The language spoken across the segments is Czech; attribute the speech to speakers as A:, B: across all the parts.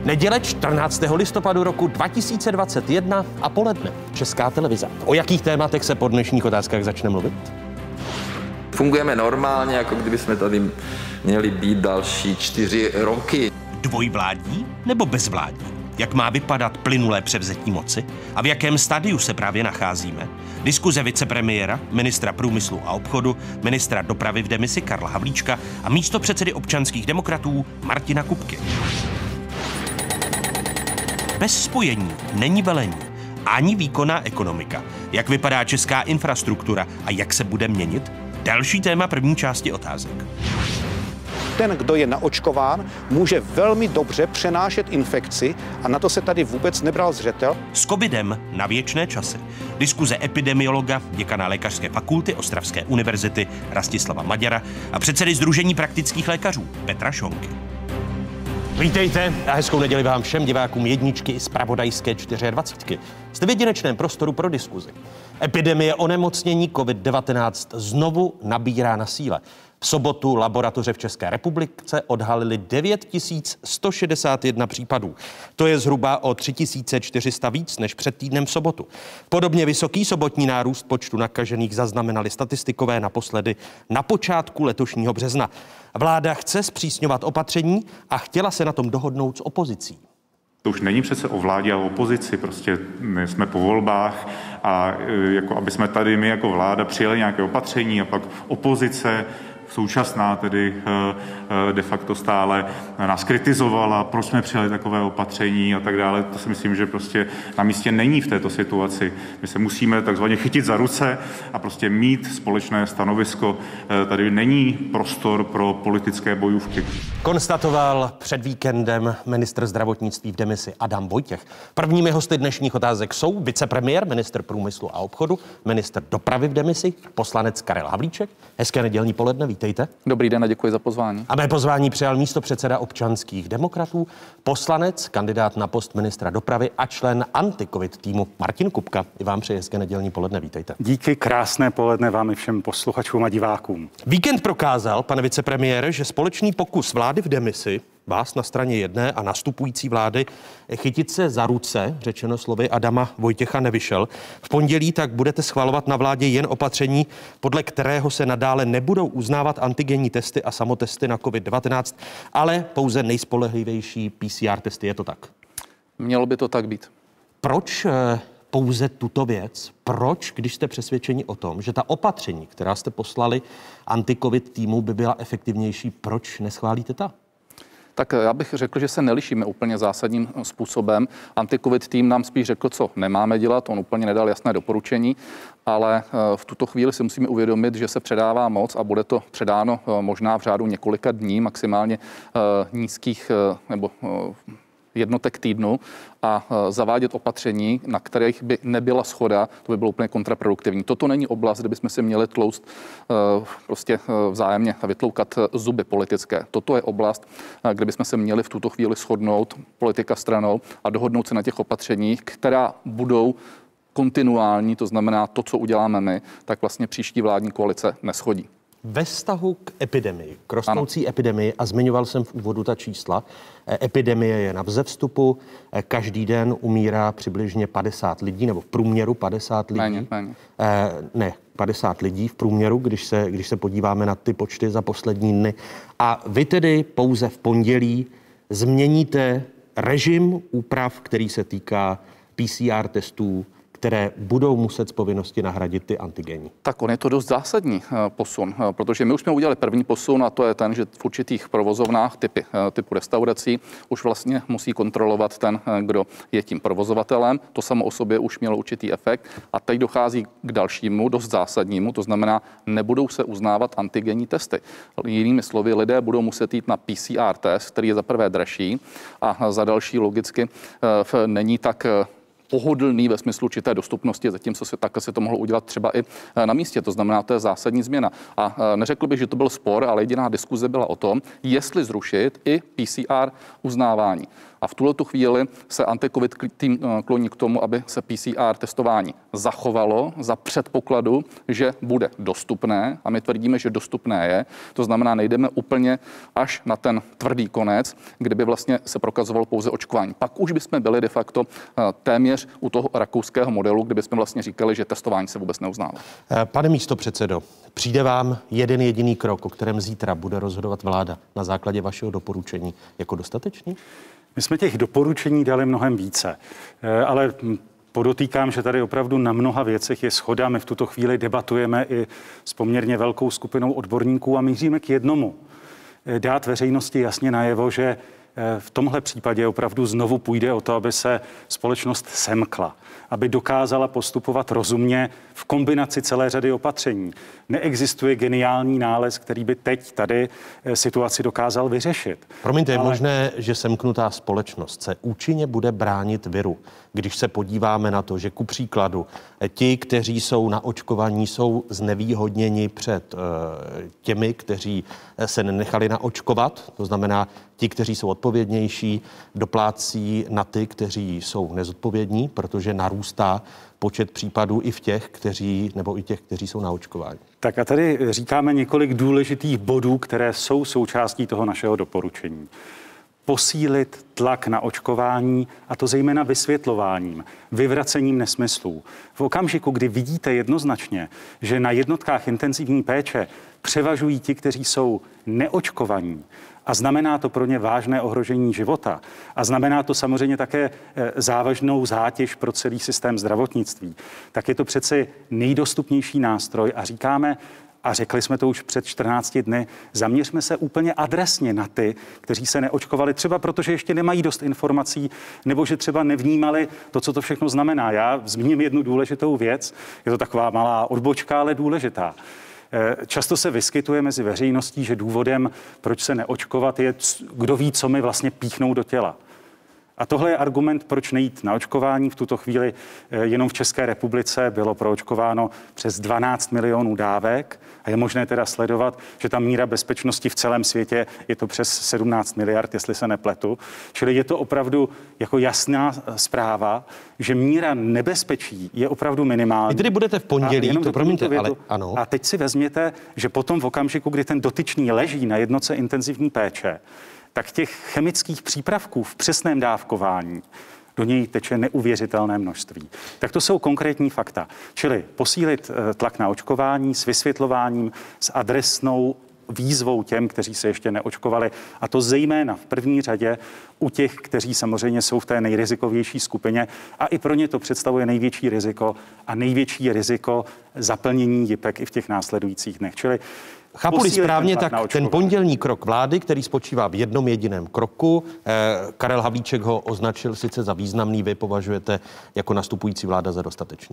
A: Neděle 14. listopadu roku 2021 a poledne. Česká televize. O jakých tématech se po dnešních otázkách začne mluvit?
B: Fungujeme normálně, jako kdyby jsme tady měli být další 4 roky.
A: Dvojvládní nebo bezvládní? Jak má vypadat plynulé převzetí moci a v jakém stadiu se právě nacházíme? Diskuze vicepremiéra, ministra průmyslu a obchodu, ministra dopravy v demisi Karla Havlíčka a místopředsedy občanských demokratů Martina Kupky. Bez spojení není velení, ani výkonná ekonomika. Jak vypadá česká infrastruktura a jak se bude měnit? Další téma první části otázek.
C: Ten, kdo je naočkován, může velmi dobře přenášet infekci a na to se tady vůbec nebral zřetel.
A: S covidem na věčné časy. Diskuze epidemiologa, děkana lékařské fakulty Ostravské univerzity Rastislava Maďara a předsedy Sdružení praktických lékařů Petra Šonky. Vítejte a hezkou neděli vám všem divákům jedničky i zpravodajské 24. Jste v jedinečném prostoru pro diskuzi. Epidemie onemocnění COVID-19 znovu nabírá na síle. V sobotu laboratoře v České republice odhalily 9161 případů. To je zhruba o 3400 víc než před týdnem v sobotu. Podobně vysoký sobotní nárůst počtu nakažených zaznamenali statistikové naposledy na počátku letošního března. Vláda chce zpřísňovat opatření a chtěla se na tom dohodnout s opozicí.
D: To už není přece o vládě a o opozici, prostě my jsme po volbách a jako aby jsme tady my jako vláda přijali nějaké opatření a pak opozice současná tedy de facto stále nás kritizovala, proč jsme přijali takové opatření a tak dále. To si myslím, že prostě na místě není v této situaci. My se musíme takzvaně chytit za ruce a prostě mít společné stanovisko. Tady není prostor pro politické bojůvky.
A: Konstatoval před víkendem ministr zdravotnictví v demisi Adam Vojtěch. Prvními hosty dnešních otázek jsou vicepremiér, ministr průmyslu a obchodu, ministr dopravy v demisi, poslanec Karel Havlíček. Hezké nedělní poledne, vítejte.
E: Dobrý den a děkuji za pozvání.
A: A mé pozvání přijal místopředseda občanských demokratů, poslanec, kandidát na post ministra dopravy a člen anti-covid týmu Martin Kupka. I vám přeji hezké nedělní poledne, vítejte.
F: Díky, krásné poledne vám i všem posluchačům a divákům.
A: Víkend prokázal, pane vicepremiére, že společný pokus vlády v demisi, vás na straně jedné a nastupující vlády, chytit se za ruce, řečeno slovy Adama Vojtěcha, nevyšel. V pondělí tak budete schvalovat na vládě jen opatření, podle kterého se nadále nebudou uznávat antigenní testy a samotesty na COVID-19, ale pouze nejspolehlivější PCR testy. Je to tak?
E: Mělo by to tak být.
A: Proč pouze tuto věc? Proč, když jste přesvědčeni o tom, že ta opatření, která jste poslali anti-covid týmu, by byla efektivnější, proč neschválíte ta?
E: Tak já bych řekl, že se nelišíme úplně zásadním způsobem. Anti-covid tým nám spíš řekl, co nemáme dělat, on úplně nedal jasné doporučení, ale v tuto chvíli si musíme uvědomit, že se předává moc a bude to předáno možná v řádu několika dní, maximálně nízkých nebo jednotek týdnu a zavádět opatření, na kterých by nebyla shoda, to by bylo úplně kontraproduktivní. Toto není oblast, kde bychom si měli tlouct prostě vzájemně a vytloukat zuby politické. Toto je oblast, kde bychom se měli v tuto chvíli shodnout politika stranou a dohodnout se na těch opatřeních, která budou kontinuální, to znamená to, co uděláme my, tak vlastně příští vládní koalice neschodí.
A: Ve vztahu k epidemii, k rostoucí epidemii, a zmiňoval jsem v úvodu ta čísla, epidemie je na vzestupu, každý den umírá přibližně 50 lidí, nebo v průměru 50 lidí.
E: Méně.
A: 50 lidí v průměru, když se podíváme na ty počty za poslední dny. A vy tedy pouze v pondělí změníte režim úprav, který se týká PCR testů, které budou muset z povinnosti nahradit ty antigenní.
E: Tak on je to dost zásadní posun, protože my už jsme udělali první posun a to je ten, že v určitých provozovnách typu restaurací už vlastně musí kontrolovat ten, kdo je tím provozovatelem. To samo o sobě už mělo určitý efekt a teď dochází k dalšímu, dost zásadnímu, to znamená, nebudou se uznávat antigenní testy. Jinými slovy, lidé budou muset jít na PCR test, který je za prvé dražší a za další logicky není tak pohodlný ve smyslu určité dostupnosti, zatímco takhle se to mohlo udělat třeba i na místě. To znamená, to je zásadní změna. A neřekl bych, že to byl spor, ale jediná diskuze byla o tom, jestli zrušit i PCR uznávání. A v tuhletu chvíli se anti-covid tým kloní k tomu, aby se PCR testování zachovalo za předpokladu, že bude dostupné. A my tvrdíme, že dostupné je. To znamená, nejdeme úplně až na ten tvrdý konec, kdyby vlastně se prokazovalo pouze očkování. Pak už bychom byli de facto téměř u toho rakouského modelu, kde bychom vlastně říkali, že testování se vůbec neuznává.
A: Pane místopředsedo, přijde vám jeden jediný krok, o kterém zítra bude rozhodovat vláda na základě vašeho doporučení jako dostatečný?
F: My jsme těch doporučení dali mnohem více, ale podotýkám, že tady opravdu na mnoha věcech je shoda. My v tuto chvíli debatujeme i s poměrně velkou skupinou odborníků a míříme k jednomu. Dát veřejnosti jasně najevo, že v tomhle případě opravdu znovu půjde o to, aby se společnost semkla, aby dokázala postupovat rozumně v kombinaci celé řady opatření. Neexistuje geniální nález, který by teď tady situaci dokázal vyřešit.
A: Promiňte, je možné, že semknutá společnost se účinně bude bránit viru, když se podíváme na to, že ku příkladu ti, kteří jsou na očkovaní, jsou znevýhodněni před těmi, kteří se nenechali naočkovat, to znamená ti, kteří jsou odpovědnější, doplácí na ty, kteří jsou nezodpovědní, protože narůstá počet případů i v těch, kteří jsou na očkování.
F: Tak a tady říkáme několik důležitých bodů, které jsou součástí toho našeho doporučení. Posílit tlak na očkování, a to zejména vysvětlováním, vyvracením nesmyslů. V okamžiku, kdy vidíte jednoznačně, že na jednotkách intenzivní péče převažují ti, kteří jsou neočkovaní, a znamená to pro ně vážné ohrožení života. A znamená to samozřejmě také závažnou zátěž pro celý systém zdravotnictví. Tak je to přeci nejdostupnější nástroj a říkáme, a řekli jsme to už před 14 dny, zaměřme se úplně adresně na ty, kteří se neočkovali, třeba protože ještě nemají dost informací, nebo že třeba nevnímali to, co to všechno znamená. Já zmíním jednu důležitou věc, je to taková malá odbočka, ale důležitá. Často se vyskytuje mezi veřejností, že důvodem, proč se neočkovat, je, kdo ví, co mi vlastně píchnou do těla. A tohle je argument, proč nejít na očkování. V tuto chvíli jenom v České republice bylo proočkováno přes 12 milionů dávek a je možné teda sledovat, že ta míra bezpečnosti v celém světě je to přes 17 miliard, jestli se nepletu. Čili je to opravdu jako jasná zpráva, že míra nebezpečí je opravdu minimální.
A: Vy tedy budete v pondělí, to promiňte, ale ano.
F: A teď si vezměte, že potom v okamžiku, kdy ten dotyčný leží na jednotce intenzivní péče, tak těch chemických přípravků v přesném dávkování do něj teče neuvěřitelné množství. Tak to jsou konkrétní fakta. Čili posílit tlak na očkování s vysvětlováním, s adresnou výzvou těm, kteří se ještě neočkovali, a to zejména v první řadě u těch, kteří samozřejmě jsou v té nejrizikovější skupině a i pro ně to představuje největší riziko a největší riziko zaplnění jipek i v těch následujících dnech. Čili
A: chápu-li správně, tak ten pondělní krok vlády, který spočívá v jednom jediném kroku, Karel Havlíček ho označil sice za významný, vy považujete jako nastupující vláda za dostatečný.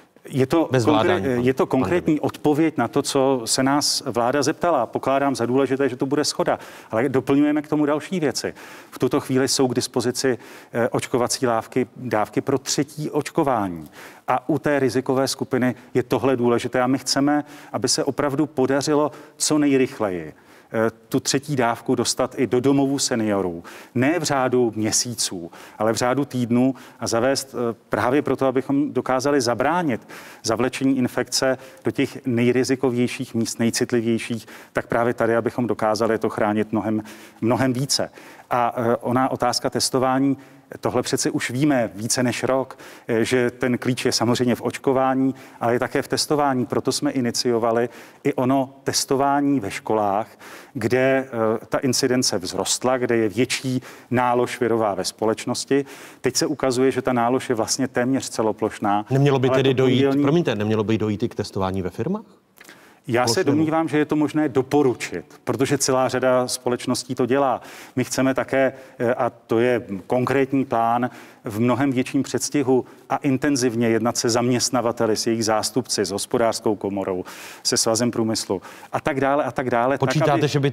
F: Je to konkrétní odpověď na to, co se nás vláda zeptala. Pokládám za důležité, že to bude shoda, ale doplňujeme k tomu další věci. V tuto chvíli jsou k dispozici očkovací dávky pro třetí očkování. A u té rizikové skupiny je tohle důležité a my chceme, aby se opravdu podařilo co nejrychleji tu třetí dávku dostat i do domovů seniorů. Ne v řádu měsíců, ale v řádu týdnů a zavést právě proto, abychom dokázali zabránit zavlečení infekce do těch nejrizikovějších míst, nejcitlivějších, tak právě tady, abychom dokázali to chránit mnohem více. A ona otázka testování, tohle přeci už víme více než rok, že ten klíč je samozřejmě v očkování, ale je také v testování. Proto jsme iniciovali i ono testování ve školách, kde ta incidence vzrostla, kde je větší nálož virová ve společnosti. Teď se ukazuje, že ta nálož je vlastně téměř celoplošná.
A: Nemělo by tedy nemělo by dojít i k testování ve firmách?
F: Já se domnívám, že je to možné doporučit, protože celá řada společností to dělá. My chceme také, a to je konkrétní plán, v mnohem větším předstihu a intenzivně jednat se zaměstnavateli, s jejich zástupci, s hospodářskou komorou, se svazem průmyslu a tak dále a tak dále.
A: Počítáte,
F: tak, aby...
A: že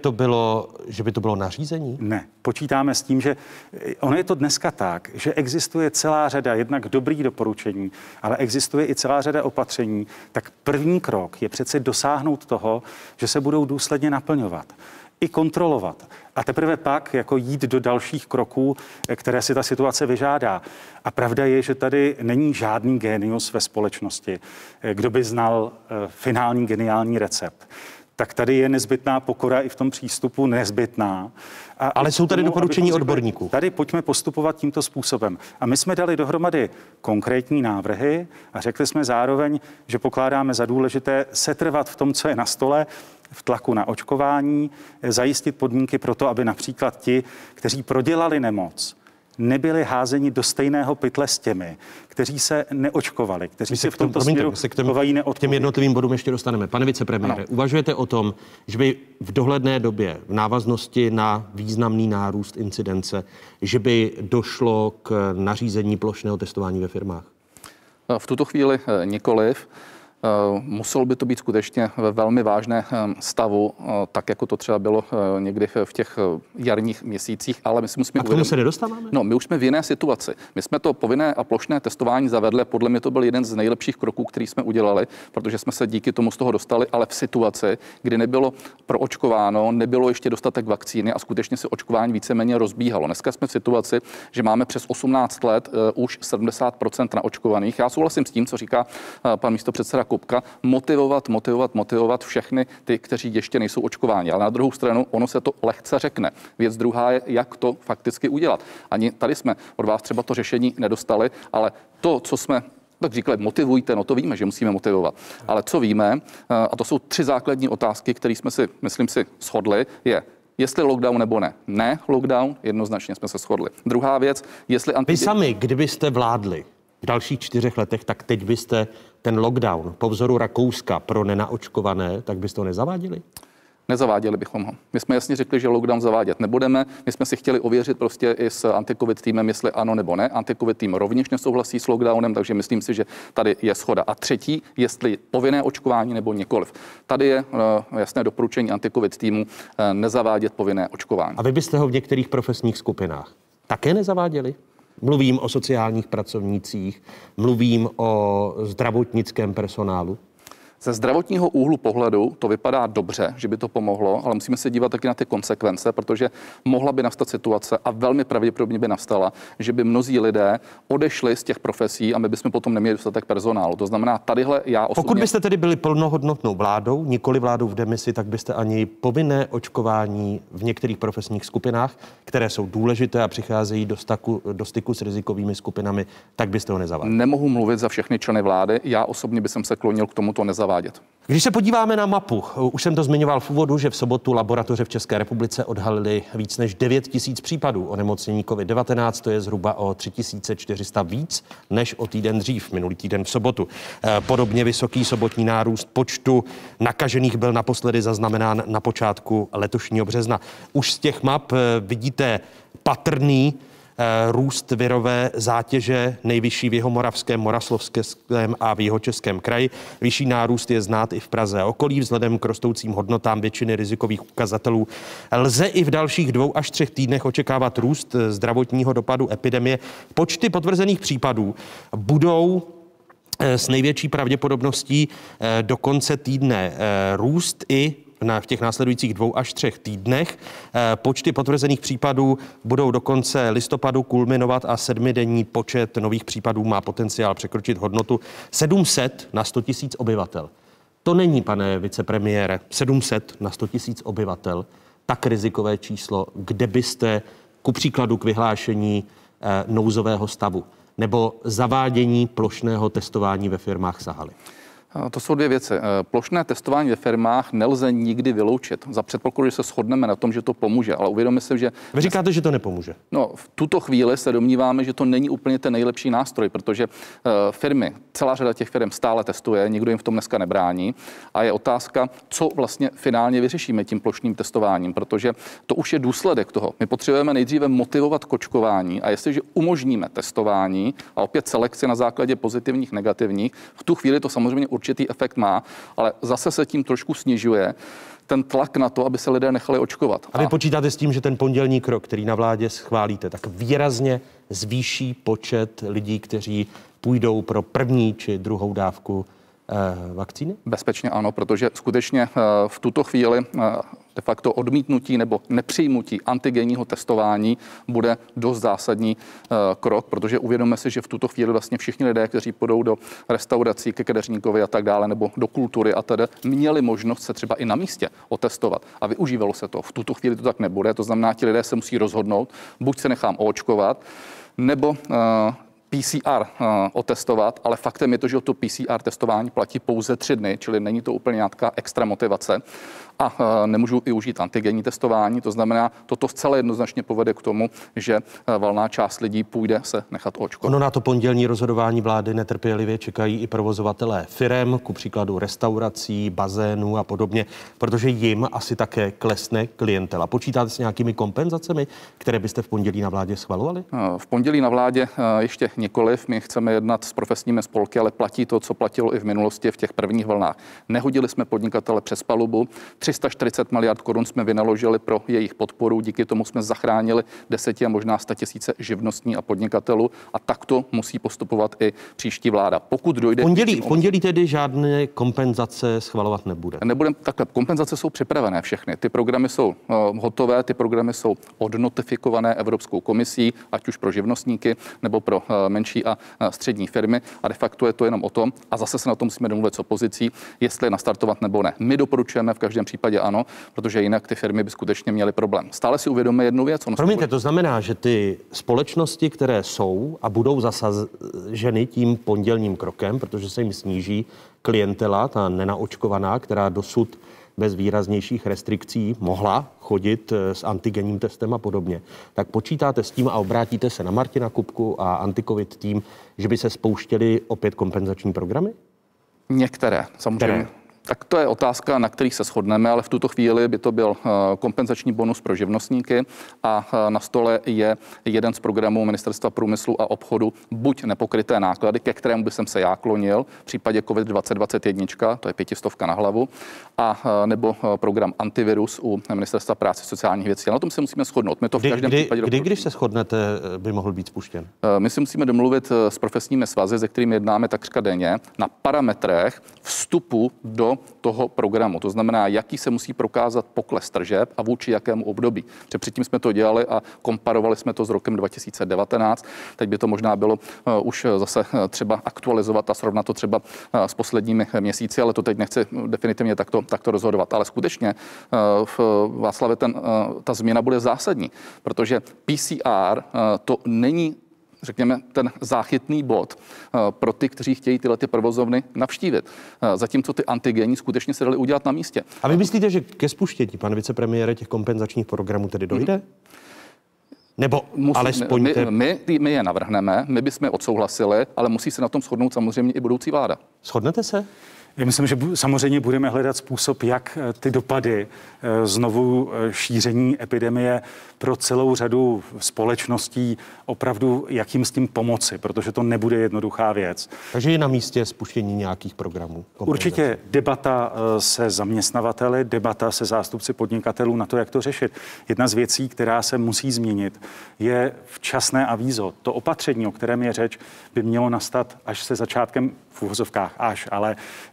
A: by to bylo nařízení?
F: Ne, počítáme s tím, že ono je to dneska tak, že existuje celá řada jednak dobrých doporučení, ale existuje i celá řada opatření, tak první krok je přece dosáhnout toho, že se budou důsledně naplňovat i kontrolovat. A teprve pak jako jít do dalších kroků, které si ta situace vyžádá. A pravda je, že tady není žádný génius ve společnosti, kdo by znal finální geniální recept. Tak tady je nezbytná pokora i v tom přístupu, nezbytná.
A: Ale jsou tady doporučení odborníků.
F: Tady pojďme postupovat tímto způsobem. A my jsme dali dohromady konkrétní návrhy a řekli jsme zároveň, že pokládáme za důležité setrvat v tom, co je na stole, v tlaku na očkování, zajistit podmínky pro to, aby například ti, kteří prodělali nemoc, nebyli házeni do stejného pytle s těmi, kteří se neočkovali, kteří se v tomto směru chovají neodpovědně.
A: K těm jednotlivým bodům ještě dostaneme. Pane vicepremiére, uvažujete o tom, že by v dohledné době v návaznosti na významný nárůst incidence, že by došlo k nařízení plošného testování ve firmách?
E: V tuto chvíli nikoliv. Muselo by to být skutečně ve velmi vážné stavu, tak jako to třeba bylo někdy v těch jarních měsících, ale my si musíme
A: uvědomit. A k tomu se nedostáváme?
E: No, my už jsme v jiné situaci. My jsme to povinné a plošné testování zavedli, podle mě to byl jeden z nejlepších kroků, který jsme udělali, protože jsme se díky tomu z toho dostali, ale v situaci, kdy nebylo proočkováno, nebylo ještě dostatek vakcíny a skutečně se očkování víceméně rozbíhalo. Dneska jsme v situaci, že máme přes 18 let už 70% naočkovaných. Já souhlasím s tím, co říká pan místopředseda Kupka, motivovat všechny ty, kteří ještě nejsou očkováni. Ale na druhou stranu ono se to lehce řekne. Věc druhá je, jak to fakticky udělat. Ani tady jsme od vás třeba to řešení nedostali, ale to, co jsme tak říkali, motivujte, no to víme, že musíme motivovat. Ale co víme, a to jsou 3 základní otázky, které jsme si, myslím si, shodli, je, jestli lockdown nebo ne. Ne lockdown, jednoznačně jsme se shodli. Druhá věc, jestli...
A: Vy sami, kdybyste vládli v dalších 4 letech, tak teď byste ten lockdown po vzoru Rakouska pro nenaočkované, tak byste ho nezaváděli?
E: Nezaváděli bychom ho. My jsme jasně řekli, že lockdown zavádět nebudeme. My jsme si chtěli ověřit prostě i s anti-covid týmem, jestli ano nebo ne. Anti-covid tým rovněž nesouhlasí s lockdownem, takže myslím si, že tady je shoda. A třetí, jestli povinné očkování nebo nikoliv. Tady je jasné doporučení anti-covid týmu nezavádět povinné očkování.
A: A vy byste ho v některých profesních skupinách také nezaváděli? Mluvím o sociálních pracovnících, mluvím o zdravotnickém personálu.
E: Ze zdravotního úhlu pohledu to vypadá dobře, že by to pomohlo, ale musíme se dívat taky na ty konsekvence, protože mohla by nastat situace a velmi pravděpodobně by nastala, že by mnozí lidé odešli z těch profesí a my bychom potom neměli dostatek personálu. To znamená, tadyhle já osobně...
A: Pokud byste tedy byli plnohodnotnou vládou, nikoli vládou v demisi, tak byste ani povinné očkování v některých profesních skupinách, které jsou důležité a přicházejí do styku s rizikovými skupinami, tak byste ho nezaváděli.
E: Nemohu mluvit za všechny členy vlády, já osobně bych se klonil k tomuto nezavádět.
A: Když se podíváme na mapu, už jsem to zmiňoval v úvodu, že v sobotu laboratoře v České republice odhalily víc než 9 000 případů onemocnění COVID-19, to je zhruba o 3400 víc než o týden dřív, minulý týden v sobotu. Podobně vysoký sobotní nárůst počtu nakažených byl naposledy zaznamenán na počátku letošního března. Už z těch map vidíte patrný růst virové zátěže, nejvyšší v Jihomoravském, Moravskoslezském a v Jihočeském kraji. Vyšší nárůst je znát i v Praze a okolí vzhledem k rostoucím hodnotám většiny rizikových ukazatelů. Lze i v dalších 2 až 3 týdnech očekávat růst zdravotního dopadu epidemie. Počty potvrzených případů budou s největší pravděpodobností do konce týdne růst i v těch následujících 2 až 3 týdnech. Počty potvrzených případů budou do konce listopadu kulminovat a 7denní počet nových případů má potenciál překročit hodnotu 700 na 100 000 obyvatel. To není, pane vicepremiére, 700 na 100 000 obyvatel tak rizikové číslo, kde byste ku příkladu k vyhlášení nouzového stavu nebo zavádění plošného testování ve firmách sahali?
E: To jsou dvě věci. Plošné testování ve firmách nelze nikdy vyloučit. Za předpokladu, že se shodneme na tom, že to pomůže, ale uvědomme si, že...
A: Vy říkáte, že to nepomůže.
E: No, v tuto chvíli se domníváme, že to není úplně ten nejlepší nástroj, protože firmy, celá řada těch firm stále testuje, nikdo jim v tom dneska nebrání a je otázka, co vlastně finálně vyřešíme tím plošným testováním, protože to už je důsledek toho. My potřebujeme nejdříve motivovat k očkování a jestliže umožníme testování a opět selekci na základě pozitivních, negativních, v tu chvíli to samozřejmě určitý efekt má, ale zase se tím trošku snižuje ten tlak na to, aby se lidé nechali očkovat.
A: A vy počítáte s tím, že ten pondělní krok, který na vládě schválíte, tak výrazně zvýší počet lidí, kteří půjdou pro první či druhou dávku vakcíny?
E: Bezpečně ano, protože skutečně v tuto chvíli de facto odmítnutí nebo nepřijmutí antigenního testování bude dost zásadní krok, protože uvědomme si, že v tuto chvíli vlastně všichni lidé, kteří půjdou do restaurací, ke kadeřníkovi a tak dále, nebo do kultury a tedy, měli možnost se třeba i na místě otestovat a využívalo se to. V tuto chvíli to tak nebude, to znamená, ti lidé se musí rozhodnout, buď se nechám oočkovat, nebo PCR otestovat, ale faktem je to, že to PCR testování platí pouze 3 dny, čili není to úplně nějaká extra motivace a nemůžu využít antigenní testování, to znamená, toto zcela jednoznačně povede k tomu, že valná část lidí půjde se nechat očkovat.
A: Ono na to pondělní rozhodování vlády netrpělivě čekají i provozovatelé firem, ku příkladu restaurací, bazénů a podobně, protože jim asi také klesne klientela. Počítáte s nějakými kompenzacemi, které byste v pondělí na vládě schvalovali?
E: V pondělí na vládě ještě nikoliv. My chceme jednat s profesními spolky, ale platí to, co platilo i v minulosti v těch prvních vlnách. Nehodili jsme podnikatele přes palubu. 340 miliard korun jsme vynaložili pro jejich podporu. Díky tomu jsme zachránili 10 a možná 100 000 živnostní a podnikatelů a takto musí postupovat i příští vláda. Pokud dojde...
A: V pondělí tedy žádné kompenzace schvalovat nebude.
E: Nebudeme takhle. Kompenzace jsou připravené všechny. Ty programy jsou hotové, ty programy jsou odnotifikované Evropskou komisí, ať už pro živnostníky nebo pro menší a střední firmy a de facto je to jenom o tom a zase se na tom musíme domluvit s opozicí, jestli nastartovat nebo ne. My doporučujeme v každém případě ano, protože jinak ty firmy by skutečně měly problém. Stále si uvědomíme jednu věc.
A: Promiňte, to znamená, že ty společnosti, které jsou a budou zasaženy tím pondělním krokem, protože se jim sníží klientela, ta nenaočkovaná, která dosud bez výraznějších restrikcí mohla chodit s antigenním testem a podobně, tak počítáte s tím a obrátíte se na Martina Kupku a Anticovid tým, že by se spouštěly opět kompenzační programy?
E: Některé, samozřejmě. Tak to je otázka, na kterých se shodneme, ale v tuto chvíli by to byl kompenzační bonus pro živnostníky a na stole je jeden z programů Ministerstva průmyslu a obchodu, buď nepokryté náklady, ke kterému by jsem se já klonil, v případě COVID 2021, to je 500 na hlavu, a nebo program antivirus u Ministerstva práce a sociálních věcí. A na tom se musíme shodnout. My to v každém případě
A: když se shodnete, by mohl být spuštěn?
E: My si musíme domluvit s profesními svazy, se kterými jednáme takřka denně, na parametrech vstupu do toho programu. To znamená, jaký se musí prokázat pokles tržeb a vůči jakému období. Protože předtím jsme to dělali a komparovali jsme to s rokem 2019. Teď by to možná bylo už zase třeba aktualizovat a srovnat to třeba s posledními měsíci, ale to teď nechci definitivně takto rozhodovat. Ale skutečně Václave, ta změna bude zásadní, protože PCR to není, řekněme, ten záchytný bod pro ty, kteří chtějí tyhle provozovny navštívit. Zatímco ty antigenní skutečně se daly udělat na místě.
A: A vy myslíte, že ke spuštění, pane vicepremiére, těch kompenzačních programů tedy dojde? Nebo alespoň...
E: My je navrhneme, my bychom je odsouhlasili, ale musí se na tom shodnout samozřejmě i budoucí vláda.
A: Shodnete se?
F: Já myslím, že samozřejmě budeme hledat způsob, jak ty dopady znovu šíření epidemie pro celou řadu společností opravdu, jak jim s tím pomoci, protože to nebude jednoduchá věc.
A: Takže je na místě spuštění nějakých programů?
F: Určitě debata se zaměstnavateli, debata se zástupci podnikatelů na to, jak to řešit. Jedna z věcí, která se musí změnit, je včasné avízo. To opatření, o kterém je řeč, by mělo nastat až se začátkem, v uvozovkách ale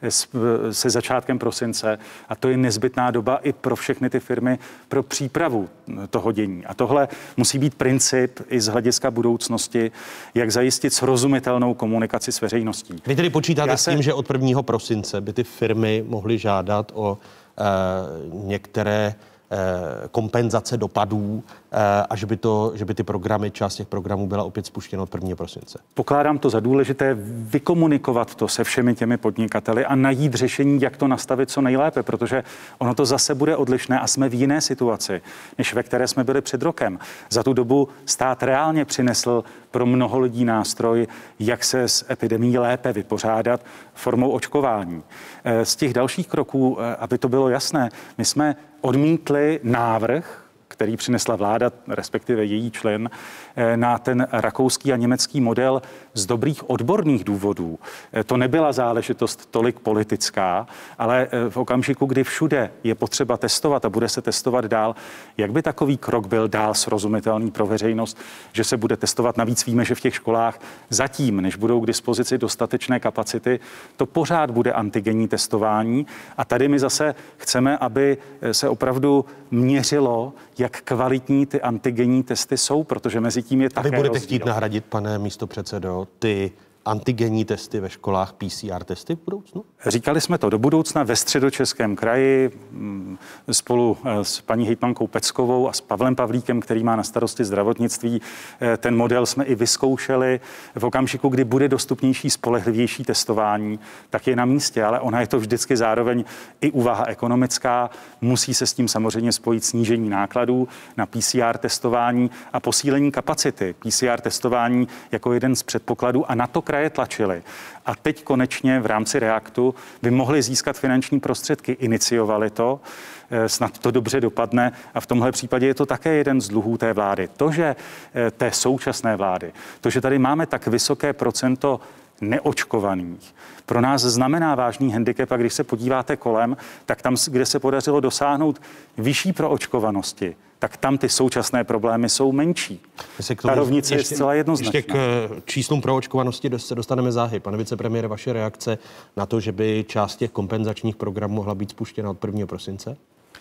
F: se začátkem prosince. A to je nezbytná doba i pro všechny ty firmy pro přípravu toho dění. A tohle musí být princip i z hlediska budoucnosti, jak zajistit srozumitelnou komunikaci s veřejností.
A: Vy tedy počítáte s tím, že od 1. prosince by ty firmy mohly žádat o některé kompenzace dopadů a že by ty programy, část těch programů byla opět spuštěna od 1. prosince?
F: Pokládám to za důležité vykomunikovat to se všemi těmi podnikateli a najít řešení, jak to nastavit co nejlépe, protože ono to zase bude odlišné a jsme v jiné situaci, než ve které jsme byli před rokem. Za tu dobu stát reálně přinesl pro mnoho lidí nástroj, jak se s epidemií lépe vypořádat formou očkování. Z těch dalších kroků, aby to bylo jasné, my jsme odmítli návrh, který přinesla vláda, respektive její člen, na ten rakouský a německý model z dobrých odborných důvodů. To nebyla záležitost tolik politická, ale v okamžiku, kdy všude je potřeba testovat a bude se testovat dál, jak by takový krok byl dál srozumitelný pro veřejnost, že se bude testovat? Navíc víme, že v těch školách zatím, než budou k dispozici dostatečné kapacity, to pořád bude antigenní testování a tady my zase chceme, aby se opravdu měřilo, jak kvalitní ty antigenní testy jsou, protože mezi tím je také
A: rozdíl. A vy budete
F: rozdíl.
A: chtít nahradit, pane místopředsedo, ty antigenní testy ve školách PCR testy v budoucnu?
F: Říkali jsme to do budoucna ve Středočeském kraji spolu s paní hejtmankou Peckovou a s Pavlem Pavlíkem, který má na starosti zdravotnictví. Ten model jsme i vyzkoušeli. V okamžiku, kdy bude dostupnější, spolehlivější testování, tak je na místě, ale ona je to vždycky zároveň i úvaha ekonomická. Musí se s tím samozřejmě spojit snížení nákladů na PCR testování a posílení kapacity PCR testování jako jeden z předpokladů a na to kraje tlačili. A teď konečně v rámci Reaktu by mohli získat finanční prostředky. Iniciovali to, snad to dobře dopadne a v tomhle případě je to také jeden z dluhů té vlády. To, že té současné vlády, to, že tady máme tak vysoké procento neočkovaných, pro nás znamená vážný handicap a když se podíváte kolem, tak tam, kde se podařilo dosáhnout vyšší proočkovanosti, tak tam ty současné problémy jsou menší. Ta rovnice je zcela jednoznačná.
A: Ještě k číslům proočkovanosti se dostaneme záhy. Pane vicepremiére, vaše reakce na to, že by část těch kompenzačních programů mohla být spuštěna od 1. prosince?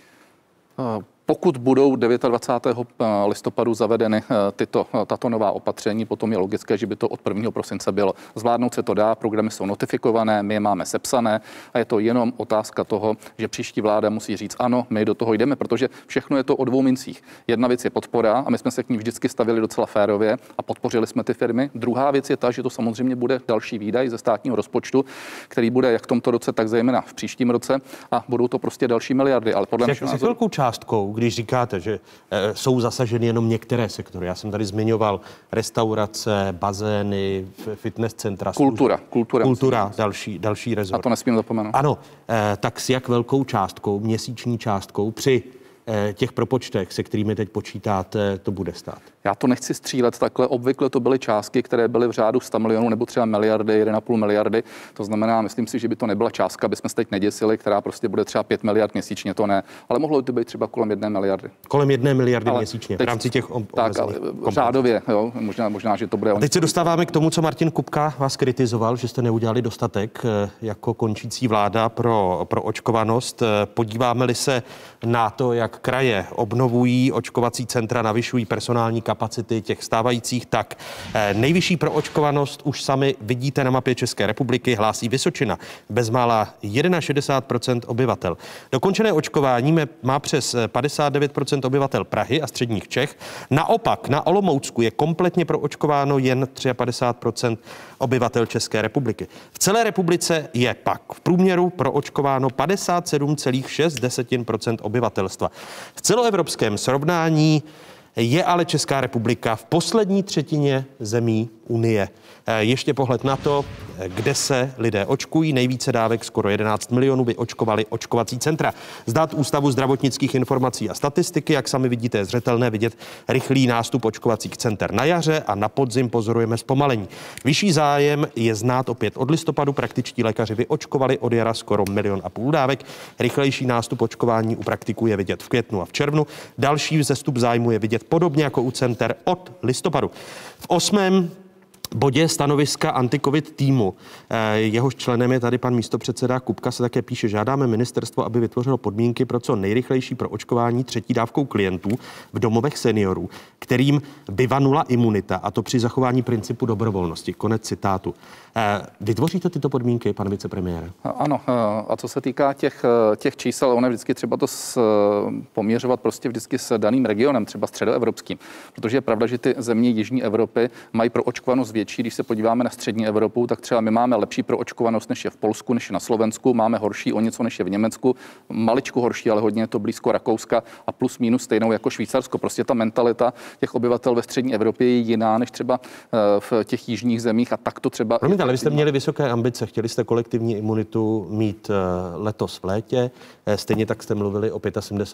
E: Pokud budou 29. listopadu zavedeny tato nová opatření, potom je logické, že by to od 1. prosince bylo. Zvládnout se to dá, programy jsou notifikované, my je máme sepsané a je to jenom otázka toho, že příští vláda musí říct ano, my do toho jdeme, protože všechno je to o dvou mincích. Jedna věc je podpora a my jsme se k ní vždycky stavili docela férově a podpořili jsme ty firmy. Druhá věc je ta, že to samozřejmě bude další výdaj ze státního rozpočtu, který bude jak v tomto roce, tak zejména v příštím roce a budou to prostě další miliardy, ale podle mě
A: s velkou částkou, když říkáte, že jsou zasaženy jenom některé sektory. Já jsem tady zmiňoval restaurace, bazény, fitness centra. Kultura, další rezort.
E: A to nesmím zapomenout.
A: Ano, tak s jak velkou částkou, měsíční částkou při těch propočtech, se kterými teď počítáte, to bude stát?
E: Já to nechci střílet takhle. Obvykle to byly částky, které byly v řádu 100 milionů nebo třeba miliardy, 1,5 miliardy. To znamená, myslím si, že by to nebyla částka, aby jsme se teď neděsili, která prostě bude třeba 5 miliard měsíčně, to ne. Ale mohlo by to být třeba kolem 1 miliardy.
A: Kolem 1 miliardy měsíčně v rámci těch
E: tak, řádově, jo, možná, že to bude.
A: A teď se dostáváme k tomu, co Martin Kupka vás kritizoval, že jste neudělali dostatek jako končící vláda pro očkovanost. Podíváme-li se na to, jak kraje obnovují očkovací centra, navyšují personální kapacity těch stávajících, tak nejvyšší proočkovanost už sami vidíte na mapě České republiky, hlásí Vysočina, bezmála 61% obyvatel. Dokončené očkování má přes 59% obyvatel Prahy a středních Čech. Naopak na Olomoucku je kompletně proočkováno jen 53% obyvatel České republiky. V celé republice je pak v průměru proočkováno 57,6% obyvatelstva. V celoevropském srovnání je ale Česká republika v poslední třetině zemí Unie. Ještě pohled na to, kde se lidé očkují. Nejvíce dávek, skoro 11 milionů, by očkovali očkovací centra. Z dat Ústavu zdravotnických informací a statistiky, jak sami vidíte, je zřetelné vidět rychlý nástup očkovacích center na jaře a na podzim pozorujeme zpomalení. Vyšší zájem je znát opět od listopadu. Praktičtí lékaři vyočkovali od jara skoro 1,5 milionu dávek. Rychlejší nástup očkování u praktiků je vidět v květnu a v červnu. Další vzestup zájmu je vidět podobně jako u center od listopadu. V 8. bodě stanoviska anti-covid týmu. Jehož členem je tady pan místopředseda Kupka, se také píše: žádáme ministerstvo, aby vytvořilo podmínky pro co nejrychlejší proočkování třetí dávkou klientů v domovech seniorů, kterým vyvanula imunita, a to při zachování principu dobrovolnosti. Konec citátu. Vytvoříte tyto podmínky, pane vicepremiére?
E: Ano, a co se týká těch čísel, ono je vždycky třeba to poměřovat prostě vždycky s daným regionem, třeba středoevropským, protože je pravda, že ty země jižní Evropy mají proočkovanost větší. Když se podíváme na střední Evropu, tak třeba my máme lepší proočkovanost, než je v Polsku, než je na Slovensku, máme horší o něco, než je v Německu, maličku horší, ale hodně je to blízko Rakouska a plus minus stejnou jako Švýcarsko. Prostě ta mentalita těch obyvatel ve střední Evropě je jiná než třeba v těch jižních zemích, a tak to třeba.
A: Promiňte, ale vy jste měli vysoké ambice, chtěli jste kolektivní imunitu mít letos v létě, stejně tak jste mluvili o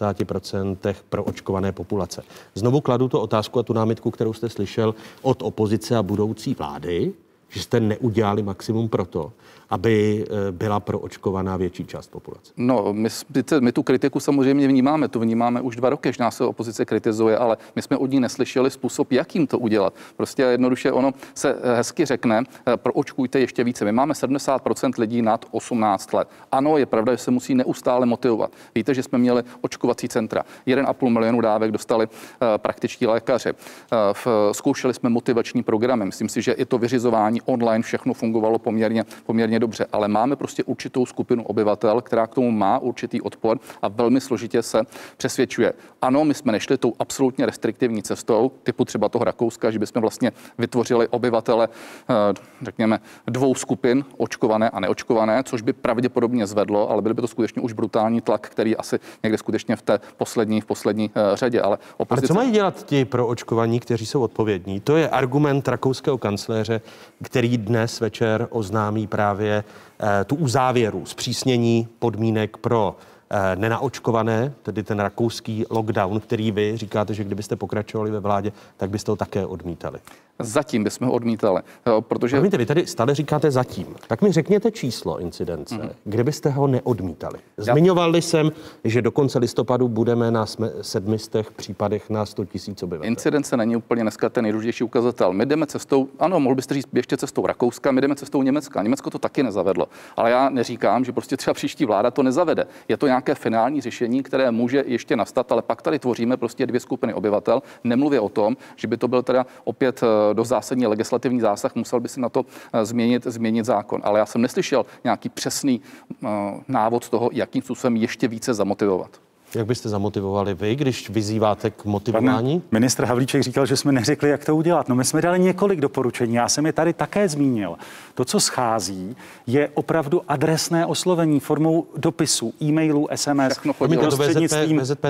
A: 75% proočkované populace. Znovu kladu tu otázku a tu námitku, kterou jste slyšel od opozice a budoucí vlády, že jste neudělali maximum pro to, aby byla proočkovaná větší část populace.
E: No, my tu kritiku samozřejmě vnímáme. Tu vnímáme už 2 roky, že nás opozice kritizuje, ale my jsme od ní neslyšeli způsob, jakým to udělat. Prostě jednoduše ono se hezky řekne, proočkujte ještě více. My máme 70% lidí nad 18 let. Ano, je pravda, že se musí neustále motivovat. Víte, že jsme měli očkovací centra. 1,5 milionu dávek dostali praktičtí lékaři. Zkoušeli jsme motivační programy. Myslím si, že i to vyřizování online všechno fungovalo poměrně dobře, ale máme prostě určitou skupinu obyvatel, která k tomu má určitý odpor a velmi složitě se přesvědčuje. Ano, my jsme nešli tou absolutně restriktivní cestou, typu třeba toho Rakouska, že bychom vlastně vytvořili obyvatele, řekněme, 2 skupin, očkované a neočkované, což by pravděpodobně zvedlo, ale byl by to skutečně už brutální tlak, který asi někde skutečně v poslední řadě. Ale
A: co mají dělat ti proočkovaní, kteří jsou odpovědní? To je argument rakouského kancléře, který dnes večer oznámí právě tu uzávěru, zpřísnění podmínek pro nenaočkované, tedy ten rakouský lockdown, který vy říkáte, že kdybyste pokračovali ve vládě, tak byste ho také odmítali.
E: Zatím bychom ho odmítali, protože...
A: Promiňte, vy tady stále říkáte zatím. Tak mi řekněte číslo incidence, kde byste ho neodmítali. Zmiňovali jsem, že do konce listopadu budeme na 700 případech na 100 000 obyvatel.
E: Incidence není úplně dneska ten nejdůležitější ukazatel. My jdeme cestou, ano, mohl byste říct, běžte cestou Rakouska, my jdeme cestou Německa. Německo to taky nezavedlo. Ale já neříkám, že prostě třeba příští vláda to nezavede. Je to nějaké finální řešení, které může ještě nastat, ale pak tady tvoříme prostě 2 skupiny obyvatel. Nemluvě o tom, že by to byl teda opět do zásadní legislativní zásah, musel by si na to změnit zákon. Ale já jsem neslyšel nějaký přesný návod z toho, jakým způsobem ještě více zamotivovat.
A: Jak byste zamotivovali vy, když vyzýváte k motivování?
F: Ministr Havlíček říkal, že jsme neřekli, jak to udělat. No, my jsme dali několik doporučení, já jsem je tady také zmínil. To, co schází, je opravdu adresné oslovení formou dopisů, e-mailů, SMS, prostřednictvím VZP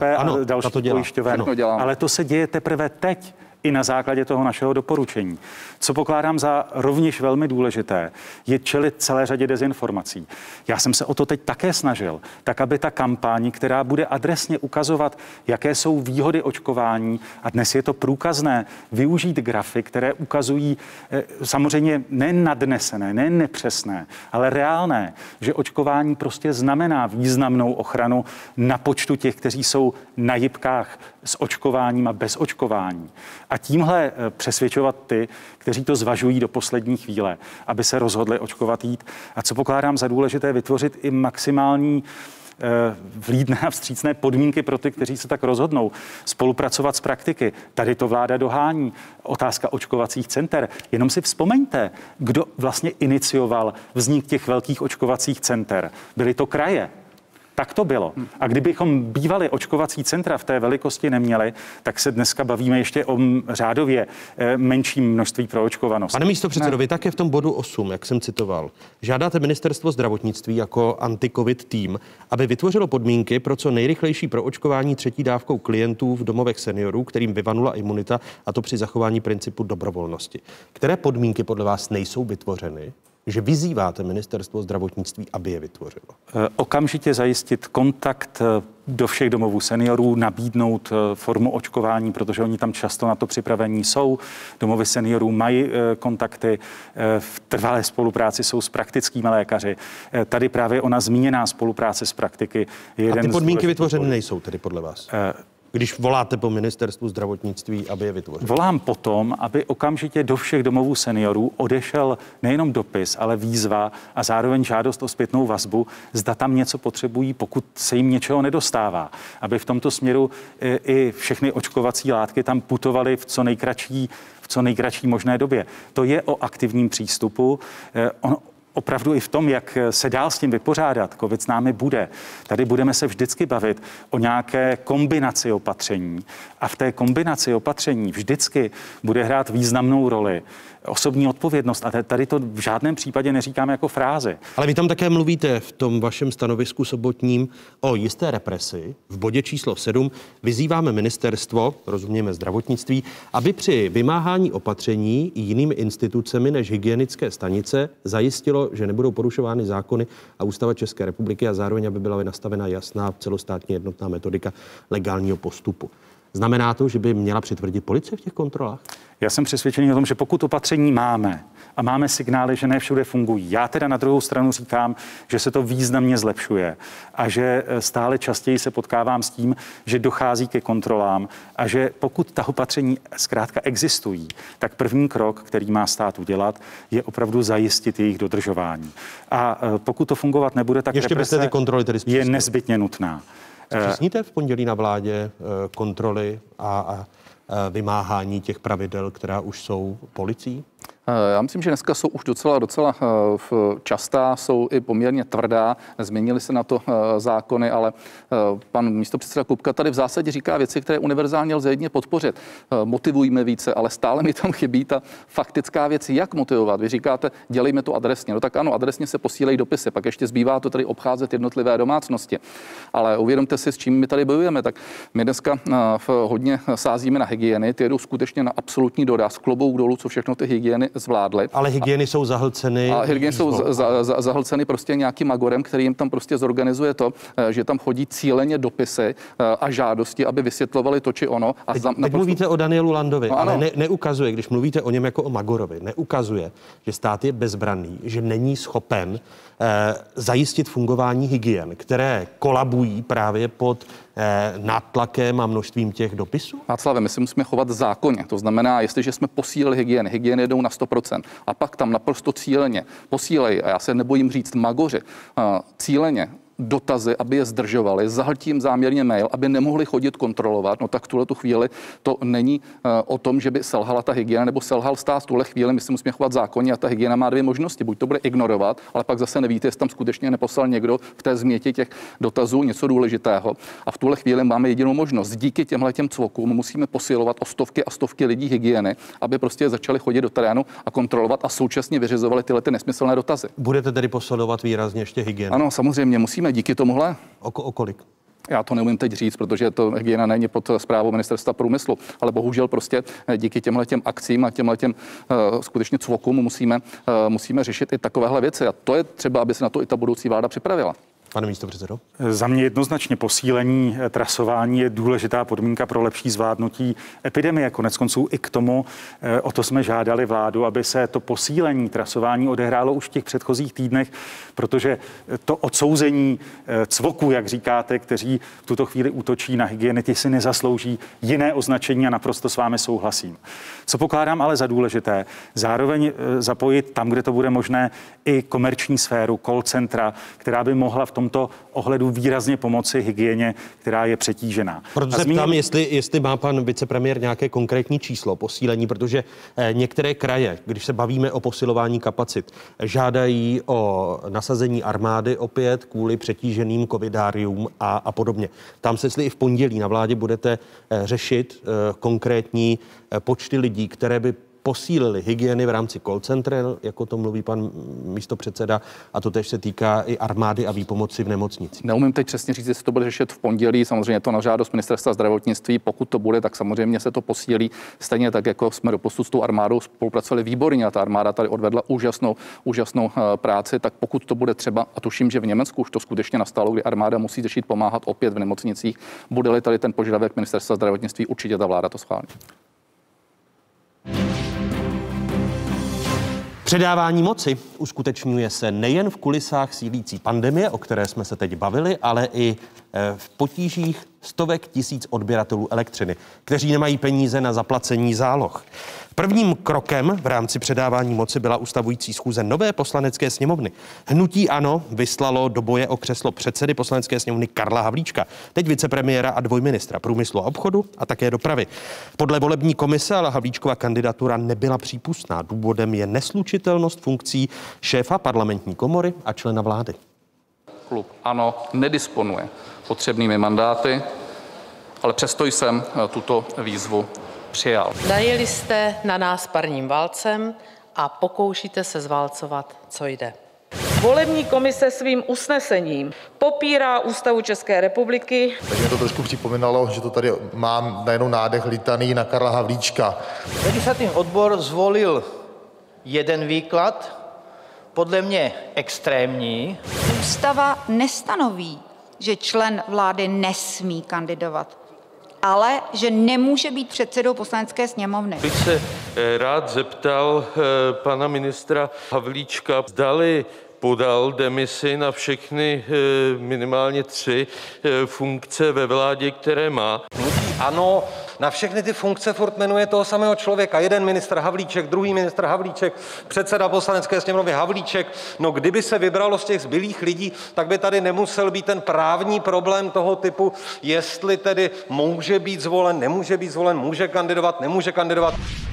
F: a dalších pojišťoven. Ale to se děje teprve teď. I na základě toho našeho doporučení. Co pokládám za rovněž velmi důležité, je čelit celé řadě dezinformací. Já jsem se o to teď také snažil, tak aby ta kampaň, která bude adresně ukazovat, jaké jsou výhody očkování, a dnes je to průkazné, využít grafy, které ukazují samozřejmě ne nadnesené, ne nepřesné, ale reálné, že očkování prostě znamená významnou ochranu na počtu těch, kteří jsou na jipkách s očkováním a bez očkování. A tímhle přesvědčovat ty, kteří to zvažují do poslední chvíle, aby se rozhodli očkovat jít. A co pokládám za důležité, vytvořit i maximální vlídné a vstřícné podmínky pro ty, kteří se tak rozhodnou. Spolupracovat s praktiky. Tady to vláda dohání. Otázka očkovacích center. Jenom si vzpomeňte, kdo vlastně inicioval vznik těch velkých očkovacích center. Byly to kraje. Tak to bylo. A kdybychom bývali očkovací centra v té velikosti neměli, tak se dneska bavíme ještě o řádově menším množství proočkovanosti.
A: Pane místopředsedo, vy také v tom bodu 8, jak jsem citoval, žádáte ministerstvo zdravotnictví jako anti-covid tým, aby vytvořilo podmínky pro co nejrychlejší proočkování třetí dávkou klientů v domovech seniorů, kterým vyvanula imunita, a to při zachování principu dobrovolnosti. Které podmínky podle vás nejsou vytvořeny, že vyzýváte ministerstvo zdravotnictví, aby je vytvořilo?
F: Okamžitě zajistit kontakt do všech domovů seniorů, nabídnout formu očkování, protože oni tam často na to připravení jsou. Domovy seniorů mají kontakty, v trvalé spolupráci jsou s praktickými lékaři. Tady právě ona zmíněná spolupráce s praktiky je jeden.
A: A ty podmínky vytvořeny nejsou tedy podle vás? když voláte po ministerstvu zdravotnictví, aby je vytvořil?
F: Volám potom, aby okamžitě do všech domovů seniorů odešel nejenom dopis, ale výzva a zároveň žádost o zpětnou vazbu, zda tam něco potřebují, pokud se jim něčeho nedostává. Aby v tomto směru i všechny očkovací látky tam putovaly v co nejkratší možné době. To je o aktivním přístupu. Opravdu i v tom, jak se dál s tím vypořádat, covid s námi bude. Tady budeme se vždycky bavit o nějaké kombinaci opatření. A v té kombinaci opatření vždycky bude hrát významnou roli osobní odpovědnost. A tady to v žádném případě neříkáme jako frázi.
A: Ale vy tam také mluvíte v tom vašem stanovisku sobotním o jisté represi. V bodě číslo 7 vyzýváme ministerstvo, rozumějme zdravotnictví, aby při vymáhání opatření i jinými institucemi než hygienické stanice zajistilo, že nebudou porušovány zákony a ústava České republiky a zároveň, aby byla nastavena jasná celostátně jednotná metodika legálního postupu. Znamená to, že by měla přitvrdit policie v těch kontrolách?
F: Já jsem přesvědčený o tom, že pokud opatření máme a máme signály, že ne všude fungují, já teda na druhou stranu říkám, že se to významně zlepšuje a že stále častěji se potkávám s tím, že dochází ke kontrolám a že pokud ta opatření zkrátka existují, tak první krok, který má stát udělat, je opravdu zajistit jejich dodržování. A pokud to fungovat nebude, tak
A: ještě byste ty kontroly tedy
F: je nezbytně nutná.
A: Zpřísníte v pondělí na vládě kontroly a vymáhání těch pravidel, která už jsou policií?
E: Já myslím, že dneska jsou už docela častá, jsou i poměrně tvrdá, změnily se na to zákony, ale pan místopředseda Kupka tady v zásadě říká věci, které univerzálně lze jedině podpořit. Motivujme více, ale stále mi tam chybí ta faktická věc, jak motivovat. Vy říkáte, dělejme to adresně. No tak ano, adresně se posílejí dopisy, pak ještě zbývá to tady obcházet jednotlivé domácnosti. Ale uvědomte si, s čím my tady bojujeme. Tak my dneska hodně sázíme na hygieny, ty jedou skutečně na absolutní doraz, klobouk dolů, co všechno ty hygieny zvládli.
A: Ale hygieny jsou zahlceny.
E: A hygieny jsou zahlceny prostě nějakým magorem, který jim tam prostě zorganizuje to, že tam chodí cíleně dopisy a žádosti, aby vysvětlovali to či ono. A
A: teď mluvíte o Danielu Landovi,
E: no,
A: ale neukazuje, když mluvíte o něm jako o magorovi, neukazuje, že stát je bezbranný, že není schopen zajistit fungování hygien, které kolabují právě pod nátlakem a množstvím těch dopisů?
E: Václave, my si musíme chovat zákonně. To znamená, jestliže jsme posílili hygieny jdou na 100%, a pak tam naprosto cíleně posílejí, a já se nebojím říct magoři, cíleně dotazy, aby je zdržovali, zahltím záměrně mail, aby nemohli chodit kontrolovat, no tak v tuhletu chvíli to není o tom, že by selhala ta hygiena nebo selhal stát. V tuhle chvíli my si musíme chovat zákonně a ta hygiena má dvě možnosti. Buď to bude ignorovat, ale pak zase nevíte, jestli tam skutečně neposlal někdo v té změti těch dotazů něco důležitého. A v tuhle chvíli máme jedinou možnost. Díky těmhletěm cvokům musíme posilovat o stovky a stovky lidí hygieny, aby prostě začali chodit do terénu a kontrolovat a současně vyřizovali tyhle ty nesmyslné dotazy.
A: Budete tedy posilovat výrazně ještě hygienu?
E: Ano, samozřejmě musíme díky tomuhle.
A: O kolik?
E: Já to neumím teď říct, protože to hygiena není pod správou Ministerstva průmyslu, ale bohužel prostě díky těmhletěm akcím a těmhletěm skutečně cvokům musíme řešit i takovéhle věci. A to je třeba, aby se na to i ta budoucí vláda připravila.
A: Pane místopředsedo?
F: Za mě jednoznačně posílení trasování je důležitá podmínka pro lepší zvládnutí epidemie. Koneckonců i k tomu, o to jsme žádali vládu, aby se to posílení trasování odehrálo už v těch předchozích týdnech, protože to odsouzení cvoků, jak říkáte, kteří v tuto chvíli útočí na hygieny, ty si nezaslouží jiné označení a naprosto s vámi souhlasím. Co pokládám ale za důležité, zároveň zapojit tam, kde to bude možné, i komerční sféru, call centra, která by mohla v tomto ohledu výrazně pomoci hygieně, která je přetížená.
A: Proto se ptám, jestli má pan vicepremiér nějaké konkrétní číslo posílení, protože některé kraje, když se bavíme o posilování kapacit, žádají o nasazení armády opět kvůli přetíženým covidáriům a podobně. Tam se, jestli i v pondělí na vládě budete řešit konkrétní počty lidí, které by posílili hygieny v rámci call center, jako to mluví pan místopředseda, a to tež se týká i armády a výpomoci v nemocnici.
E: Neumím teď přesně říct, jestli to bude řešit v pondělí, samozřejmě to na žádost Ministerstva zdravotnictví, pokud to bude, tak samozřejmě se to posílí, stejně tak, jako jsme doposud s tou armádou spolupracovali výborně a ta armáda tady odvedla úžasnou práci, tak pokud to bude třeba, a tuším, že v Německu už to skutečně nastalo, kdy armáda musí začít pomáhat opět v nemocnicích, bude-li tady ten požadavek Ministerstva zdravotnictví, určitě ta vláda to schválí.
A: Předávání moci uskutečňuje se nejen v kulisách sílící pandemie, o které jsme se teď bavili, ale i v potížích stovek tisíc odběratelů elektřiny, kteří nemají peníze na zaplacení záloh. Prvním krokem v rámci předávání moci byla ustavující schůze nové poslanecké sněmovny. Hnutí ANO vyslalo do boje o křeslo předsedy poslanecké sněmovny Karla Havlíčka, teď vicepremiéra a dvojministra průmyslu a obchodu a také dopravy. Podle volební komise ale Havlíčkova kandidatura nebyla přípustná. Důvodem je neslučitelnost funkcí šéfa parlamentní komory a člena vlády.
E: Klub ANO nedisponuje potřebnými mandáty, ale přesto jsem tuto výzvu přijal.
G: Najeli jste na nás parním válcem a pokoušíte se zválcovat, co jde.
H: Volební komise svým usnesením popírá Ústavu České republiky.
I: Takže mě to trošku připomínalo, že to tady mám najednou nádech lítaný na Karla Havlíčka.
J: Legislativní odbor zvolil jeden výklad, podle mě extrémní.
K: Ústava nestanoví, že člen vlády nesmí kandidovat, ale že nemůže být předsedou poslanecké sněmovny.
L: Bych se rád zeptal pana ministra Havlíčka, zdali podal demisi na všechny minimálně 3 funkce ve vládě, které má.
J: Ano, na všechny ty funkce furt jmenuje toho samého člověka. Jeden ministr Havlíček, druhý ministr Havlíček, předseda poslanecké sněmovny Havlíček. No kdyby se vybralo z těch zbylých lidí, tak by tady nemusel být ten právní problém toho typu, jestli tedy může být zvolen, nemůže být zvolen, může kandidovat, nemůže kandidovat.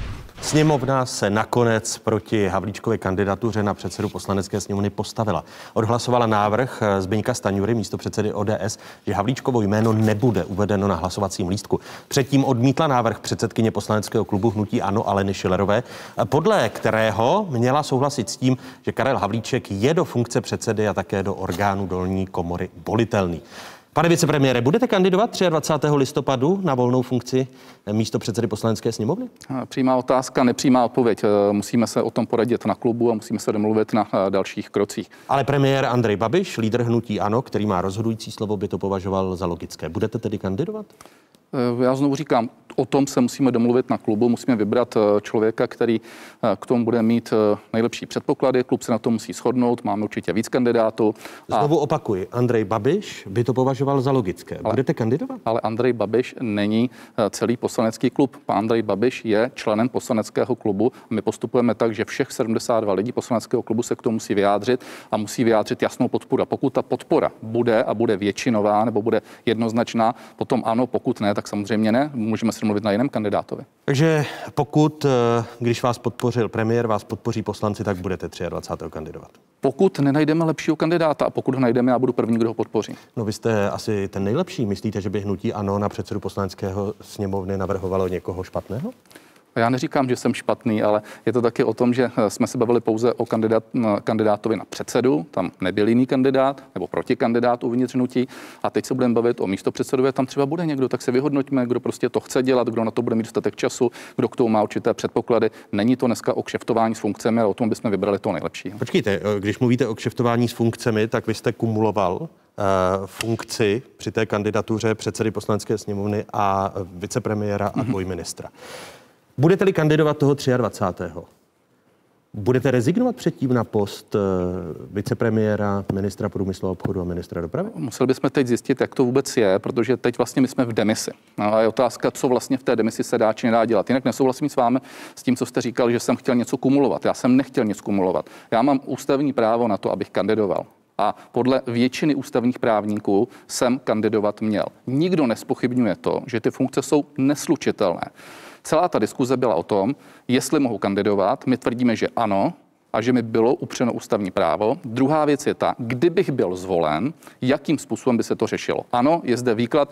A: Sněmovna se nakonec proti Havlíčkově kandidatuře na předsedu poslanecké sněmovny postavila. Odhlasovala návrh Zbyňka Stanjury, místopředsedy ODS, že Havlíčkovo jméno nebude uvedeno na hlasovacím lístku. Předtím odmítla návrh předsedkyně poslaneckého klubu hnutí ANO Aleny Schillerové, podle kterého měla souhlasit s tím, že Karel Havlíček je do funkce předsedy a také do orgánu dolní komory volitelný. Pane vicepremiére, budete kandidovat 23. listopadu na volnou funkci místopředsedy poslanecké sněmovny?
E: Přímá otázka, nepřímá odpověď. Musíme se o tom poradit na klubu a musíme se domluvit na dalších krocích.
A: Ale premiér Andrej Babiš, lídr hnutí ANO, který má rozhodující slovo, by to považoval za logické. Budete tedy kandidovat?
E: Já znovu říkám, o tom se musíme domluvit na klubu, musíme vybrat člověka, který k tomu bude mít nejlepší předpoklady, klub se na to musí shodnout, máme určitě víc kandidátů.
A: Znovu opakuji, Andrej Babiš by to považoval za logické. Budete kandidovat?
E: Ale Andrej Babiš není celý poslanecký klub. Pan Andrej Babiš je členem poslaneckého klubu. My postupujeme tak, že všech 72 lidí poslaneckého klubu se k tomu musí vyjádřit a musí vyjádřit jasnou podporu. A pokud ta podpora bude a bude většinová nebo bude jednoznačná, potom ano, pokud ne, tak samozřejmě ne. Můžeme se mluvit na jiném kandidátovi.
A: Takže pokud, když vás podpořil premiér, vás podpoří poslanci, tak budete 23. kandidovat.
E: Pokud nenajdeme lepšího kandidáta a pokud ho najdeme, já budu první, kdo ho podpoří.
A: No vy jste asi ten nejlepší. Myslíte, že by hnutí ANO na předsedu poslaneckého sněmovny navrhovalo někoho špatného?
E: Já neříkám, že jsem špatný, ale je to taky o tom, že jsme se bavili pouze o kandidátovi na předsedu, tam nebyl jiný kandidát nebo protikandidát uvnitř hnutí a teď se budeme bavit o místopředsedově, tam třeba bude někdo, tak se vyhodnoťme, kdo prostě to chce dělat, kdo na to bude mít dostatek času, kdo k tomu má určité předpoklady. Není to dneska o kšeftování s funkcemi, ale o tom bychom vybrali to nejlepšího.
A: Počkejte, když mluvíte o kšeftování s funkcemi, tak vy jste kumuloval funkci při té kandidatuře předsedy poslanecké sněmovny a vicepremiéra a dvojministra. Budete-li kandidovat toho 23. Budete rezignovat předtím na post vicepremiéra, ministra průmyslu a obchodu a ministra dopravy?
E: Museli bychom teď zjistit, jak to vůbec je, protože teď vlastně my jsme v demisi. A je otázka, co vlastně v té demisi se dá či nedá dělat. Jinak nesouhlasím s vámi s tím, co jste říkal, že jsem chtěl něco kumulovat. Já jsem nechtěl nic kumulovat. Já mám ústavní právo na to, abych kandidoval. A podle většiny ústavních právníků jsem kandidovat měl. Nikdo nespochybňuje to, že ty funkce jsou neslučitelné. Celá ta diskuze byla o tom, jestli mohu kandidovat. My tvrdíme, že ano a že mi bylo upřeno ústavní právo. Druhá věc je ta, kdybych byl zvolen, jakým způsobem by se to řešilo. Ano, je zde výklad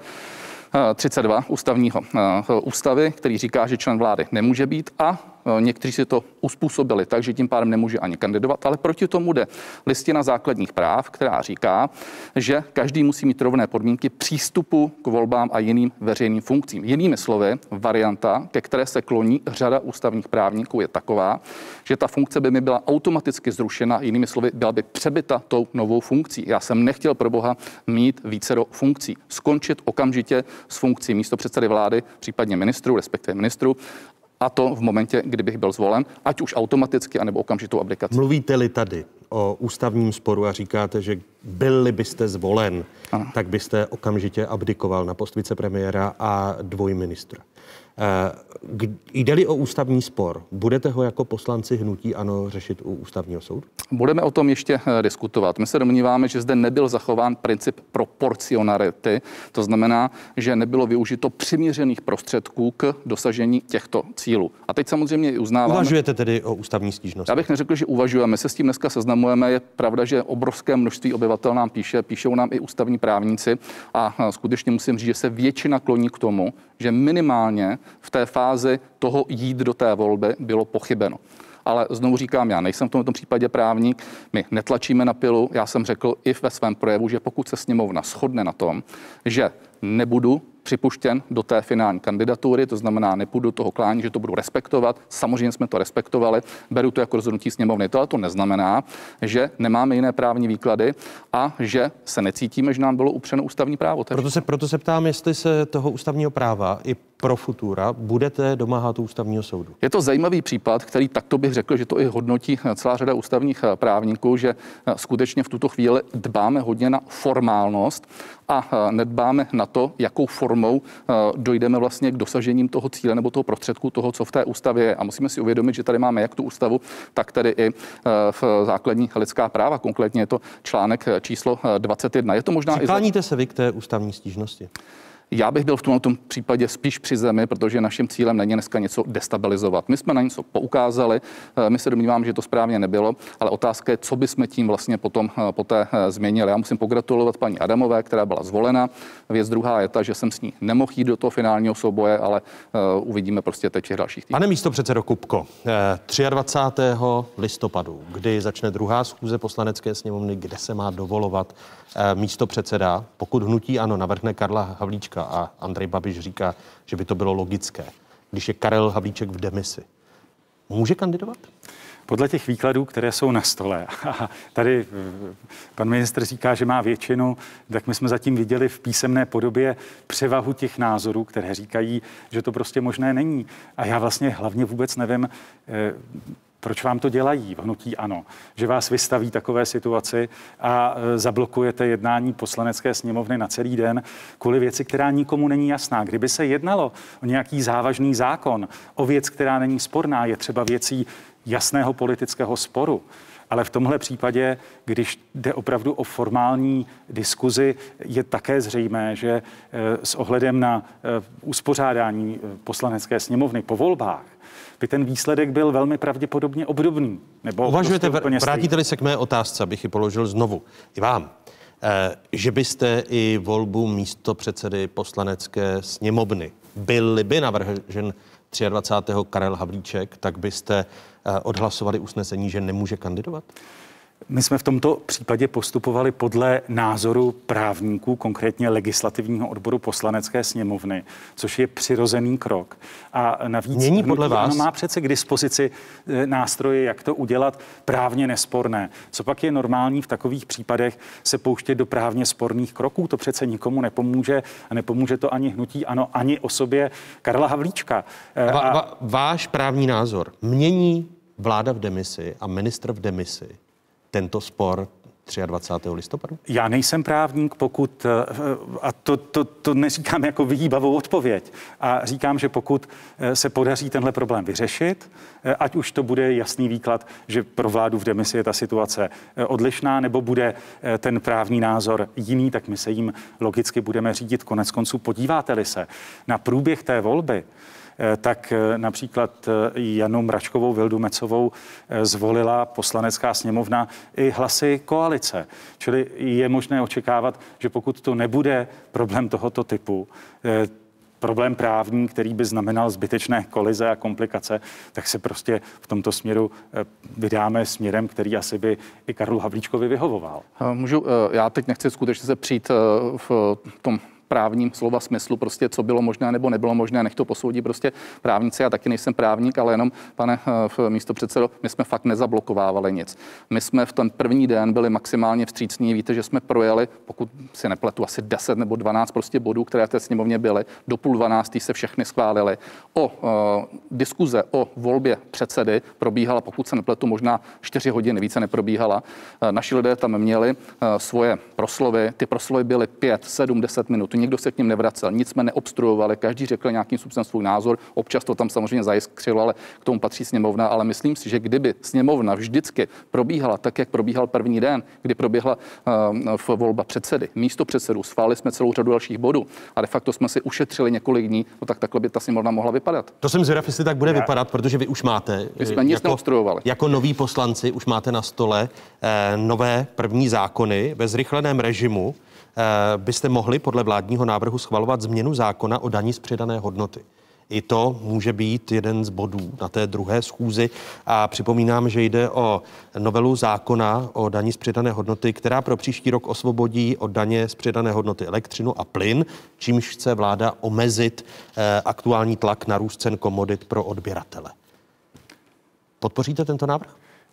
E: 32 ústavy, který říká, že člen vlády nemůže být a někteří si to uspůsobili tak, že tím pádem nemůže ani kandidovat, ale proti tomu jde Listina základních práv, která říká, že každý musí mít rovné podmínky přístupu k volbám a jiným veřejným funkcím. Jinými slovy, varianta, ke které se kloní řada ústavních právníků, je taková, že ta funkce by mi byla automaticky zrušena, jinými slovy, byla by přebyta tou novou funkcí. Já jsem nechtěl pro boha mít vícero funkcí. Skončit okamžitě s funkcí místopředsedy vlády, případně ministru, respektive ministru, a to v momentě, kdybych byl zvolen, ať už automaticky, anebo okamžitou abdikací.
M: Mluvíte-li tady o ústavním sporu a říkáte, že byl-li byste zvolen, tak byste okamžitě abdikoval na post vicepremiéra a dvojministra. Jde-li o ústavní spor, budete ho jako poslanci hnutí ANO řešit u ústavního soudu?
E: Budeme o tom ještě diskutovat. My se domníváme, že zde nebyl zachován princip proporcionality, to znamená, že nebylo využito přiměřených prostředků k dosažení těchto cílů. A teď samozřejmě i uznáváme.
M: Uvažujete tedy o ústavní stížnosti?
E: Já bych neřekl, že uvažujeme. My se s tím dneska seznamujeme. Je pravda, že obrovské množství obyvatel nám píšou nám i ústavní právníci a skutečně musím říct, že se většina kloní k tomu, že minimálně v té fázi toho jít do té volby bylo pochybeno. Ale znovu říkám, já nejsem v tomto případě právník, my netlačíme na pilu. Já jsem řekl i ve svém projevu, že pokud se sněmovna shodne na tom, že nebudu připuštěn do té finální kandidatury, to znamená, nepůjdu do toho klání, že to budu respektovat. Samozřejmě jsme to respektovali, beru to jako rozhodnutí sněmovny. To ale to neznamená, že nemáme jiné právní výklady a že se necítíme, že nám bylo upřeno ústavní právo.
M: Proto se ptám, jestli se toho ústavního práva i pro futura budete domáhat u ústavního soudu.
E: Je to zajímavý případ, který takto bych řekl, že to i hodnotí celá řada ústavních právníků, že skutečně v tuto chvíli dbáme hodně na formálnost a nedbáme na to, jakou formou dojdeme vlastně k dosažením toho cíle nebo toho prostředku, toho, co v té ústavě je. A musíme si uvědomit, že tady máme jak tu ústavu, tak tady i v základní lidská práva. Konkrétně je to článek číslo 21. Je to možná
M: Přikláníte se vy k té ústavní stížnosti?
E: Já bych byl v tomto případě spíš při zemi, protože naším cílem není dneska něco destabilizovat. My jsme na něco poukázali, my se domníváme, že to správně nebylo, ale otázka je, co bychom tím vlastně potom poté změnili. Já musím pogratulovat paní Adamové, která byla zvolena. Věc druhá je ta, že jsem s ní nemohl jít do toho finálního souboje, ale uvidíme prostě teď v dalších týdnech.
M: Pane místopředsedo Kupko, 23. listopadu, kdy začne druhá schůze Poslanecké sněmovny, kde se má dovolovat místopředseda, pokud hnutí ANO navrhne Karla Havlíčka a Andrej Babiš říká, že by to bylo logické, když je Karel Havlíček v demisi, může kandidovat?
F: Podle těch výkladů, které jsou na stole, a tady pan ministr říká, že má většinu, tak my jsme zatím viděli v písemné podobě převahu těch názorů, které říkají, že to prostě možné není. A já vlastně hlavně vůbec nevím, proč vám to dělají v hnutí ANO, že vás vystaví takové situaci a zablokujete jednání Poslanecké sněmovny na celý den kvůli věci, která nikomu není jasná. Kdyby se jednalo o nějaký závažný zákon, o věc, která není sporná, je třeba věcí jasného politického sporu. Ale v tomhle případě, když jde opravdu o formální diskuzi, je také zřejmé, že s ohledem na uspořádání Poslanecké sněmovny po volbách by ten výsledek byl velmi pravděpodobně obdobný. Nebo
M: uvažujete, vrátíte-li se k mé otázce, abych ji položil znovu i vám, že byste i volbu místopředsedy Poslanecké sněmovny, byl-li by navržen 23. Karel Havlíček, tak byste odhlasovali usnesení, že nemůže kandidovat?
F: My jsme v tomto případě postupovali podle názoru právníků, konkrétně legislativního odboru Poslanecké sněmovny, což je přirozený krok. A navíc
M: Není podle vás?
F: Má přece k dispozici nástroje, jak to udělat právně nesporné. Co pak je normální v takových případech se pouštět do právně sporných kroků? To přece nikomu nepomůže a nepomůže to ani hnutí ANO, ani osobě Karla Havlíčka.
M: Váš právní názor mění vláda v demisi a ministr v demisi tento spor 23. listopadu?
F: Já nejsem právník, pokud, a to neříkám jako vyhýbavou odpověď, a říkám, že pokud se podaří tenhle problém vyřešit, ať už to bude jasný výklad, že pro vládu v demisi je ta situace odlišná, nebo bude ten právní názor jiný, tak my se jim logicky budeme řídit. Konec konců podíváte-li se na průběh té volby, tak například Janu Mračkovou Vildumetzovou zvolila Poslanecká sněmovna i hlasy koalice. Čili je možné očekávat, že pokud to nebude problém tohoto typu, problém právní, který by znamenal zbytečné kolize a komplikace, tak se prostě v tomto směru vydáme směrem, který asi by i Karlu Havlíčkovi vyhovoval.
E: Já teď nechci skutečně se přijít v tom právním slova smyslu, prostě co bylo možné nebo nebylo možné, nech to posoudí prostě právníci. Já taky nejsem právník, ale jenom, pane místopředsedo, my jsme fakt nezablokovávali nic. My jsme v ten první den byli maximálně vstřícní. Víte, že jsme projeli, pokud si nepletu, asi 10 nebo 12 prostě bodů, které v té sněmovně byly. Do 11:30 se všechny schválili. Diskuze o volbě předsedy probíhala, pokud se nepletu, možná 4 hodiny, více neprobíhala. Naši lidé tam měli svoje proslovy. Ty proslovy byly 5, 7, 10 minut. Nikdo se k nim nevracel, nic jsme neobstruovali, každý řekl nějakým způsobem svůj názor. Občas to tam samozřejmě zajiskřilo, ale k tomu patří sněmovna. Ale myslím si, že kdyby sněmovna vždycky probíhala tak, jak probíhal první den, kdy proběhla volba předsedy, místo předsedů, schválili jsme celou řadu dalších bodů a de facto jsme si ušetřili několik dní, no tak takhle by ta sněmovna mohla vypadat.
M: To jsem zvědav, jestli tak bude vypadat, protože vy už máte jako noví poslanci už máte na stole nové první zákony ve zrychleném režimu. Byste mohli podle vládního návrhu schvalovat změnu zákona o dani z přidané hodnoty. I to může být jeden z bodů na té druhé schůzi a připomínám, že jde o novelu zákona o dani z přidané hodnoty, která pro příští rok osvobodí od daně z přidané hodnoty elektřinu a plyn, čímž chce vláda omezit aktuální tlak na růst cen komodit pro odběratele. Podpoříte tento návrh?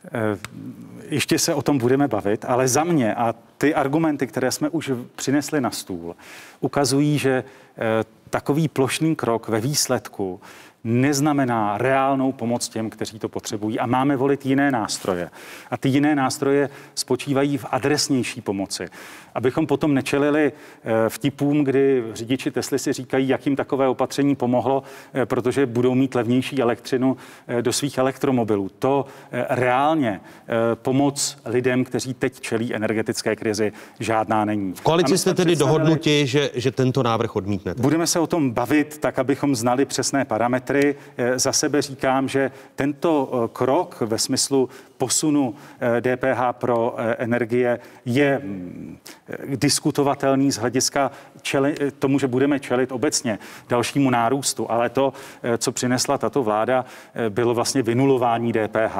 F: Ještě se o tom budeme bavit, ale za mě a ty argumenty, které jsme už přinesli na stůl, ukazují, že takový plošný krok ve výsledku neznamená reálnou pomoc těm, kteří to potřebují a máme volit jiné nástroje. A ty jiné nástroje spočívají v adresnější pomoci. Abychom potom nečelili vtipům, kdy řidiči Tesly si říkají, jak jim takové opatření pomohlo, protože budou mít levnější elektřinu do svých elektromobilů. To reálně pomoc lidem, kteří teď čelí energetické krizi, žádná není.
M: V koalici jste tedy dohodnuti, že tento návrh odmítnete?
F: Budeme se o tom bavit tak, abychom znali přesné parametry. Za sebe říkám, že tento krok ve smyslu posunu DPH pro energie je diskutovatelný z hlediska tomu, že budeme čelit obecně dalšímu nárůstu, ale to, co přinesla tato vláda, bylo vlastně vynulování DPH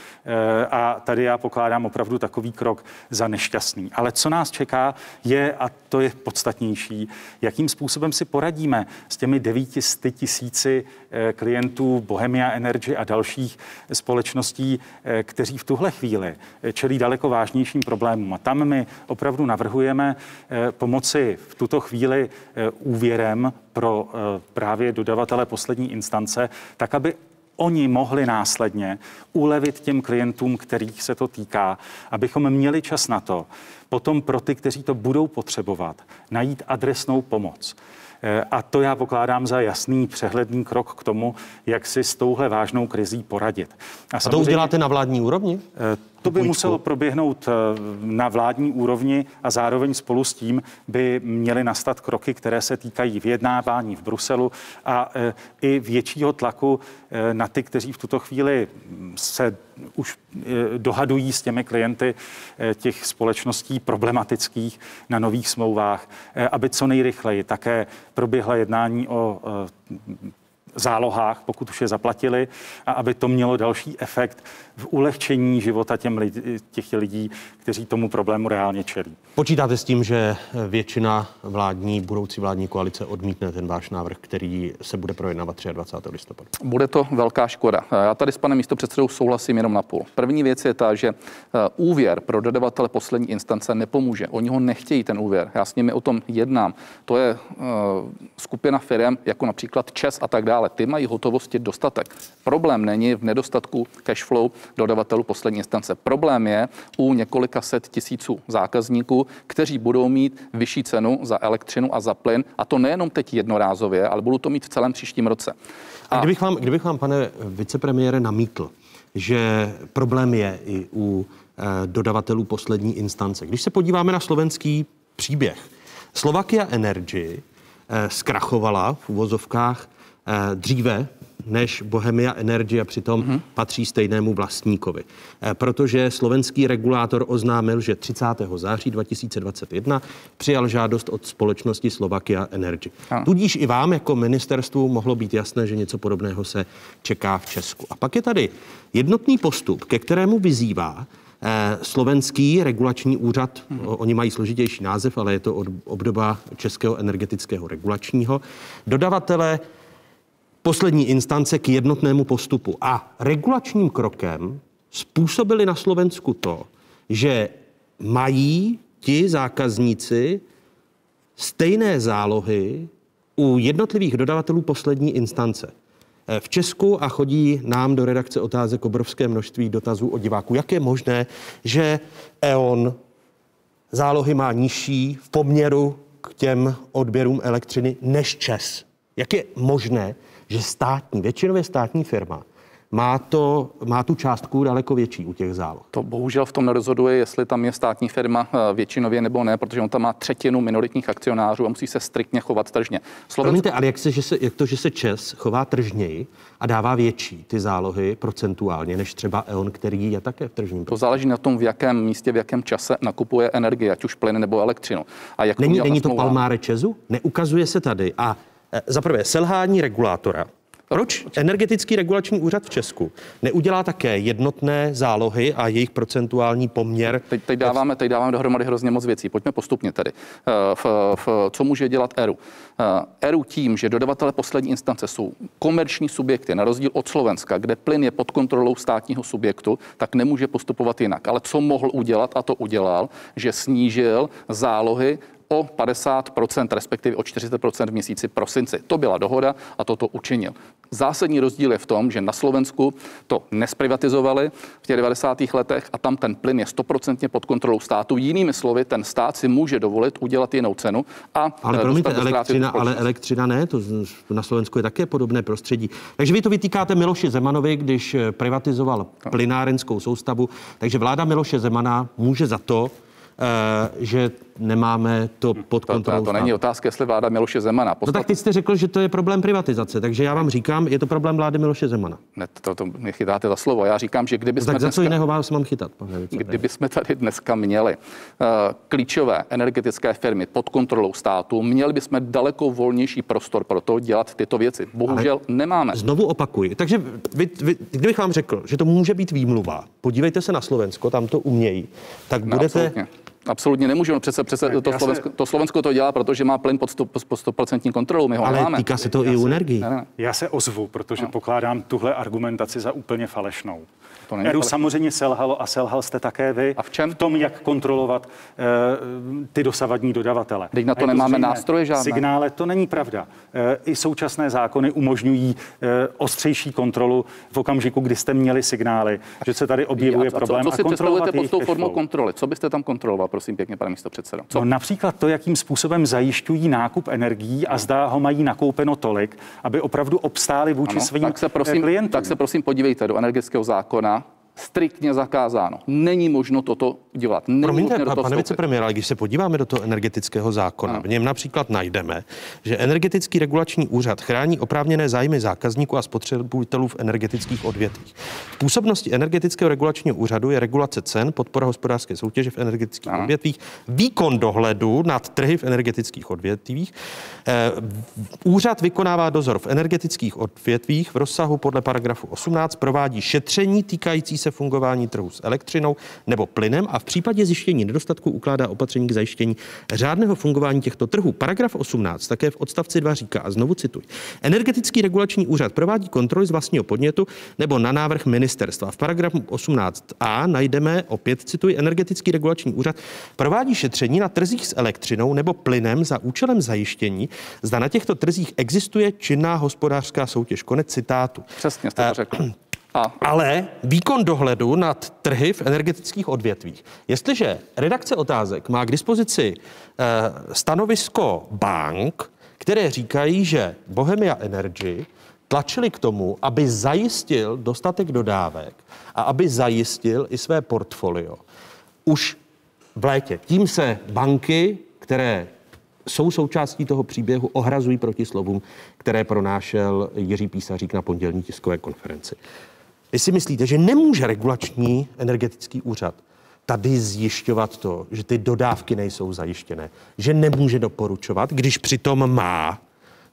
F: a tady já pokládám opravdu takový krok za nešťastný. Ale co nás čeká je, a to je podstatnější, jakým způsobem si poradíme s těmi 900 000 klientů Bohemia Energy a dalších společností, kteří v tuhle chvíli čelí daleko vážnějším problémům. A tam my opravdu navrhujeme pomoci v tuto chvíli úvěrem pro právě dodavatele poslední instance, tak aby oni mohli následně ulevit těm klientům, kterých se to týká, abychom měli čas na to, potom pro ty, kteří to budou potřebovat, najít adresnou pomoc. A to já pokládám za jasný, přehledný krok k tomu, jak si s touhle vážnou krizí poradit.
M: A to uděláte na vládní úrovni?
F: To by muselo proběhnout na vládní úrovni a zároveň spolu s tím by měly nastat kroky, které se týkají vyjednávání v Bruselu a i většího tlaku na ty, kteří v tuto chvíli se už dohadují s těmi klienty těch společností problematických na nových smlouvách, aby co nejrychleji také proběhla jednání o zálohách, pokud už je zaplatili, a aby to mělo další efekt v ulehčení života těch lidí, kteří tomu problému reálně čelí.
M: Počítáte s tím, že většina budoucí vládní koalice odmítne ten váš návrh, který se bude projednávat 23. listopadu?
E: Bude to velká škoda. Já tady s panem místopředsedou souhlasím jenom na půl. První věc je ta, že úvěr pro dodavatele poslední instance nepomůže. Oni ho nechtějí, ten úvěr. Já s nimi o tom jednám. To je skupina firem, jako například ČEZ a tak dále. Ty mají hotovosti dostatek. Problém není v nedostatku cash flow dodavatelů poslední instance. Problém je u několika set tisíců zákazníků, kteří budou mít vyšší cenu za elektřinu a za plyn, a to nejenom teď jednorázově, ale budou to mít v celém příštím roce.
M: A kdybych vám, pane vicepremiére, namítl, že problém je i u dodavatelů poslední instance. Když se podíváme na slovenský příběh, Slovakia Energy zkrachovala v uvozovkách dříve než Bohemia Energy a přitom patří stejnému vlastníkovi. Protože slovenský regulátor oznámil, že 30. září 2021 přijal žádost od společnosti Slovakia Energy. Tudíž i vám jako ministerstvu mohlo být jasné, že něco podobného se čeká v Česku. A pak je tady jednotný postup, ke kterému vyzývá Slovenský regulační úřad, oni mají složitější název, ale je to obdoba Českého energetického regulačního, dodavatele poslední instance k jednotnému postupu. A regulačním krokem způsobili na Slovensku to, že mají ti zákazníci stejné zálohy u jednotlivých dodavatelů poslední instance. V Česku a chodí nám do redakce Otázek obrovské množství dotazů od diváků. Jak je možné, že E.ON zálohy má nižší v poměru k těm odběrům elektřiny než ČEZ? Jak je možné, že většinově státní firma má tu částku daleko větší u těch záloh?
E: To bohužel v tom nerozhoduje, jestli tam je státní firma většinově nebo ne, protože on tam má třetinu minoritních akcionářů a musí se striktně chovat tržně.
M: Promiňte, ale že se ČEZ chová tržněji a dává větší ty zálohy procentuálně než třeba E.ON, který je také v tržním.
E: To záleží na tom, v jakém místě, v jakém čase nakupuje energie, ať už plyn nebo elektřinu. A jak
M: není to palmáre ČEZu? Neukazuje se tady. A za prvé selhání regulátora. Proč Energetický regulační úřad v Česku neudělá také jednotné zálohy a jejich procentuální poměr?
E: Teď dáváme dohromady hrozně moc věcí. Pojďme postupně tedy. Co může dělat ERU? ERU tím, že dodavatele poslední instance jsou komerční subjekty, na rozdíl od Slovenska, kde plyn je pod kontrolou státního subjektu, tak nemůže postupovat jinak. Ale co mohl udělat, a to udělal, že snížil zálohy o 50%, respektive o 40% v měsíci prosinci. To byla dohoda a toto učinil. Zásadní rozdíl je v tom, že na Slovensku to nesprivatizovali v těch 90. letech a tam ten plyn je 100% pod kontrolou státu. Jinými slovy, ten stát si může dovolit udělat jinou cenu a
M: ale promiňte, elektřina ne, to na Slovensku je také podobné prostředí. Takže vy to vytýkáte Miloši Zemanovi, když privatizoval plynárenskou soustavu, takže vláda Miloše Zemana může za to, že nemáme to pod kontrolou.
E: To není otázka, jestli vláda Miloše Zemana.
M: No tak teď jste řekl, že to je problém privatizace, takže já vám říkám, je to problém vlády Miloše Zemana.
E: Ne, to mě chytáte za slovo. Já říkám, že kdyby jsme
M: tak za co jiného vás mám chytat, pane vicepremiére?
E: Kdyby jsme tady dneska měli klíčové energetické firmy pod kontrolou státu, měli bychom daleko volnější prostor pro to dělat tyto věci. Bohužel nemáme.
M: Znovu opakuji. Takže kdybych vám řekl, že to může být výmluva, podívejte se na Slovensko, tam to umějí, tak budete...
E: Absolutně nemůžeme. Přece to Slovensko to dělá, protože má plyn pod 100% kontrolou. My ho
M: ale
E: nemáme.
M: Týká se to i u energií.
F: Já se ozvu, protože pokládám tuhle argumentaci za úplně falešnou. ERU samozřejmě selhalo a selhal jste také vy.
E: A v čem?
F: V tom, jak kontrolovat ty dosavadní dodavatele.
E: Teď na to nemáme nástroje žádné.
F: Signále, to není pravda. I současné zákony umožňují ostřejší kontrolu v okamžiku, kdy jste měli signály, že se tady objevuje problém.
E: Co si představujete pod tou formou kontroly? Co byste tam kontroloval, prosím pěkně, pane místopředsedo?
F: No, například to, jakým způsobem zajišťují nákup energií a zdá ho mají nakoupeno tolik, aby opravdu obstáli vůči svým klientům.
E: Tak se prosím podívejte do energetického zákona. Striktně zakázáno. Není možno toto dělat.
M: Promiňte, pane vicepremiére, ale když se podíváme do toho energetického zákona, v něm například najdeme, že Energetický regulační úřad chrání oprávněné zájmy zákazníků a spotřebitelů v energetických odvětvích. V působnosti Energetického regulačního úřadu je regulace cen, podpora hospodářské soutěže v energetických odvětvích, výkon dohledu nad trhy v energetických odvětvích. Úřad vykonává dozor v energetických odvětvích v rozsahu podle paragrafu 18, provádí šetření týkající se fungování trhu s elektřinou nebo plynem a v případě zjištění nedostatku ukládá opatření k zajištění řádného fungování těchto trhů. Paragraf 18 také v odstavci 2 říká, a znovu cituji, Energetický regulační úřad provádí kontroly z vlastního podnětu nebo na návrh ministerstva. V paragrafu 18a najdeme, opět cituji, Energetický regulační úřad provádí šetření na trzích s elektřinou nebo plynem za účelem zajištění, zda na těchto trzích existuje činná hospodářská soutěž. Konec citátu.
E: Přesně jste to řekl.
M: Ale výkon dohledu nad trhy v energetických odvětvích. Jestliže redakce Otázek má k dispozici stanovisko bank, které říkají, že Bohemia Energy tlačili k tomu, aby zajistil dostatek dodávek a aby zajistil i své portfolio už v létě. Tím se banky, které jsou součástí toho příběhu, ohrazují proti slovům, které pronášel Jiří Písařík na pondělní tiskové konferenci. Vy si myslíte, že nemůže regulační energetický úřad tady zjišťovat to, že ty dodávky nejsou zajištěné, že nemůže doporučovat, když přitom má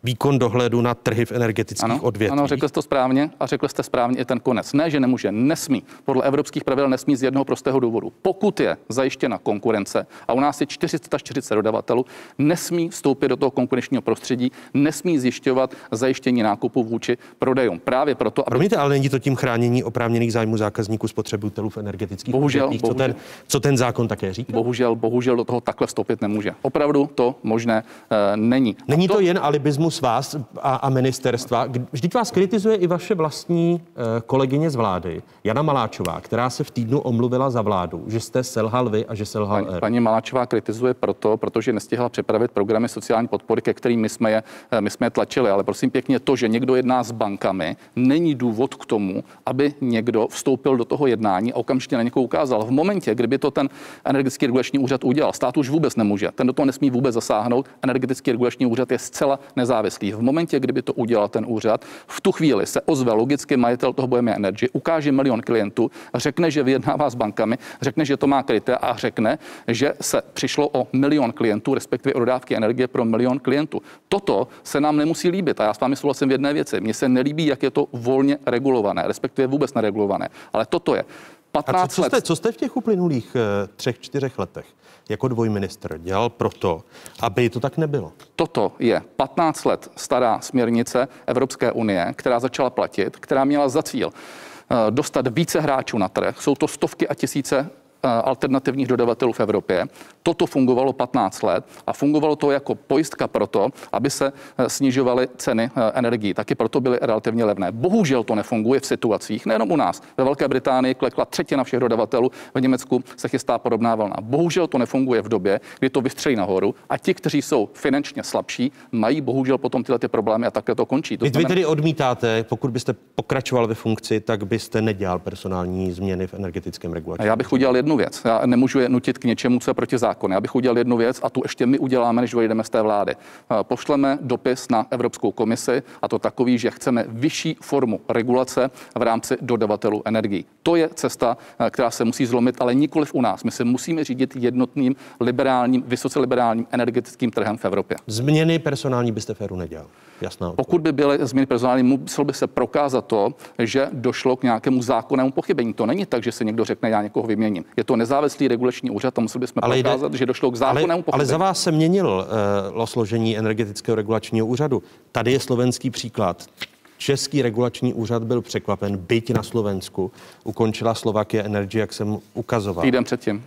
M: výkon dohledu na trhy v energetických odvětvích.
E: Ano, řekl jste to správně a řekl jste správně i ten konec. Ne, že nemůže, nesmí. Podle evropských pravidel nesmí z jednoho prostého důvodu. Pokud je zajištěna konkurence a u nás je 440 dodavatelů, nesmí vstoupit do toho konkurenčního prostředí, nesmí zjišťovat zajištění nákupu vůči prodejům. Právě proto,
M: Promiňte, ale není to tím chránění oprávněných zájmů zákazníků spotřebitelů v energetických odvětvích, co ten zákon také říká?
E: Bohužel do toho takhle vstoupit nemůže. Opravdu to možné není.
M: Není to jen alibismus vás a ministerstva. Vždyť vás kritizuje i vaše vlastní kolegyně z vlády, Jana Maláčová, která se v týdnu omluvila za vládu, že jste selhal vy a že selhal
E: Paní Maláčová kritizuje protože nestihla připravit programy sociální podpory, ke kterým my jsme je tlačili. Ale prosím pěkně, to, že někdo jedná s bankami, není důvod k tomu, aby někdo vstoupil do toho jednání a okamžitě na někoho ukázal. V momentě, kdyby to ten energetický regulační úřad udělal, stát už vůbec nemůže. Ten do toho nesmí vůbec zasáhnout. Energetický regulační úřad je zcela nezávislý. V momentě, kdyby to udělal ten úřad, v tu chvíli se ozve logicky majitel toho Bohemia Energy, ukáže milion klientů, řekne, že vyjednává s bankami, řekne, že to má kryté a řekne, že se přišlo o milion klientů, respektive o dodávky energie pro milion klientů. Toto se nám nemusí líbit a já s vámi souhlasím v jedné věci. Mně se nelíbí, jak je to volně regulované, respektive vůbec neregulované. Ale toto je 15 let.
M: Co jste v těch uplynulých 3-4 letech jako dvojministr dělal proto, aby to tak nebylo?
E: Toto je 15 let stará směrnice Evropské unie, která začala platit, která měla za cíl dostat více hráčů na trh. Jsou to stovky a tisíce alternativních dodavatelů v Evropě. Toto fungovalo 15 let a fungovalo to jako pojistka proto, aby se snižovaly ceny energií. Taky proto byly relativně levné. Bohužel to nefunguje v situacích, nejenom u nás. Ve Velké Británii klekla třetina všech dodavatelů, v Německu se chystá podobná vlna. Bohužel to nefunguje v době, kdy to vystřelí nahoru a ti, kteří jsou finančně slabší, mají bohužel potom tyhle ty problémy a takhle to končí.
M: Vy tedy odmítáte, pokud byste pokračoval ve funkci, tak byste nedělal personální změny v energetickém regulaci.
E: Já bych udělal jednu věc. Já nemůžu je nutit k něčemu, co je proti zákonu. Já bych udělal jednu věc a tu ještě my uděláme, než dojdeme z té vlády. Pošleme dopis na Evropskou komisi a to takový, že chceme vyšší formu regulace v rámci dodavatelů energií. To je cesta, která se musí zlomit, ale nikoliv u nás. My se musíme řídit jednotným liberálním, vysoce liberálním energetickým trhem v Evropě.
M: Změny personální byste féru nedělal. Jasná.
E: Pokud by byly změny personální, muselo by se prokázat to, že došlo k nějakému zákonnému pochybení. To není tak, že se někdo řekne, já někoho vyměním. Je to nezávislý regulační úřad a museli bychom prokázat, že došlo k zákonnému pochybení.
M: Ale za vás se měnilo složení energetického regulačního úřadu. Tady je slovenský příklad. Český regulační úřad byl překvapen, byť na Slovensku ukončila Slovakia Energy, jak jsem ukazoval.
E: Týden předtím.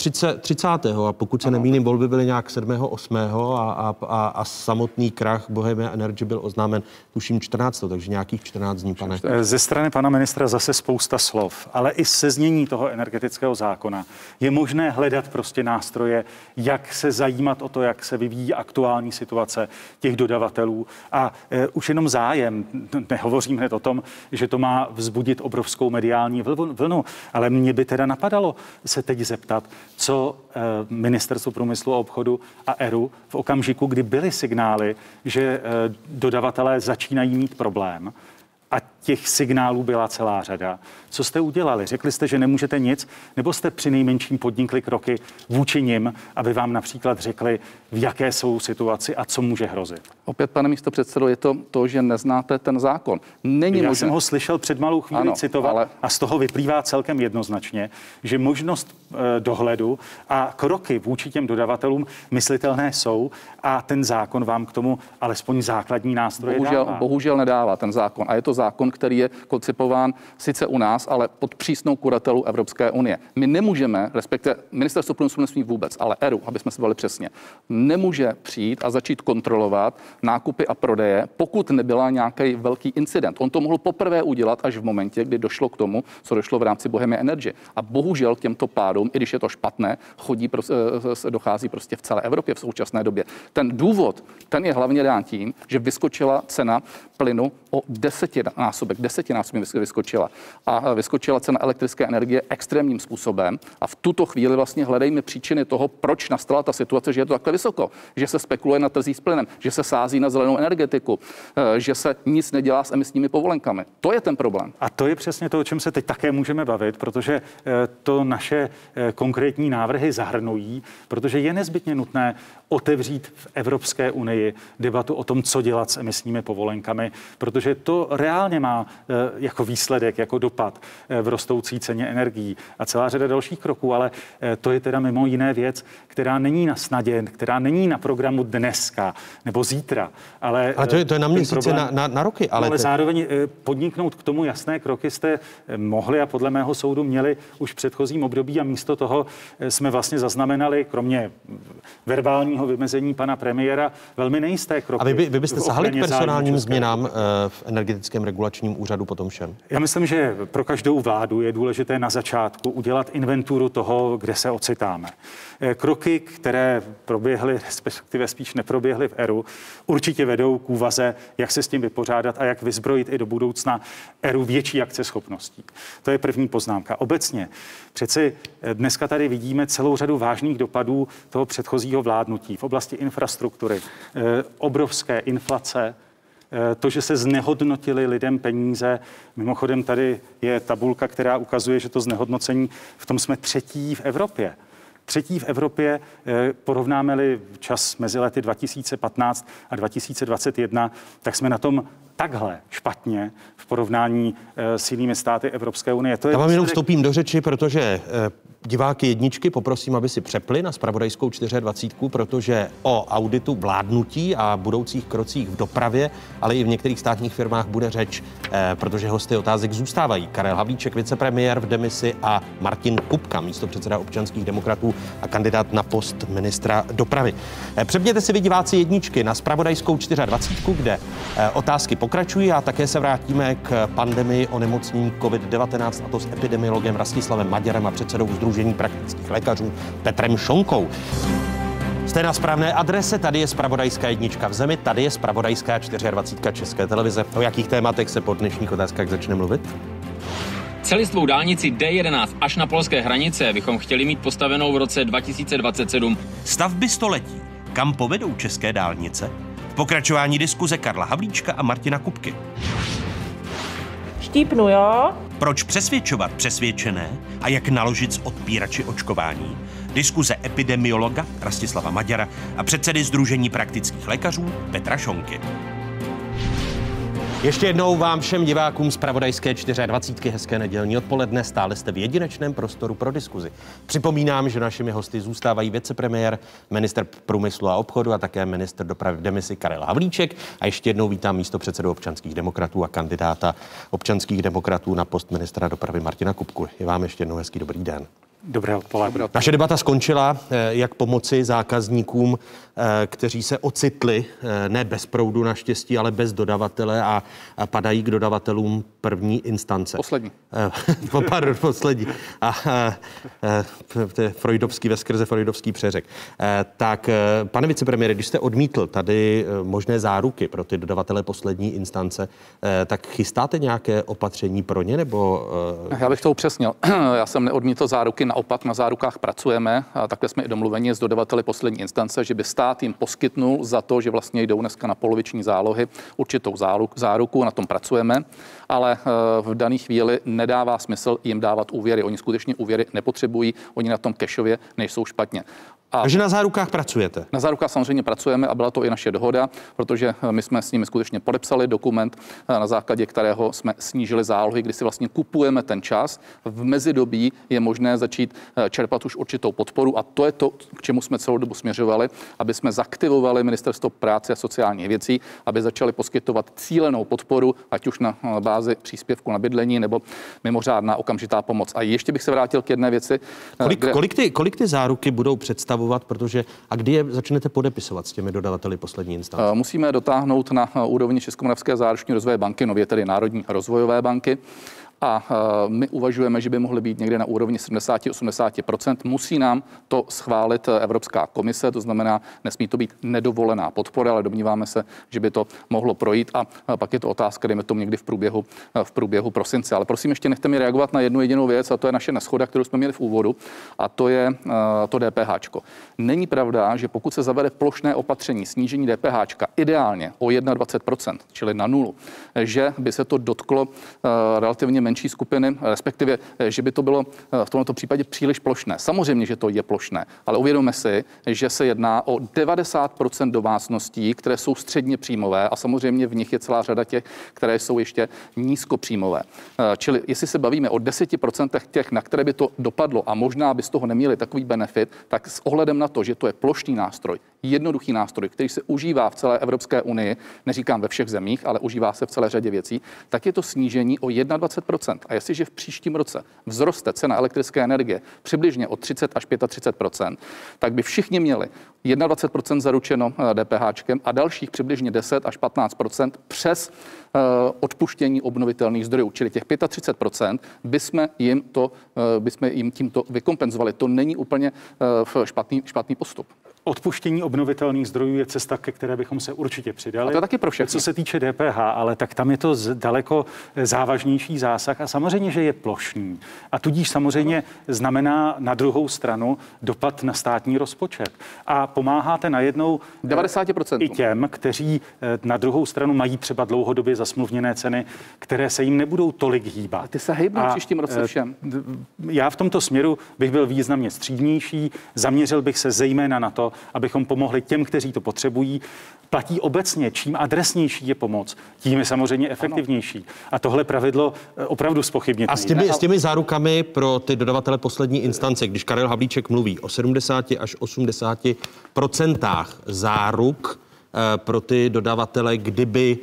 M: 30. a pokud se nemýlím, volby byly nějak 7. 8. a samotný krach Bohemia Energy byl oznámen tuším 14. takže nějakých 14 dní, pane.
F: Ze strany pana ministra zase spousta slov, ale i seznění toho energetického zákona je možné hledat prostě nástroje, jak se zajímat o to, jak se vyvíjí aktuální situace těch dodavatelů a už jenom zájem, nehovořím hned o tom, že to má vzbudit obrovskou mediální vlnu, ale mě by teda napadalo se teď zeptat, co Ministerstvo průmyslu a obchodu a ERÚ v okamžiku, kdy byly signály, že dodavatelé začínají mít problém a těch signálů byla celá řada. Co jste udělali? Řekli jste, že nemůžete nic, nebo jste přinejmenším podnikli kroky vůči nim, aby vám například řekli, v jaké jsou situaci a co může hrozit?
E: Opět, pane místopředsedo, je to, že neznáte ten zákon.
F: Já jsem ho slyšel před malou chvíli citovat a z toho vyplývá celkem jednoznačně, že možnost dohledu a kroky vůči těm dodavatelům myslitelné jsou a ten zákon vám k tomu alespoň základní nástroje dává.
E: Bohužel nedává ten zákon. A je to zákon, který je koncipován sice u nás, ale pod přísnou kuratelou Evropské unie. My nemůžeme, respektive Ministerstvo průmyslu nesmí vůbec, ale ERÚ, aby jsme se bavili přesně, nemůže přijít a začít kontrolovat nákupy a prodeje, pokud nebyla nějaký velký incident. On to mohl poprvé udělat až v momentě, kdy došlo k tomu, co došlo v rámci Bohemia Energy. A bohužel k těmto pádům, i když je to špatné, dochází prostě v celé Evropě v současné době. Ten důvod, ten je hlavně dán tím, že vyskočila cena plynu o 10násobek. násobek, 10násobně vyskočila. A vyskočila cena elektrické energie extrémním způsobem. A v tuto chvíli vlastně hledejme příčiny toho, proč nastala ta situace, že je to takhle vysoko, že se spekuluje na trzích s plynem, že se sází na zelenou energetiku, že se nic nedělá s emisními povolenkami. To je ten problém.
F: A to je přesně to, o čem se teď také můžeme bavit, protože to naše konkrétní návrhy zahrnují, protože je nezbytně nutné otevřít v Evropské unii debatu o tom, co dělat s emisními povolenkami, protože to reálně má jako výsledek, jako dopad v rostoucí ceně energií a celá řada dalších kroků, ale to je teda mimo jiné věc, která není na snadě, která není na programu dneska nebo zítra, ale
M: to je na měsíce, na roky.
F: Ale zároveň podniknout k tomu jasné kroky jste mohli a podle mého soudu měli už v předchozím období a místo toho jsme vlastně zaznamenali, kromě verbálního vymezení pana premiéra, velmi nejisté kroky.
M: A vy byste sahali k personálním změnám v energetickém regulačním úřadu po tom všem?
F: Já myslím, že pro každou vládu je důležité na začátku udělat inventuru toho, kde se ocitáme. Kroky, které proběhly, respektive spíš neproběhly v ERU, určitě vedou k úvaze, jak se s tím vypořádat a jak vyzbrojit i do budoucna ERU větší akceschopností. To je první poznámka. Obecně přeci dneska tady vidíme celou řadu vážných dopadů toho předchozího vládnutí v oblasti infrastruktury, obrovské inflace, to, že se znehodnotily lidem peníze. Mimochodem tady je tabulka, která ukazuje, že to znehodnocení, v tom jsme třetí v Evropě. Třetí v Evropě, porovnáme-li čas mezi lety 2015 a 2021, tak jsme na tom takhle špatně v porovnání s jinými státy Evropské unie.
M: Já vám jenom vstoupím do řeči, protože diváky jedničky poprosím, aby si přepli na zpravodajskou 24, protože o auditu vládnutí a budoucích krocích v dopravě, ale i v některých státních firmách bude řeč, protože hosty otázek zůstávají. Karel Havlíček, vicepremiér v demisi, a Martin Kupka, místopředseda občanských demokratů a kandidát na post ministra dopravy. Přepněte si, vy diváci jedničky, na zpravodajskou 24, kde otázky pokračují a také se vrátíme k pandemii onemocnění COVID-19, a to s epidemiologem Rastislavem Maďarem a předsedou Sdružení praktických lékařů Petrem Šonkou. Jste na správné adrese, tady je zpravodajská jednička v zemi, tady je zpravodajská 24 České televize. O jakých tématech se po dnešních otázkách začne mluvit?
N: Celistvou dálnici D11 až na polské hranice bychom chtěli mít postavenou v roce 2027.
A: Stavby století. Kam povedou české dálnice? V pokračování diskuze Karla Havlíčka a Martina Kupky.
H: Štípnu, jo?
A: Proč přesvědčovat přesvědčené a jak naložit s odpírači očkování? Diskuze epidemiologa Rastislava Maďara a předsedy Sdružení praktických lékařů Petra Šonky.
M: Ještě jednou vám všem divákům zpravodajské 24 hezké nedělní odpoledne. Stále jste v jedinečném prostoru pro diskuzi. Připomínám, že našimi hosty zůstávají vicepremiér, ministr průmyslu a obchodu a také ministr dopravy v demisi Karel Havlíček. A ještě jednou vítám místopředsedu občanských demokratů a kandidáta občanských demokratů na post ministra dopravy Martina Kupku. Je vám ještě jednou hezký dobrý den.
F: Dobré odpoledne.
M: Naše debata skončila, jak pomoci zákazníkům, kteří se ocitli ne bez proudu naštěstí, ale bez dodavatele a padají k dodavatelům první instance.
E: Poslední.
M: Pardon, poslední. A to je freudovský, veskrze freudovský přeřek. Tak, pane vicepremiére, když jste odmítl tady možné záruky pro ty dodavatele poslední instance, tak chystáte nějaké opatření pro ně, nebo...
E: Já bych to upřesnil. Já jsem neodmítl záruky, naopak na zárukách pracujeme. A takhle jsme i domluveni s dodavateli poslední instance, že by stát jim poskytnul za to, že vlastně jdou dneska na poloviční zálohy, určitou záruku, na tom pracujeme, ale v dané chvíli nedává smysl jim dávat úvěry. Oni skutečně úvěry nepotřebují, oni na tom cashově nejsou špatně.
M: Takže na zárukách pracujete?
E: Na zárukách samozřejmě pracujeme a byla to i naše dohoda, protože my jsme s nimi skutečně podepsali dokument, na základě kterého jsme snížili zálohy, kdy si vlastně kupujeme ten čas. V mezidobí je možné začít čerpat už určitou podporu a to je to, k čemu jsme celou dobu směřovali, aby jsme zaktivovali Ministerstvo práce a sociálních věcí, aby začali poskytovat cílenou podporu, ať už na bázi příspěvku na bydlení nebo mimořádná okamžitá pomoc. A ještě bych se vrátil k jedné věci.
M: Kolik ty záruky budou představovat, protože a kdy je začnete podepisovat s těmi dodavateli poslední instance?
E: Musíme dotáhnout na úrovni Českomoravské záruční rozvoje banky, nově tedy Národní rozvojové banky. a my uvažujeme, že by mohly být někde na úrovni 70-80%. Musí nám to schválit Evropská komise, to znamená, nesmí to být nedovolená podpora, ale domníváme se, že by to mohlo projít a pak je to otázka, dejme tomu někdy v průběhu prosince. Ale prosím, ještě nechte mi reagovat na jednu jedinou věc, a to je naše neshoda, kterou jsme měli v úvodu, a to je to DPHčko. Není pravda, že pokud se zavede plošné opatření snížení DPHčka ideálně o 21%, čili na nulu, že by se to dotklo relativně menší skupiny, respektive, že by to bylo v tomto případě příliš plošné. Samozřejmě, že to je plošné, ale uvědomme si, že se jedná o 90% domácností, které jsou středně příjmové a samozřejmě v nich je celá řada těch, které jsou ještě nízkopříjmové. Čili jestli se bavíme o 10% těch, na které by to dopadlo a možná by z toho neměli takový benefit, tak s ohledem na to, že to je plošný nástroj, jednoduchý nástroj, který se užívá v celé Evropské unii, neříkám ve všech zemích, ale užívá se v celé řadě věcí, tak je to snížení o 21%. A jestliže v příštím roce vzroste cena elektrické energie přibližně o 30 až 35%, tak by všichni měli 21% zaručeno DPHčkem a dalších přibližně 10 až 15% přes odpuštění obnovitelných zdrojů, čili těch 35% bychom jim tímto vykompenzovali. To není úplně špatný postup.
F: Odpuštění obnovitelných zdrojů je cesta, ke které bychom se určitě přidali.
E: A to je taky pro všechny.
F: Co se týče DPH, ale tak tam je to daleko závažnější zásah a samozřejmě, že je plošný. A tudíž samozřejmě znamená na druhou stranu dopad na státní rozpočet. A pomáháte najednou
E: 90%
F: i těm, kteří na druhou stranu mají třeba dlouhodobě zasmluvněné ceny, které se jim nebudou tolik hýbat.
E: A ty se hejbnou příštím roce všem.
F: Já v tomto směru bych byl významně střídnější, zaměřil bych se zejména na to, abychom pomohli těm, kteří to potřebují. Platí obecně, čím adresnější je pomoc, tím je samozřejmě efektivnější. Ano. A tohle pravidlo opravdu zpochybnit.
M: A s těmi zárukami pro ty dodavatele poslední instance, když Karel Havlíček mluví o 70 až 80% záruk pro ty dodavatele, kdyby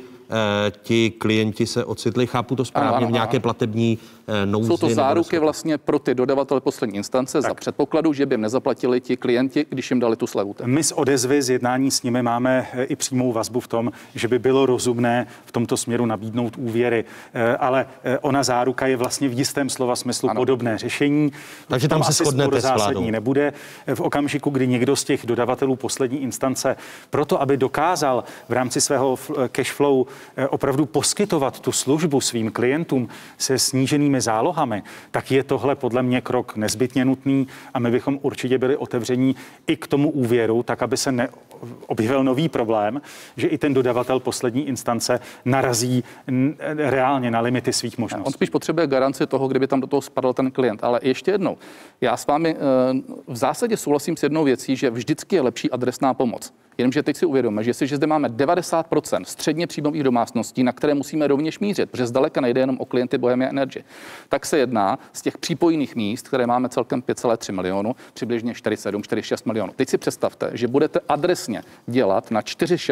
M: ti klienti se ocitli, chápu to správně, v nějaké platební nouzi.
E: Jsou to záruky vlastně pro ty dodavatele poslední instance za předpokladu, že by jim nezaplatili ti klienti, když jim dali tu slevu.
F: My z odezvy, z jednání s nimi máme i přímou vazbu v tom, že by bylo rozumné v tomto směru nabídnout úvěry, ale ona záruka je vlastně v jistém slova smyslu podobné řešení.
M: Takže tam se shodnete s vládou.
F: Nebude. V okamžiku, kdy někdo z těch dodavatelů poslední instance proto, aby dokázal v rámci svého cash flow opravdu poskytovat tu službu svým klientům se sníženými zálohami, tak je tohle podle mě krok nezbytně nutný a my bychom určitě byli otevření i k tomu úvěru, tak aby se neobjevil nový problém, že i ten dodavatel poslední instance narazí reálně na limity svých možností.
E: On spíš potřebuje garanci toho, kdyby tam do toho spadl ten klient. Ale ještě jednou, já s vámi v zásadě souhlasím s jednou věcí, že vždycky je lepší adresná pomoc. Jenomže teď si uvědomíme, že jestliže zde máme 90% středně příjmových domácností, na které musíme rovněž mířit, protože zdaleka nejde jenom o klienty Bohemia Energy, tak se jedná z těch přípojných míst, které máme celkem 5,3 milionu, přibližně 4,6 milionů. Teď si představte, že budete adresně dělat na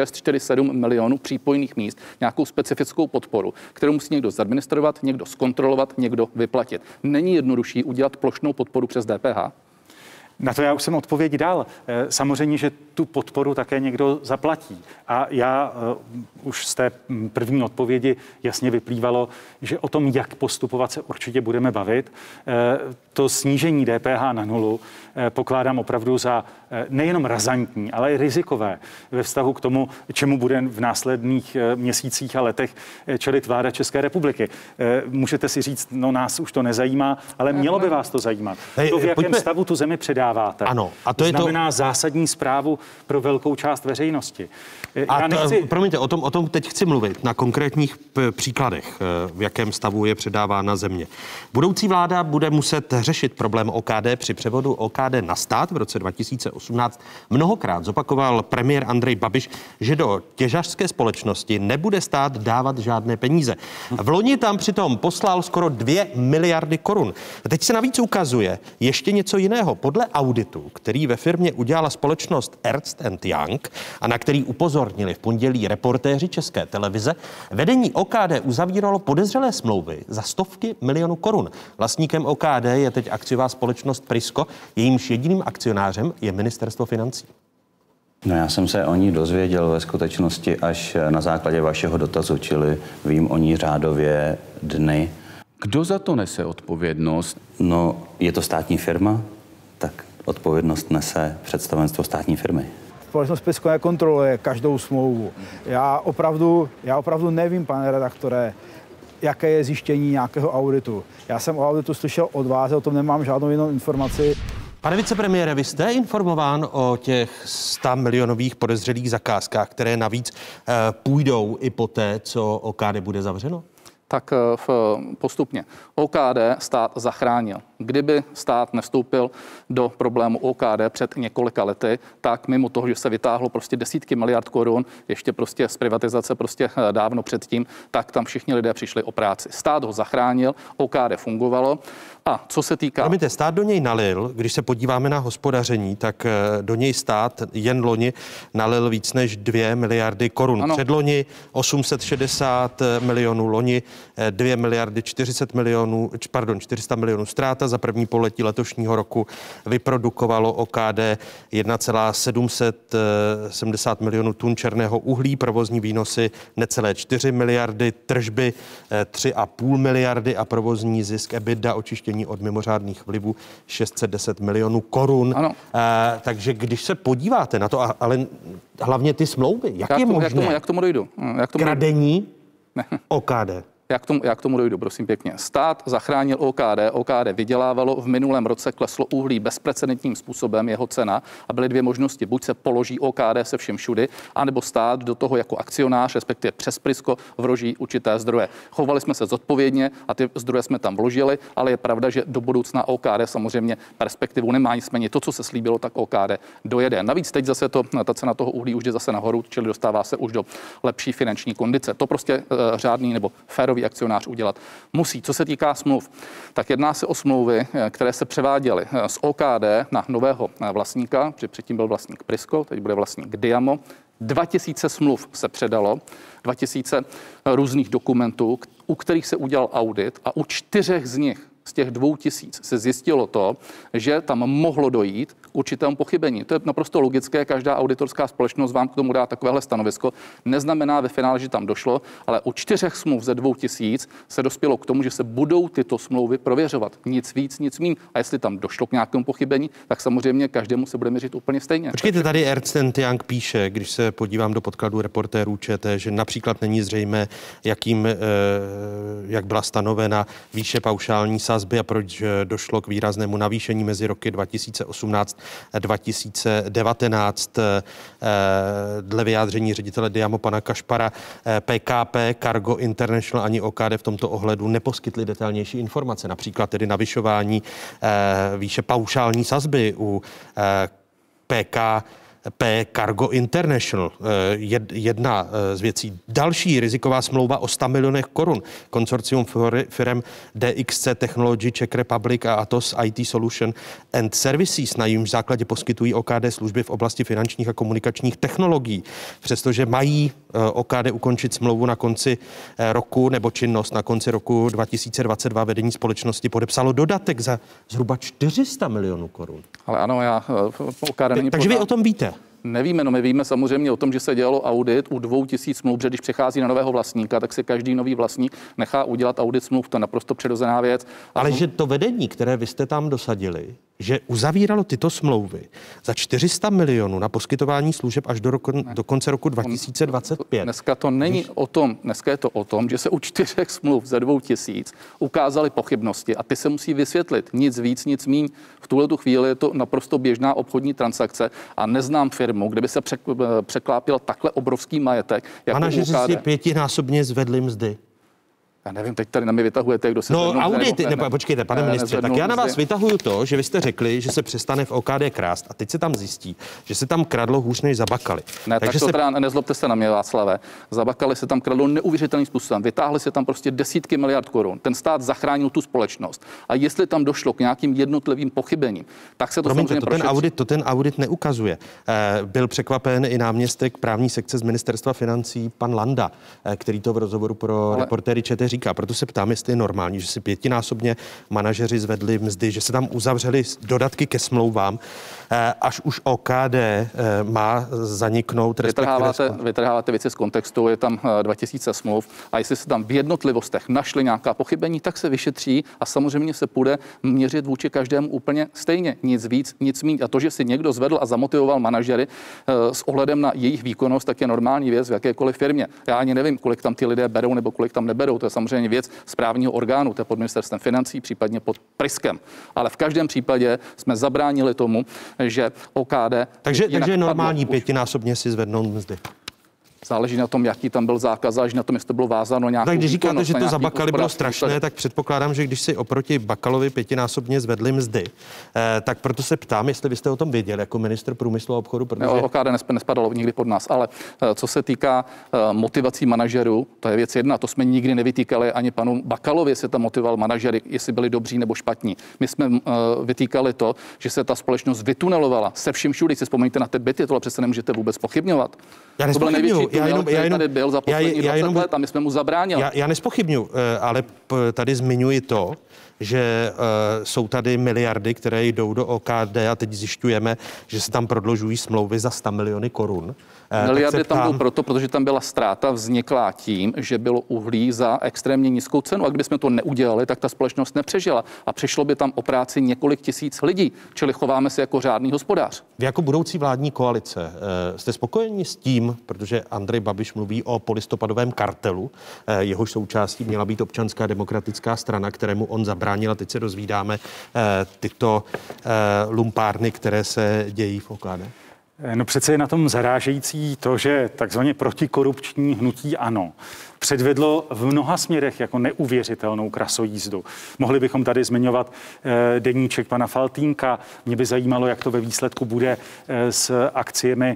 E: 4,7 milionů přípojných míst nějakou specifickou podporu, kterou musí někdo zadministrovat, někdo zkontrolovat, někdo vyplatit. Není jednodušší udělat plošnou podporu přes DPH?
F: Na to já už jsem odpověď dal. Samozřejmě, že tu podporu také někdo zaplatí. A já už z té první odpovědi jasně vyplývalo, že o tom, jak postupovat, se určitě budeme bavit. To snížení DPH na nulu pokládám opravdu za nejenom razantní, ale i rizikové ve vztahu k tomu, čemu bude v následných měsících a letech čelit vláda České republiky. Můžete si říct, no nás už to nezajímá, ale mělo by vás to zajímat. To, v jakém stavu tu zemi předáváte,
M: ano, a to
F: znamená zásadní zprávu pro velkou část veřejnosti.
M: Promiňte, o tom teď chci mluvit na konkrétních příkladech, v jakém stavu je předávána země. Budoucí vláda bude muset řešit problém OKD při převodu OKD na stát v roce 2018. Mnohokrát zopakoval premiér Andrej Babiš, že do těžařské společnosti nebude stát dávat žádné peníze. V loni tam přitom poslal skoro 2 miliardy korun. Teď se navíc ukazuje ještě něco jiného. Podle auditu, který ve firmě udělala společnost Ernst & Young a na který upozornili v pondělí reportéři České televize, vedení OKD uzavíralo podezřelé smlouvy za stovky milionů korun. Vlastníkem OKD je teď akciová společnost Prisco, jejímž jediným akcionářem je ministerstvo financí.
O: No, já jsem se o ní dozvěděl ve skutečnosti až na základě vašeho dotazu, čili vím o ní řádově dny.
P: Kdo za to nese odpovědnost?
O: No, je to státní firma, tak odpovědnost nese představenstvo státní firmy.
Q: Společnost Prisco nekontroluje každou smlouvu. Já opravdu nevím, pane redaktore, jaké je zjištění nějakého auditu. Já jsem o auditu slyšel od vás, o tom nemám žádnou jinou informaci.
M: Pane vicepremiére, vy jste informován o těch 100 milionových podezřelých zakázkách, které navíc půjdou i poté, co OKD bude zavřeno?
E: Tak postupně. OKD stát zachránil. Kdyby stát nevstoupil do problému OKD před několika lety, tak mimo toho, že se vytáhlo prostě desítky miliard korun, ještě prostě z privatizace prostě dávno předtím, tak tam všichni lidé přišli o práci. Stát ho zachránil, OKD fungovalo. A co se týká...
M: Promiňte, stát do něj nalil, když se podíváme na hospodaření, tak do něj stát jen loni nalil víc než 2 miliardy korun.
E: Ano.
M: Předloni 860 milionů, loni 2 miliardy 400 milionů ztráta. Za první pololetí letošního roku vyprodukovalo OKD 1,770 milionů tun černého uhlí, provozní výnosy necelé 4 miliardy, tržby 3,5 miliardy a provozní zisk EBITDA očištění od mimořádných vlivů 610 milionů korun. Takže když se podíváte na to, ale hlavně ty smlouvy, jak je možné?
E: Jak tomu dojdu?
M: Kradení OKD.
E: Já k tomu dojdu, prosím pěkně. Stát zachránil OKD vydělávalo, v minulém roce kleslo uhlí bezprecedentním způsobem, jeho cena, a byly dvě možnosti. Buď se položí OKD se všem všudy, anebo stát do toho jako akcionář, respektive přes Prisco, vloží určité zdroje. Chovali jsme se zodpovědně a ty zdroje jsme tam vložili, ale je pravda, že do budoucna OKD samozřejmě perspektivu nemá, nicméně to, co se slíbilo, tak OKD dojede. Navíc teď zase ta cena toho uhlí už jde zase nahoru, čili dostává se už do lepší finanční kondice. To prostě řádný nebo férový akcionář udělat musí. Co se týká smluv, tak jedná se o smlouvy, které se převáděly z OKD na nového vlastníka, předtím byl vlastník Prisco, teď bude vlastník Diamo. 2000 smluv se předalo, 2000 různých dokumentů, u kterých se udělal audit, a u 4 z nich, z těch 2000, se zjistilo to, že tam mohlo dojít k určitému pochybení. To je naprosto logické, každá auditorská společnost vám k tomu dá takovéhle stanovisko. Neznamená ve finále, že tam došlo, ale u 4 smluv ze 2000 se dospělo k tomu, že se budou tyto smlouvy prověřovat. Nic víc, nic míň. A jestli tam došlo k nějakému pochybení, tak samozřejmě každému se bude měřit úplně stejně.
M: Počkejte, tady Ernst & Young píše, když se podívám do podkladů Reportérů ČT, že například není zřejmé, jak byla stanovena výše paušální sazby a proč došlo k výraznému navýšení mezi roky 2018 a 2019. Dle vyjádření ředitele Diamo pana Kašpara PKP, Cargo International ani OKD v tomto ohledu neposkytly detailnější informace, například tedy navyšování výše paušální sazby u PKP Cargo International, jedna z věcí. Další riziková smlouva o 100 milionech korun. Konsorcium firem DXC Technology Czech Republic a Atos IT Solution and Services, na jejímž základě poskytují OKD služby v oblasti finančních a komunikačních technologií. Přestože mají OKD ukončit smlouvu na konci roku nebo činnost na konci roku 2022, vedení společnosti podepsalo dodatek za zhruba 400 milionů korun.
E: Ale ano, OKD není
M: Takže vy o tom víte?
E: Nevíme, my víme samozřejmě o tom, že se dělalo audit u 2000 smluv, že když přechází na nového vlastníka, tak si každý nový vlastník nechá udělat audit smluv, to je naprosto přirozená věc.
M: Ale že to vedení, které vy jste tam dosadili, že uzavíralo tyto smlouvy za 400 milionů na poskytování služeb až do konce roku 2025.
E: Dneska to není o tom, dneska je to o tom, že se u 4 smluv za 2000 ukázaly pochybnosti a ty se musí vysvětlit. Nic víc, nic míň. V tuhletu chvíli je to naprosto běžná obchodní transakce a neznám firmu, kde by se překlápil takhle obrovský majetek.
M: Manažeři si 5násobně zvedli mzdy.
E: Já nevím, teď tady na mě vytahujete, kdo se...
M: No audity, počkejte, pane ministře, tak já na vás vytahuju to, že vy jste řekli, že se přestane v OKD krást a teď se tam zjistí, že se tam kradlo hůř než za Bakaly.
E: Ne, takže tak to teda nezlobte se na mě, Václave. Za Bakaly se tam kradlo neuvěřitelným způsobem. Vytáhli se tam prostě desítky miliard korun. Ten stát zachránil tu společnost. A jestli tam došlo k nějakým jednotlivým pochybením, tak se to samozřejmě
M: to ten audit neukazuje. Byl překvapen i náměstek právní sekce z ministerstva financí pan Landa, který to v rozhovoru pro Reportéry ČT neříká. Proto se ptám, jestli je normální, že si 5násobně manažeři zvedli mzdy, že se tam uzavřeli dodatky ke smlouvám, až už OKD má zaniknout.
E: Vytrháváte věci z kontextu, je tam 2000 smluv a jestli se tam v jednotlivostech našly nějaká pochybení, tak se vyšetří a samozřejmě se půjde měřit vůči každému úplně stejně. Nic víc, nic míň. A to, že si někdo zvedl a zamotivoval manažery s ohledem na jejich výkonnost, tak je normální věc v jakékoliv firmě. Já ani nevím, kolik tam ty lidé berou nebo kolik tam neberou. To je samozřejmě věc správního orgánu, to je pod ministerstvem financí, případně pod Priskem. Ale v každém případě jsme zabránili tomu, že OKD...
M: Takže je normální 5násobně si zvednout mzdy.
E: Záleží na tom, jaký tam byl zákaz, záleží na tom, jestli to bylo vázáno nějakou.
M: Tak když říkáte, že to za Bakaly bylo strašné, tak předpokládám, že když si oproti Bakalovi 5násobně zvedli mzdy, tak proto se ptám, jestli byste o tom věděl jako ministr průmyslu a obchodu, protože...
E: OKD nespadalo nikdy pod nás, ale co se týká motivací manažerů, to je věc jedna, to jsme nikdy nevytýkali ani panu Bakalovi, jestli tam motivoval manažery, jestli byli dobří nebo špatní. My jsme vytýkali to, že se ta společnost vytunelovala se vším všude. Si vzpomeňte na ty byty, tohle přece nemůžete vůbec pochybňovat. Já tady byl za poslední 20 let a my jsme mu zabránili.
M: Já nespochybňuji, ale tady zmiňuji to, že jsou tady miliardy, které jdou do OKD a teď zjišťujeme, že se tam prodlužují smlouvy za 100 miliony korun.
E: Miliardy tam jdou proto, protože tam byla ztráta vzniklá tím, že bylo uhlí za extrémně nízkou cenu. A kdybychom to neudělali, tak ta společnost nepřežila a přišlo by tam o práci několik tisíc lidí. Čili chováme se jako řádný hospodář.
M: Vy jako budoucí vládní koalice jste spokojeni s tím, protože Andrej Babiš mluví o polistopadovém kartelu, jehož součástí měla být Občanská demokratická strana, kterému on zabránil, a teď se dozvídáme tyto lumpárny, které se dějí v OKD?
F: No přece je na tom zarážející to, že takzvaně protikorupční hnutí ANO předvedlo v mnoha směrech jako neuvěřitelnou krasojízdu. Mohli bychom tady zmiňovat deníček pana Faltýnka. Mě by zajímalo, jak to ve výsledku bude s akciemi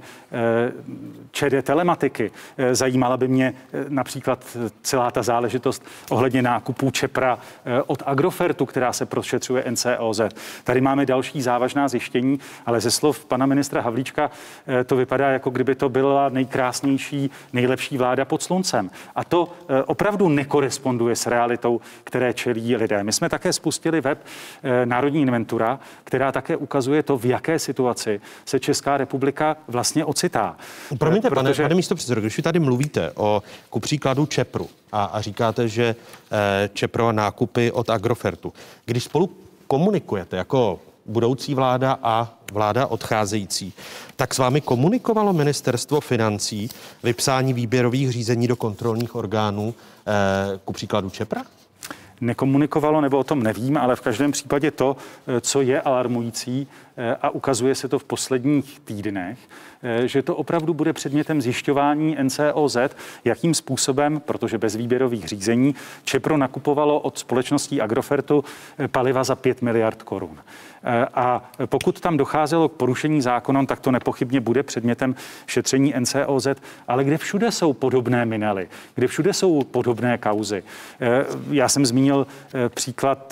F: ČD Telematiky. Zajímala by mě například celá ta záležitost ohledně nákupů Čepra od Agrofertu, která se prošetřuje NCOZ. Tady máme další závažná zjištění, ale ze slov pana ministra Havlíčka to vypadá, jako kdyby to byla nejkrásnější, nejlepší vláda pod sluncem. A to opravdu nekoresponduje s realitou, které čelí lidé. My jsme také spustili web Národní inventura, která také ukazuje to, v jaké situaci se Česká republika vlastně ocitá.
M: Promiňte, pane místopředsedo, když vy tady mluvíte o ku příkladu Čepru a říkáte, že Čepro nákupy od Agrofertu. Když spolu komunikujete jako budoucí vláda a vláda odcházející, tak s vámi komunikovalo ministerstvo financí vypsání výběrových řízení do kontrolních orgánů ku příkladu Čepra?
F: Nekomunikovalo, nebo o tom nevím, ale v každém případě to, co je alarmující a ukazuje se to v posledních týdnech, že to opravdu bude předmětem zjišťování NCOZ, jakým způsobem, protože bez výběrových řízení, Čepro nakupovalo od společností Agrofertu paliva za 5 miliard korun. A pokud tam docházelo k porušení zákona, tak to nepochybně bude předmětem šetření NCOZ, ale kde všude jsou podobné minely, kde všude jsou podobné kauzy. Já jsem zmínil příklad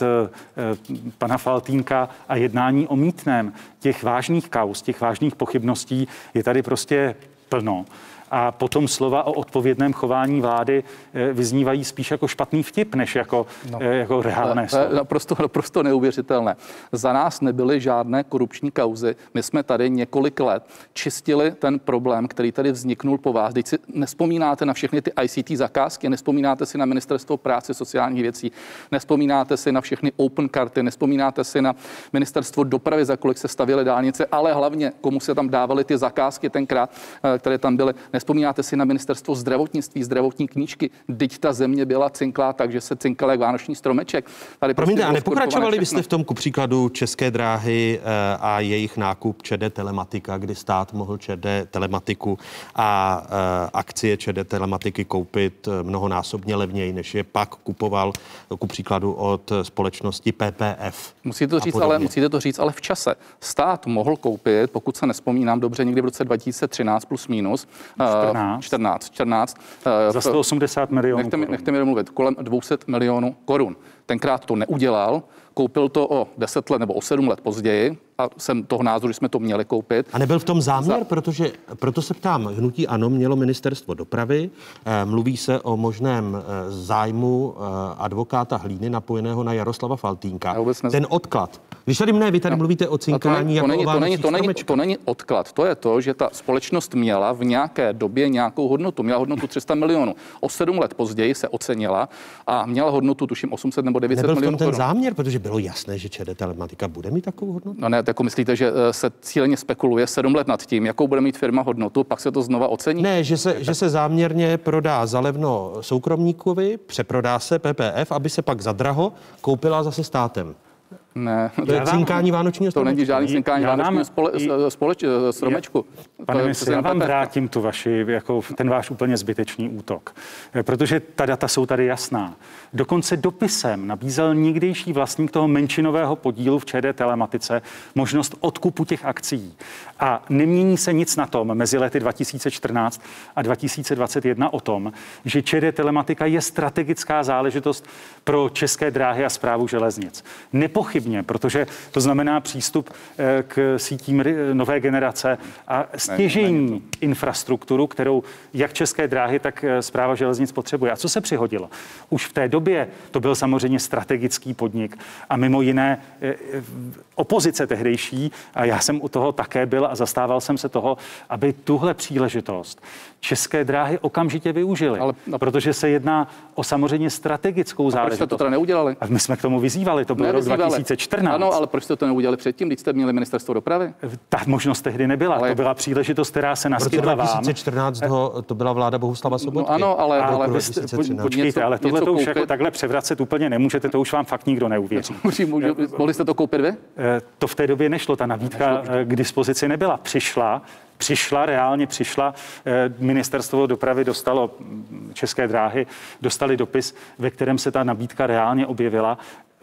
F: pana Faltýnka a jednání o mýtném. Těch vážných kauz, těch vážných pochybností je tady prostě plno. A potom slova o odpovědném chování vlády vyznívají spíš jako špatný vtip, než jako reálné slovo.
E: To je naprosto neuvěřitelné. Za nás nebyly žádné korupční kauzy. My jsme tady několik let čistili ten problém, který tady vzniknul po vás. Teď si nespomínáte na všechny ty ICT zakázky, nespomínáte si na Ministerstvo práce sociálních věcí, nespomínáte si na všechny open karty, nespomínáte si na Ministerstvo dopravy, za kolik se stavěly dálnice, ale hlavně komu se tam dávaly ty zakázky tenkrát, které tam byly. Nespomínáte si na Ministerstvo zdravotnictví, zdravotní knížky, vždyť ta země byla cinklá, takže se cinkala jak vánoční stromeček.
M: Promiňte, a nepokračovali byste v tom ku příkladu České dráhy a jejich nákup ČD Telematika, kdy stát mohl ČD Telematiku a akcie ČD Telematiky koupit mnohonásobně levněji, než je pak kupoval ku příkladu od společnosti PPF.
E: Musíte to říct, ale v čase. Stát mohl koupit, pokud se nespomínám dobře, někdy v roce 2013 plus minus, 14.
F: Za 180 milionů
E: nechte mi domluvit, kolem 200 milionů korun. Tenkrát to neudělal, koupil to o 10 let nebo o 7 let později, a jsem toho názoru, že jsme to měli koupit.
M: A nebyl v tom záměr, protože proto se ptám, hnutí ANO mělo ministerstvo dopravy, mluví se o možném zájmu advokáta Hlíny napojeného na Jaroslava Faltýnka. Ten odklad. Když tady vy tady mluvíte o cinkání
E: to není odklad. To je to, že ta společnost měla v nějaké době nějakou hodnotu. Měla hodnotu 300 milionů. O 7 let později se ocenila a měla hodnotu, tuším, 800 nebo 900 milionů.
M: Nebyl v tom ten záměr, protože bylo jasné, že ČD Telematika bude mít takovou hodnotu?
E: No ne, jako myslíte, že se cíleně spekuluje 7 let nad tím, jakou bude mít firma hodnotu, pak se to znova ocení?
M: Ne, že se záměrně prodá za levno soukromníkovi, přeprodá se PPF, aby se pak za draho koupila zase státem.
E: Ne,
M: to je cinkání vánočního stromečku.
E: To není žádný cinkání vánočního stromečku.
F: Pane ministře, já vám vrátím ten váš úplně zbytečný útok, protože ta data jsou tady jasná. Dokonce dopisem nabízel někdejší vlastník toho menšinového podílu v ČD Telematice možnost odkupu těch akcií. A nemění se nic na tom mezi lety 2014 a 2021 o tom, že ČD Telematika je strategická záležitost pro České dráhy a Správu železnic. Nepochybně, protože to znamená přístup k sítím nové generace a stěžejní infrastrukturu, kterou jak České dráhy, tak Správa železnic potřebuje. A co se přihodilo? Už v té době to byl samozřejmě strategický podnik a mimo jiné opozice tehdejší, a já jsem u toho také byl a zastával jsem se toho, aby tuhle příležitost České dráhy okamžitě využili. Protože se jedná o samozřejmě strategickou záležitost.
E: Proč jste to teda neudělali?
F: A my jsme k tomu vyzývali, to bylo rok 2014.
E: Ano, ale proč jste to neudělali předtím, když jste měli ministerstvo dopravy?
F: Ta možnost tehdy nebyla. To byla příležitost, která se naskytla vám.
M: 2014 to byla vláda Bohuslava Sobotky.
E: No ano, ale
F: počkejte, ale tohle to už jako takhle převracet úplně nemůže, to už vám fakt nikdo neuvěří.
E: Mohli jste to koupit vy?
F: To v té době nešlo, ta nabídka k dispozici nebyla. Reálně přišla, ministerstvo dopravy dostalo, České dráhy dostali dopis, ve kterém se ta nabídka reálně objevila.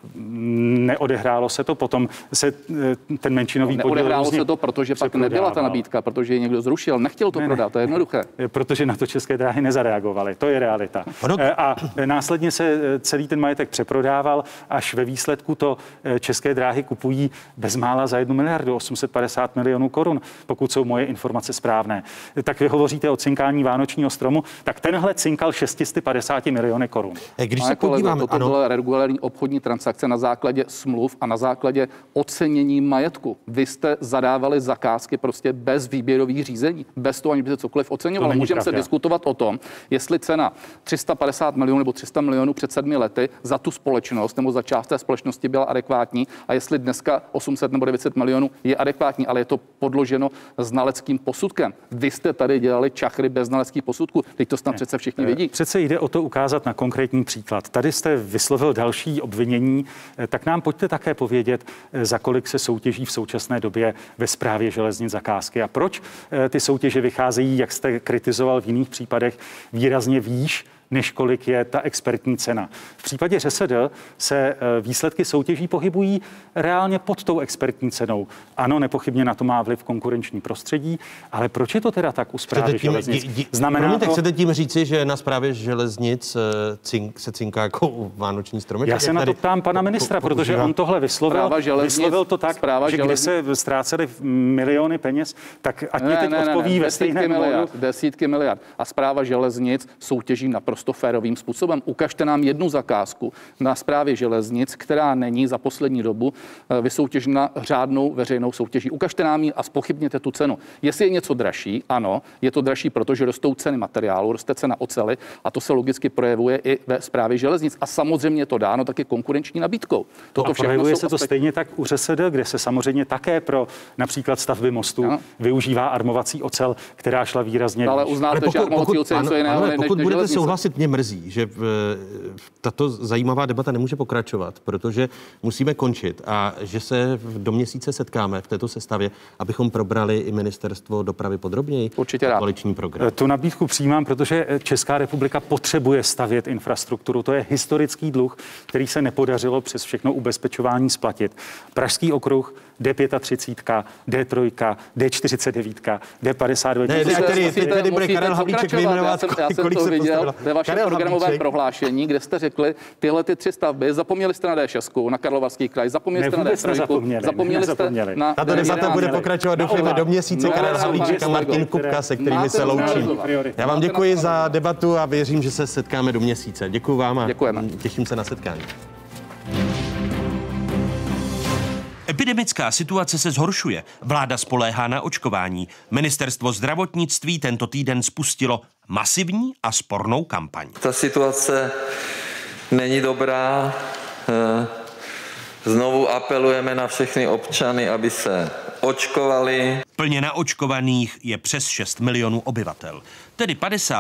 F: Neodehrálo se to, potom se ten menšinový podíl...
E: Neodehrálo se to, protože pak nebyla ta nabídka, protože ji někdo zrušil, nechtěl to prodat, to je jednoduché.
F: Protože na to České dráhy nezareagovaly, to je realita. A následně se celý ten majetek přeprodával, až ve výsledku to České dráhy kupují bezmála za 1 miliardu 850 milionů korun, pokud jsou moje informace správné. Tak vy hovoříte o cinkání vánočního stromu, tak tenhle cinkal 650 miliony korun.
M: Když se podívám,
E: to byla regulární obchodní transakce na základě smluv a na základě ocenění majetku. Vy jste zadávali zakázky prostě bez výběrových řízení, bez toho, aniž byste cokoliv oceňoval. Můžeme se diskutovat o tom, jestli cena 350 milionů nebo 300 milionů před 7 lety za tu společnost nebo za část té společnosti byla adekvátní a jestli dneska 800 nebo 900 milionů je adekvátní, ale je to podloženo znaleckým posudkem. Vy jste tady dělali čachry bez znaleckých posudků. Teď to snad přece všichni vědí.
F: Přece jde o to ukázat na konkrétní příklad. Tady jste vyslovil další obvinění, tak nám pojďte také povědět, za kolik se soutěží v současné době ve Správě železnic zakázky a proč ty soutěže vycházejí, jak jste kritizoval v jiných případech, výrazně výš, než kolik je ta expertní cena. V případě ŘSD se výsledky soutěží pohybují reálně pod tou expertní cenou. Ano, nepochybně na to má vliv konkurenční prostředí, ale proč je to teda tak u Správy železnic?
M: Chcete tím říci, že na Správě železnic se cinká jako u vánoční stromeček?
F: Já se na to ptám pana ministra, protože on tohle vyslovil to tak, že když se ztrácely miliony peněz, tak ať mi teď odpoví ve stejném módu.
E: Desítky miliard. A Správa železnic soutěží naprosto férovým způsobem. Ukažte nám jednu zakázku na Správě železnic, která není za poslední dobu vysoutěžena řádnou veřejnou soutěží. Ukažte nám ji a zpochybněte tu cenu. Jestli je něco dražší, ano, je to dražší, protože rostou ceny materiálu, roste cena oceli a to se logicky projevuje i ve Správě železnic. A samozřejmě je to dáno taky konkurenční nabídkou.
F: A projevuje se to stejně tak u ŘSD, kde se samozřejmě také pro například stavby mostů využívá armovací ocel, která šla výrazně.
E: Ale uznáte, že armovací ocel je něco jiného než
M: pokud budete souhlasit, mě mrzí, že tato zajímavá debata nemůže pokračovat, protože musíme končit a že se do měsíce setkáme v této sestavě, abychom probrali i ministerstvo dopravy podrobněji.
E: Určitě rád.
M: Koaliční program.
F: Tu nabídku přijímám, protože Česká republika potřebuje stavět infrastrukturu. To je historický dluh, který se nepodařilo přes všechno ubezpečování splatit. Pražský okruh D35, D3, D49, D52.
M: Tedy bude Karel Havlíček vyjmenovat, kolik se
E: viděl ve vašem programovém prohlášení, kde jste řekli, tyhle ty 3 stavby, zapomněli jste na D6, na Karlovarský kraj, zapomněli jste na D3, zapomněli jste na
M: tato debata bude pokračovat doufáme do měsíce. Karel Havlíček a Martin Kupka, se kterými se loučím. Já vám děkuji za debatu a věřím, že se setkáme do měsíce. Děkuji vám a těším se na setkání.
A: Epidemická situace se zhoršuje. Vláda spoléhá na očkování. Ministerstvo zdravotnictví tento týden spustilo masivní a spornou kampaň.
B: Ta situace není dobrá. Znovu apelujeme na všechny občany, aby se očkovali.
A: Plně naočkovaných je přes 6 milionů obyvatel, tedy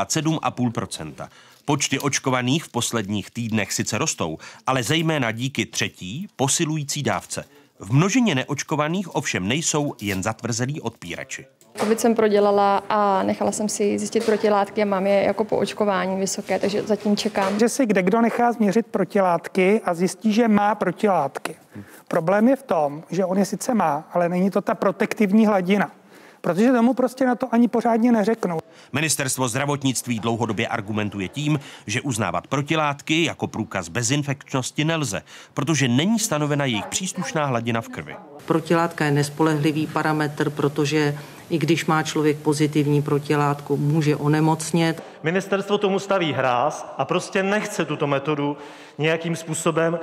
A: 57,5%. Počty očkovaných v posledních týdnech sice rostou, ale zejména díky třetí posilující dávce. V množině neočkovaných ovšem nejsou jen zatvrzelí odpírači.
R: Covid jsem prodělala a nechala jsem si zjistit protilátky a mám je jako po očkování vysoké, takže zatím čekám.
S: Že si kdo nechá změřit protilátky a zjistí, že má protilátky. Problém je v tom, že on je sice má, ale není to ta protektivní hladina. Protože tomu prostě na to ani pořádně neřeknou.
A: Ministerstvo zdravotnictví dlouhodobě argumentuje tím, že uznávat protilátky jako průkaz bezinfekčnosti nelze, protože není stanovena jejich příslušná hladina v krvi.
T: Protilátka je nespolehlivý parametr, protože i když má člověk pozitivní protilátku, může onemocnět.
U: Ministerstvo tomu staví hráz a prostě nechce tuto metodu nějakým způsobem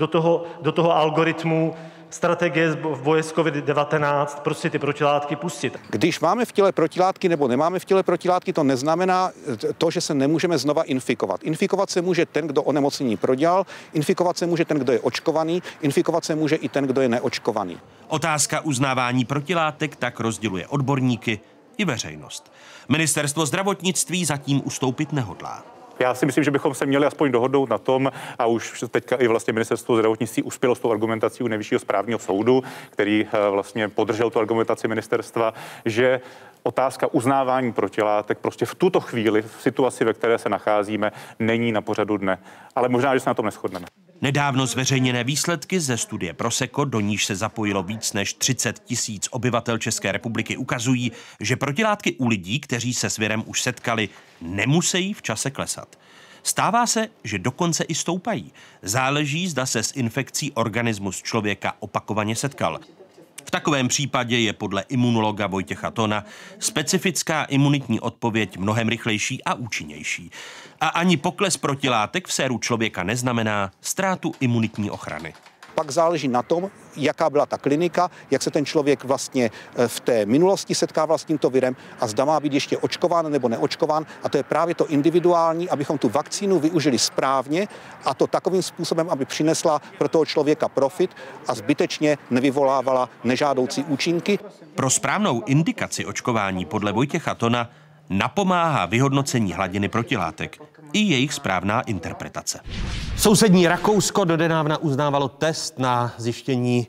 U: do toho algoritmu strategie v boji s COVID-19 prostě ty protilátky pustit.
C: Když máme v těle protilátky nebo nemáme v těle protilátky, to neznamená to, že se nemůžeme znova infikovat. Infikovat se může ten, kdo onemocnění prodělal, infikovat se může ten, kdo je očkovaný, infikovat se může i ten, kdo je neočkovaný.
A: Otázka uznávání protilátek tak rozděluje odborníky i veřejnost. Ministerstvo zdravotnictví zatím ustoupit nehodlá.
D: Já si myslím, že bychom se měli aspoň dohodnout na tom, a už teďka i vlastně ministerstvo zdravotnictví uspělo s tou argumentací u Nejvyššího správního soudu, který vlastně podržel tu argumentaci ministerstva, že otázka uznávání protilátek prostě v tuto chvíli, v situaci, ve které se nacházíme, není na pořadu dne. Ale možná, že se na tom neshodneme.
A: Nedávno zveřejněné výsledky ze studie Proseko, do níž se zapojilo víc než 30 000 obyvatel České republiky, ukazují, že protilátky u lidí, kteří se s virem už setkali, nemusí v čase klesat. Stává se, že dokonce i stoupají. Záleží, zda se s infekcí organismus člověka opakovaně setkal. V takovém případě je podle imunologa Vojtěcha Tona specifická imunitní odpověď mnohem rychlejší a účinnější. A ani pokles protilátek v séru člověka neznamená ztrátu imunitní ochrany.
C: Pak záleží na tom, jaká byla ta klinika, jak se ten člověk vlastně v té minulosti setkával s tímto virem a zda má být ještě očkován nebo neočkován. A to je právě to individuální, abychom tu vakcínu využili správně a to takovým způsobem, aby přinesla pro toho člověka profit a zbytečně nevyvolávala nežádoucí účinky.
A: Pro správnou indikaci očkování podle Vojtěcha Tona napomáhá vyhodnocení hladiny protilátek i jejich správná interpretace.
M: Sousední Rakousko donedávna uznávalo test na zjištění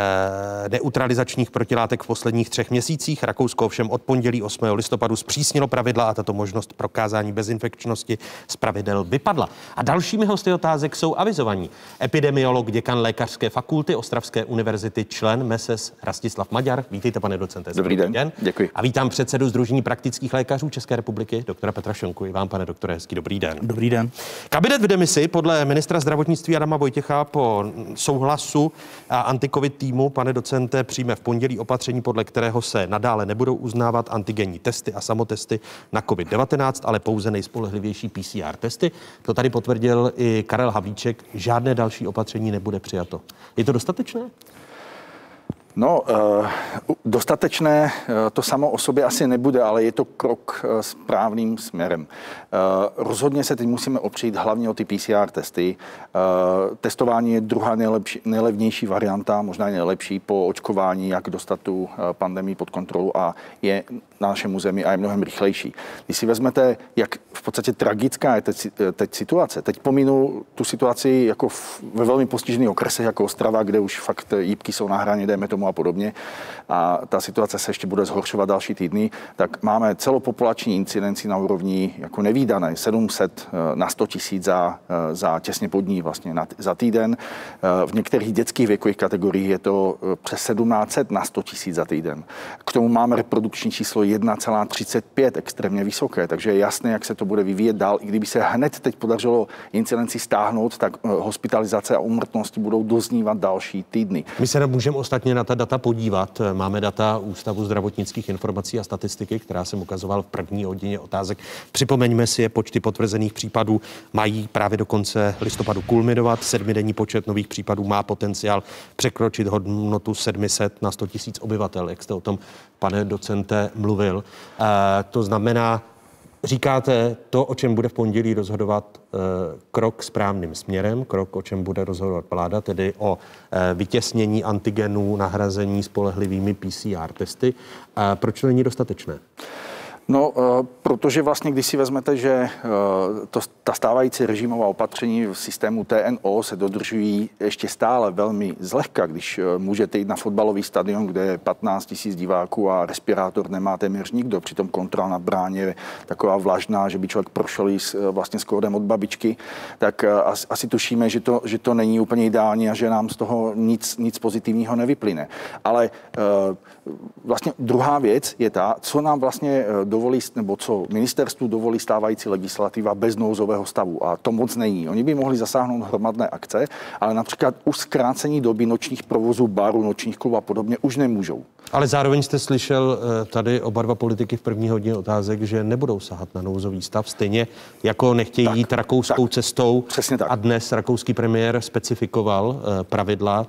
M: neutralizačních protilátek v posledních 3 měsících. Rakousko ovšem od pondělí 8. listopadu zpřísnilo pravidla a tato možnost prokázání bezinfekčnosti z pravidel vypadla. A dalšími hosty otázek jsou avizovaní. Epidemiolog, děkan Lékařské fakulty Ostravské univerzity, člen MESES Rastislav Maďar. Vítejte, pane docente.
V: Dobrý den. Děkuji.
M: A vítám předsedu Sdružení praktických lékařů České republiky, doktora Petra Šonku. I vám, pane doktore, hezký dobrý den.
V: Dobrý den.
M: Kabinet v demisi podle ministra zdravotnictví Adama Vojtěcha po souhlasu antikovid týmu, pane docente, přijme v pondělí opatření, podle kterého se nadále nebudou uznávat antigenní testy a samotesty na COVID-19, ale pouze nejspolehlivější PCR testy. To tady potvrdil i Karel Havlíček. Žádné další opatření nebude přijato. Je to dostatečné?
V: No, dostatečné to samo o sobě asi nebude, ale je to krok správným směrem. Rozhodně se teď musíme opřít hlavně o ty PCR testy. Testování je druhá nejlevnější varianta, možná nejlepší po očkování, jak dostat tu pandemii pod kontrolu a je na našem území a je mnohem rychlejší. Když si vezmete, jak v podstatě tragická je teď situace, teď pominu tu situaci jako ve velmi postižených okresech jako Ostrava, kde už fakt jípky jsou na hraně, dejme tomu a podobně, a ta situace se ještě bude zhoršovat další týdny, tak máme celopopulační incidenci na úrovni jako nevídané, 700 na 100 000 za těsně pod ní vlastně za týden. V některých dětských věkových kategoriích je to přes 1700 na 100 000 za týden. K tomu máme reprodukční číslo 1,35, extrémně vysoké, takže je jasné, jak se to bude vyvíjet dál. I kdyby se hned teď podařilo incidenci stáhnout, tak hospitalizace a úmrtnosti budou doznívat další týdny.
M: My se můžeme ostatně na ta data podívat. Máme data Ústavu zdravotnických informací a statistiky, která jsem ukazoval v první hodině otázek. Připomeňme si je, počty potvrzených případů mají právě do konce listopadu kulminovat. 7denní počet nových případů má potenciál překročit hodnotu 700 na 100 000 obyvatel, jak jste o tom, pane docente, mluvil. To znamená, říkáte to, o čem bude v pondělí rozhodovat, krok správným směrem, krok, o čem bude rozhodovat vláda, tedy o vytěsnění antigenů, nahrazení spolehlivými PCR testy. Proč to není dostatečné?
V: No, protože vlastně, když si vezmete, že ta stávající režimová opatření v systému TNO se dodržují ještě stále velmi zlehka, když můžete jít na fotbalový stadion, kde je 15 000 diváků a respirátor nemá téměř nikdo, přitom kontrola na bráně je taková vlažná, že by člověk prošel vlastně s kódem od babičky, tak asi tušíme, že to není úplně ideální a že nám z toho nic pozitivního nevyplyne. Ale vlastně druhá věc je ta, co nám vlastně dovolí, nebo co ministerstvu dovolí stávající legislativa bez nouzového stavu. A to moc není. Oni by mohli zasáhnout hromadné akce, ale například už zkrácení doby nočních provozů, barů, nočních klubů a podobně už nemůžou.
M: Ale zároveň jste slyšel tady oba dva politiky v první hodině otázek, že nebudou sahat na nouzový stav, stejně jako nechtějí jít rakouskou cestou.
V: Přesně tak.
M: A dnes rakouský premiér specifikoval pravidla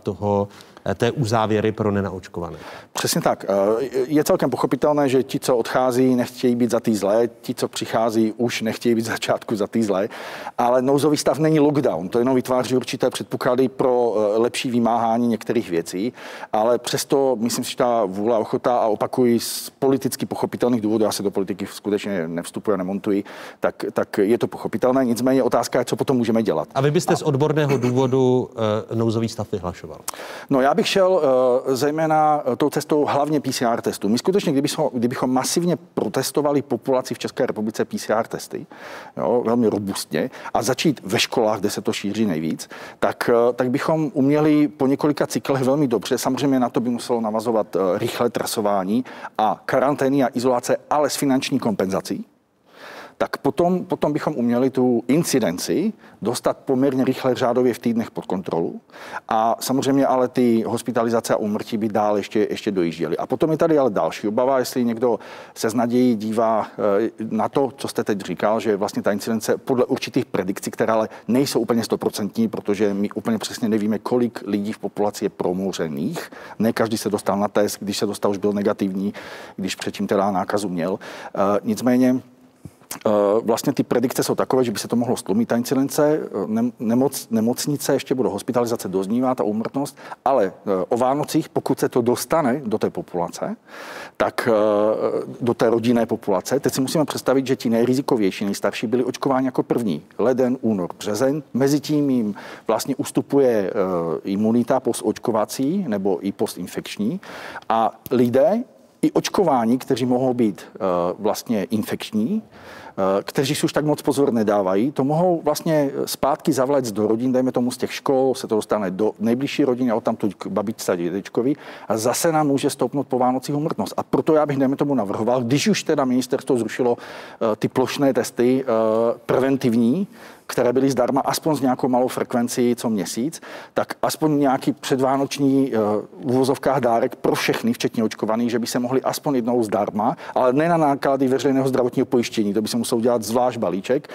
M: té uzávěry pro nenaočkované.
V: Přesně tak. Je celkem pochopitelné, že ti, co odchází, nechtějí být za ty zlé, ti, co přichází, už nechtějí být začátku za ty zlé, ale nouzový stav není lockdown, to jenom vytváří určité předpoklady pro lepší vymáhání některých věcí, ale přesto myslím si, že ta vůle a ochota, a opakuji z politicky pochopitelných důvodů, já se do politiky skutečně nevstupuji a nemontuji, tak je to pochopitelné, nicméně otázka je, co potom můžeme dělat.
M: A vy byste z odborného důvodu nouzový stav vyhlašoval?
V: No, já bych šel zejména tou cestou hlavně PCR testů. My skutečně, kdybychom masivně protestovali populaci v České republice PCR testy, jo, velmi robustně, a začít ve školách, kde se to šíří nejvíc, tak bychom uměli po několika cyklech velmi dobře, samozřejmě na to by muselo navazovat rychlé trasování a karantény a izolace, ale s finanční kompenzací, tak potom bychom uměli tu incidenci dostat poměrně rychle řádově v týdnech pod kontrolu a samozřejmě ale ty hospitalizace a úmrtí by dál ještě dojížděly. A potom je tady ale další obava, jestli někdo se s nadějí dívá na to, co jste teď říkal, že vlastně ta incidence podle určitých predikcí, které ale nejsou úplně 100%, protože my úplně přesně nevíme, kolik lidí v populaci je promořených. Ne každý se dostal na test, když se dostal, už byl negativní, když předtím teda nákazu měl. Nicméně vlastně ty predikce jsou takové, že by se to mohlo stlumit, ta incidence, nemocnice, ještě budou hospitalizace, doznívá ta úmrtnost, ale o Vánocích, pokud se to dostane do té populace, tak do té rodinné populace, teď si musíme představit, že ti nejrizikovější, nejstarší byli očkováni jako první. Leden, únor, březen, mezitím jim vlastně ustupuje imunita postočkovací nebo i postinfekční a lidé i očkování, kteří mohou být vlastně infekční, kteří si už tak moc pozor nedávají, to mohou vlastně zpátky zavléct do rodin, dejme tomu z těch škol, se to dostane do nejbližší rodiny a odtamtud k babičce a dědečkovi a zase nám může stoupnout po Vánocích úmrtnost. A proto já bych, dejme tomu, navrhoval, když už teda ministerstvo zrušilo ty plošné testy preventivní, které byly zdarma aspoň s nějakou malou frekvencí co měsíc, tak aspoň nějaký předvánoční v uvozovkách dárek pro všechny, včetně očkovaných, že by se mohli aspoň jednou zdarma, ale ne na náklady veřejného zdravotního pojištění, to by se musel dělat zvlášť balíček.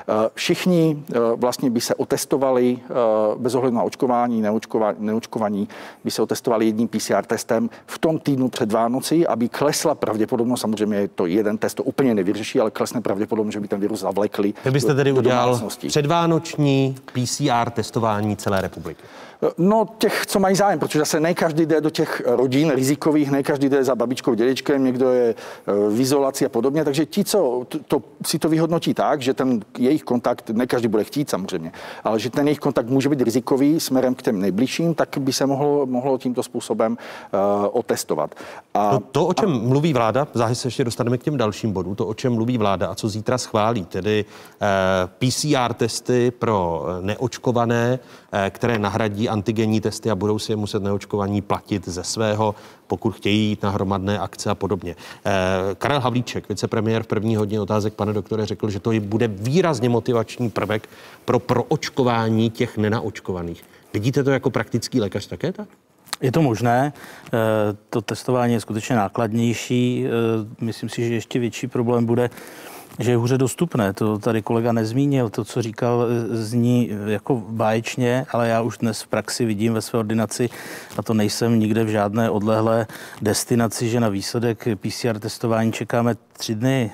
V: Všichni vlastně by se otestovali bez ohledu na očkování, neočkovaní, by se otestovali jedním PCR testem v tom týdnu před Vánocí, aby klesla pravděpodobnost, samozřejmě to jeden test to úplně nevyřeší, ale klesne pravděpodobnost, že by ten virus zavlekli.
M: Vy byste tedy udělal
V: platí.
M: Předvánoční PCR testování celé republiky.
V: No těch, co mají zájem, protože zase ne každý jde do těch rodin rizikových, ne každý jde za babičkou, dědečkem, někdo je v izolaci a podobně, takže ti, co si to vyhodnotí tak, že ten jejich kontakt, ne každý bude chtít samozřejmě, ale že ten jejich kontakt může být rizikový směrem k těm nejbližším, tak by se mohlo tímto způsobem otestovat. A
M: to, o čem mluví vláda, záhy se ještě dostaneme k těm dalším bodům, to, o čem mluví vláda a co zítra schválí, tedy PCR testy pro neočkované, které nahradí antigenní testy a budou si je muset neočkovaní platit ze svého, pokud chtějí jít na hromadné akce a podobně. Karel Havlíček, vicepremiér v první hodině otázek, pane doktore, řekl, že to bude výrazně motivační prvek pro proočkování těch nenaočkovaných. Vidíte to jako praktický lékař také tak?
G: Je to možné. To testování je skutečně nákladnější. Myslím si, že ještě větší problém bude, že je hůře dostupné. To tady kolega nezmínil. To, co říkal, zní jako báječně, ale já už dnes v praxi vidím ve své ordinaci, a to nejsem nikde v žádné odlehlé destinaci, že na výsledek PCR testování čekáme 3 dny,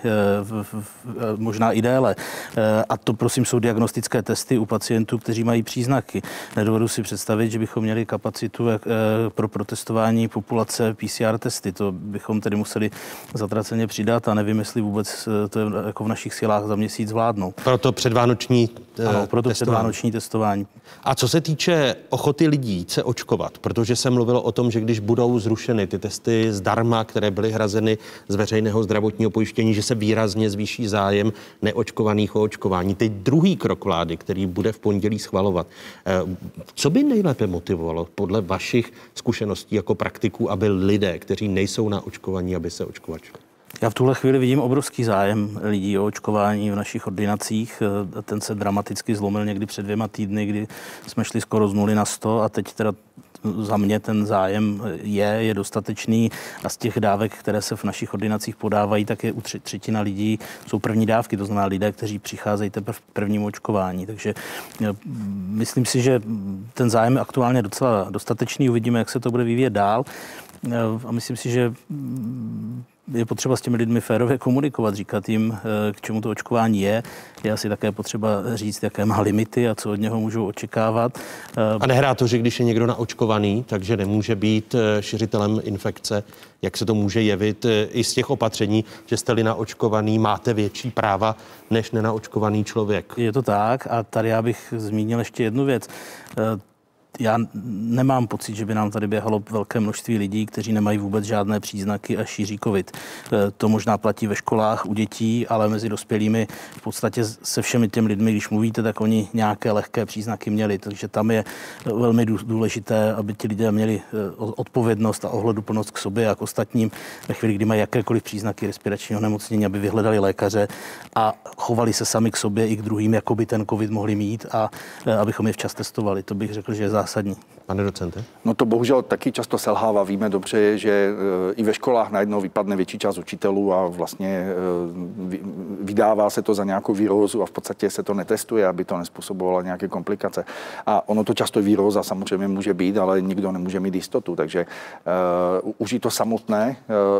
G: možná i déle. A to, prosím, jsou diagnostické testy u pacientů, kteří mají příznaky. Nedovedu si představit, že bychom měli kapacitu pro protestování populace PCR testy. To bychom tedy museli zatraceně přidat a nevím, jestli vůbec to je jako v našich silách za měsíc zvládnout.
M: Proto předvánoční
G: předvánoční testování.
M: A co se týče ochoty lidí se očkovat, protože se mluvilo o tom, že když budou zrušeny ty testy zdarma, které byly hrazeny z veřejného zdravotního pojištění, že se výrazně zvýší zájem neočkovaných o očkování. Teď druhý krok vlády, který bude v pondělí schvalovat. Co by nejlépe motivovalo podle vašich zkušeností jako praktiků, aby lidé, kteří nejsou na očkovaní, aby se očkovali?
G: Já v tuhle chvíli vidím obrovský zájem lidí o očkování v našich ordinacích. Ten se dramaticky zlomil někdy před 2 týdny, kdy jsme šli skoro z 0 na 100 a teď teda za mě ten zájem je dostatečný a z těch dávek, které se v našich ordinacích podávají, tak je u 3/3 lidí jsou první dávky, to znamená lidé, kteří přicházejí teprve v prvním očkování. Takže myslím si, že ten zájem je aktuálně docela dostatečný. Uvidíme, jak se to bude vyvíjet dál. A myslím si, že je potřeba s těmi lidmi férově komunikovat, říkat jim, k čemu to očkování je. Je asi také potřeba říct, jaké má limity a co od něho můžou očekávat.
M: A nehrá to, že když je někdo naočkovaný, takže nemůže být šiřitelem infekce, jak se to může jevit i z těch opatření, že jste-li naočkovaný, máte větší práva než nenaočkovaný člověk.
G: Je to tak a tady já bych zmínil ještě jednu věc. Já nemám pocit, že by nám tady běhalo velké množství lidí, kteří nemají vůbec žádné příznaky a šíří covid. To možná platí ve školách u dětí, ale mezi dospělými v podstatě se všemi těmi lidmi, když mluvíte, tak oni nějaké lehké příznaky měli. Takže tam je velmi důležité, aby ti lidé měli odpovědnost a ohleduplnost k sobě a k ostatním ve chvíli, kdy mají jakékoliv příznaky respiračního onemocnění, aby vyhledali lékaře a chovali se sami k sobě i k druhým, jako by ten covid mohli mít a abychom je včas testovali. To bych řekl, že je zásadní.
M: Pane docente?
V: No to bohužel taky často selhává. Víme dobře, že i ve školách najednou vypadne větší část učitelů a vlastně vydává se to za nějakou virózu a v podstatě se to netestuje, aby to nezpůsobovalo nějaké komplikace. A ono to často viróza samozřejmě může být, ale nikdo nemůže mít jistotu. Takže už i to samotné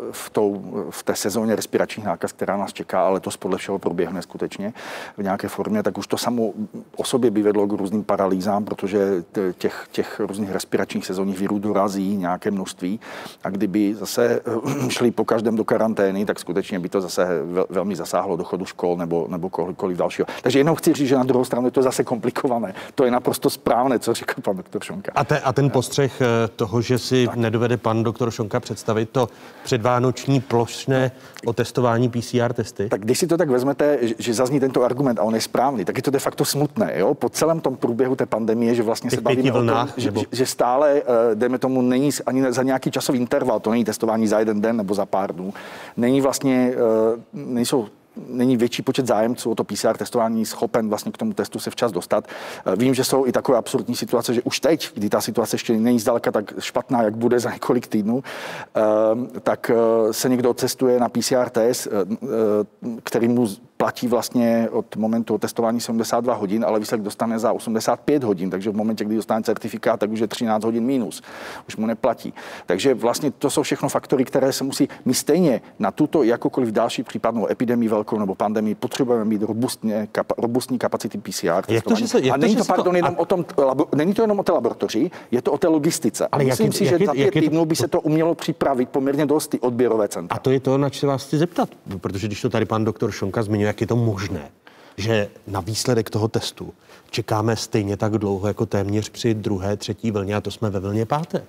V: v té sezóně respiračních nákaz, která nás čeká, ale to podle všeho proběhne skutečně v nějaké formě, tak už to samo o sobě by vedlo k různým paralýzám, protože těch různých respiračních sezónních virů dorazí nějaké množství a kdyby zase šli po každém do karantény, tak skutečně by to zase velmi zasáhlo do chodu škol nebo kohokoliv dalšího. Takže jenom chci říct, že na druhou stranu je to zase komplikované. To je naprosto správné, co říkal pan doktor Šonka.
M: A ten postřeh toho, že si nedovede pan doktor Šonka představit to předvánoční plošné otestování PCR testy?
V: Tak když si to tak vezmete, že zazní tento argument a on je správný, tak je to de facto smutné. Jo? Po celém tom průběhu té pandemie, že vlastně se bavíme o tom, že stále, dejme tomu, není ani za nějaký časový interval, to není testování za 1 den nebo za pár dnů, není větší počet zájemců o to PCR testování schopen vlastně k tomu testu se včas dostat. Vím, že jsou i takové absurdní situace, že už teď, kdy ta situace ještě není zdaleka tak špatná, jak bude za několik týdnů, tak se někdo cestuje na PCR test, který mu platí vlastně od momentu testování 72 hodin, ale výsledek dostane za 85 hodin, takže v momentě, kdy dostane certifikát, tak už je 13 hodin mínus. Už mu neplatí. Takže vlastně to jsou všechno faktory, které se musí, my stejně na tuto jakokoliv další případnou epidemii velkou nebo pandemii potřebujeme mít robustní kapacity PCR. Není to jenom o té laboratoři, je to o té logistice. Ale myslím si, že za 5 týdnů by se to umělo připravit poměrně dost ty odběrové centra.
M: A to je to, na co se vás chci zeptat, protože když to tady pan doktor Šonka zmiňuje, jak je to možné, že na výsledek toho testu čekáme stejně tak dlouho jako téměř při druhé, třetí vlně, a to jsme ve vlně 5.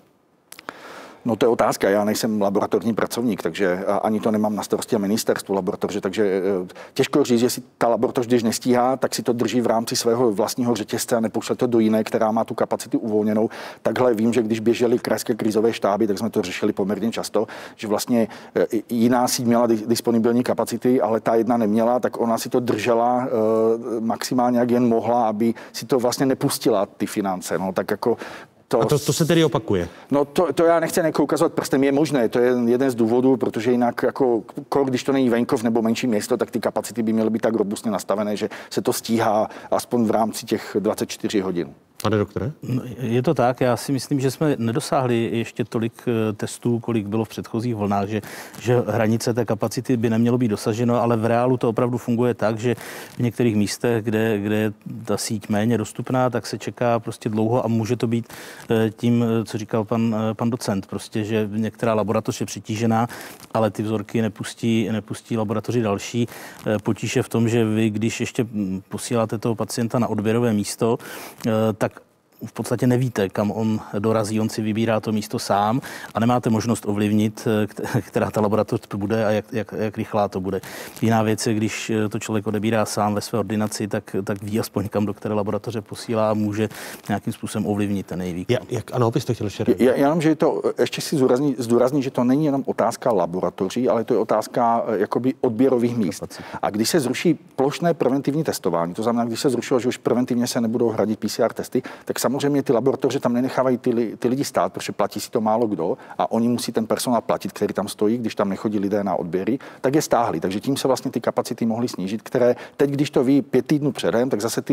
V: No to je otázka, já nejsem laboratorní pracovník, takže ani to nemám na starosti ministerstvu laboratoře, takže těžko říct, jestli ta laboratoř, když nestíhá, tak si to drží v rámci svého vlastního řetězce a nepošle to do jiné, která má tu kapacitu uvolněnou. Takhle vím, že když běžely krajské krizové štáby, tak jsme to řešili poměrně často, že vlastně jiná síť měla disponibilní kapacity, ale ta jedna neměla, tak ona si to držela maximálně, jak jen mohla, aby si to vlastně nepustila ty finance. No tak jako
M: a to se tedy opakuje?
V: No to já nechci ukazovat prstem, je možné, to je jeden z důvodů, protože jinak jako když to není venkov nebo menší město, tak ty kapacity by měly být tak robustně nastavené, že se to stíhá aspoň v rámci těch 24 hodin.
M: Pane doktore?
G: Je to tak, já si myslím, že jsme nedosáhli ještě tolik testů, kolik bylo v předchozích vlnách, že hranice té kapacity by nemělo být dosaženo, ale v reálu to opravdu funguje tak, že v některých místech, kde je ta síť méně dostupná, tak se čeká prostě dlouho a může to být tím, co říkal pan docent, prostě, že některá laboratoř je přetížená, ale ty vzorky nepustí laboratoři další. Potíž je v tom, že vy, když ještě posíláte toho pacienta na odběrové místo, tak v podstatě nevíte, kam on dorazí, on si vybírá to místo sám a nemáte možnost ovlivnit, která ta laboratoř bude a jak rychlá to bude. Jiná věc je, když to člověk odebírá sám ve své ordinaci, tak ví aspoň, kam do které laboratoře posílá a může nějakým způsobem ovlivnit ten její výkon.
M: Ano, byste chtěl ještě
V: jenom, že to ještě si zdůraznit, že to není jenom otázka laboratoří, ale to je otázka jakoby odběrových míst. A když se zruší plošné preventivní testování, to znamená, když se zrušilo, že už preventivně se nebudou hradit PCR testy, tak samozřejmě ty laboratoře tam nenechávají ty lidi stát, protože platí si to málo kdo a oni musí ten personál platit, který tam stojí, když tam nechodí lidé na odběry, tak je stáhli. Takže tím se vlastně ty kapacity mohly snížit, které teď, když to ví 5 týdnů předem, tak zase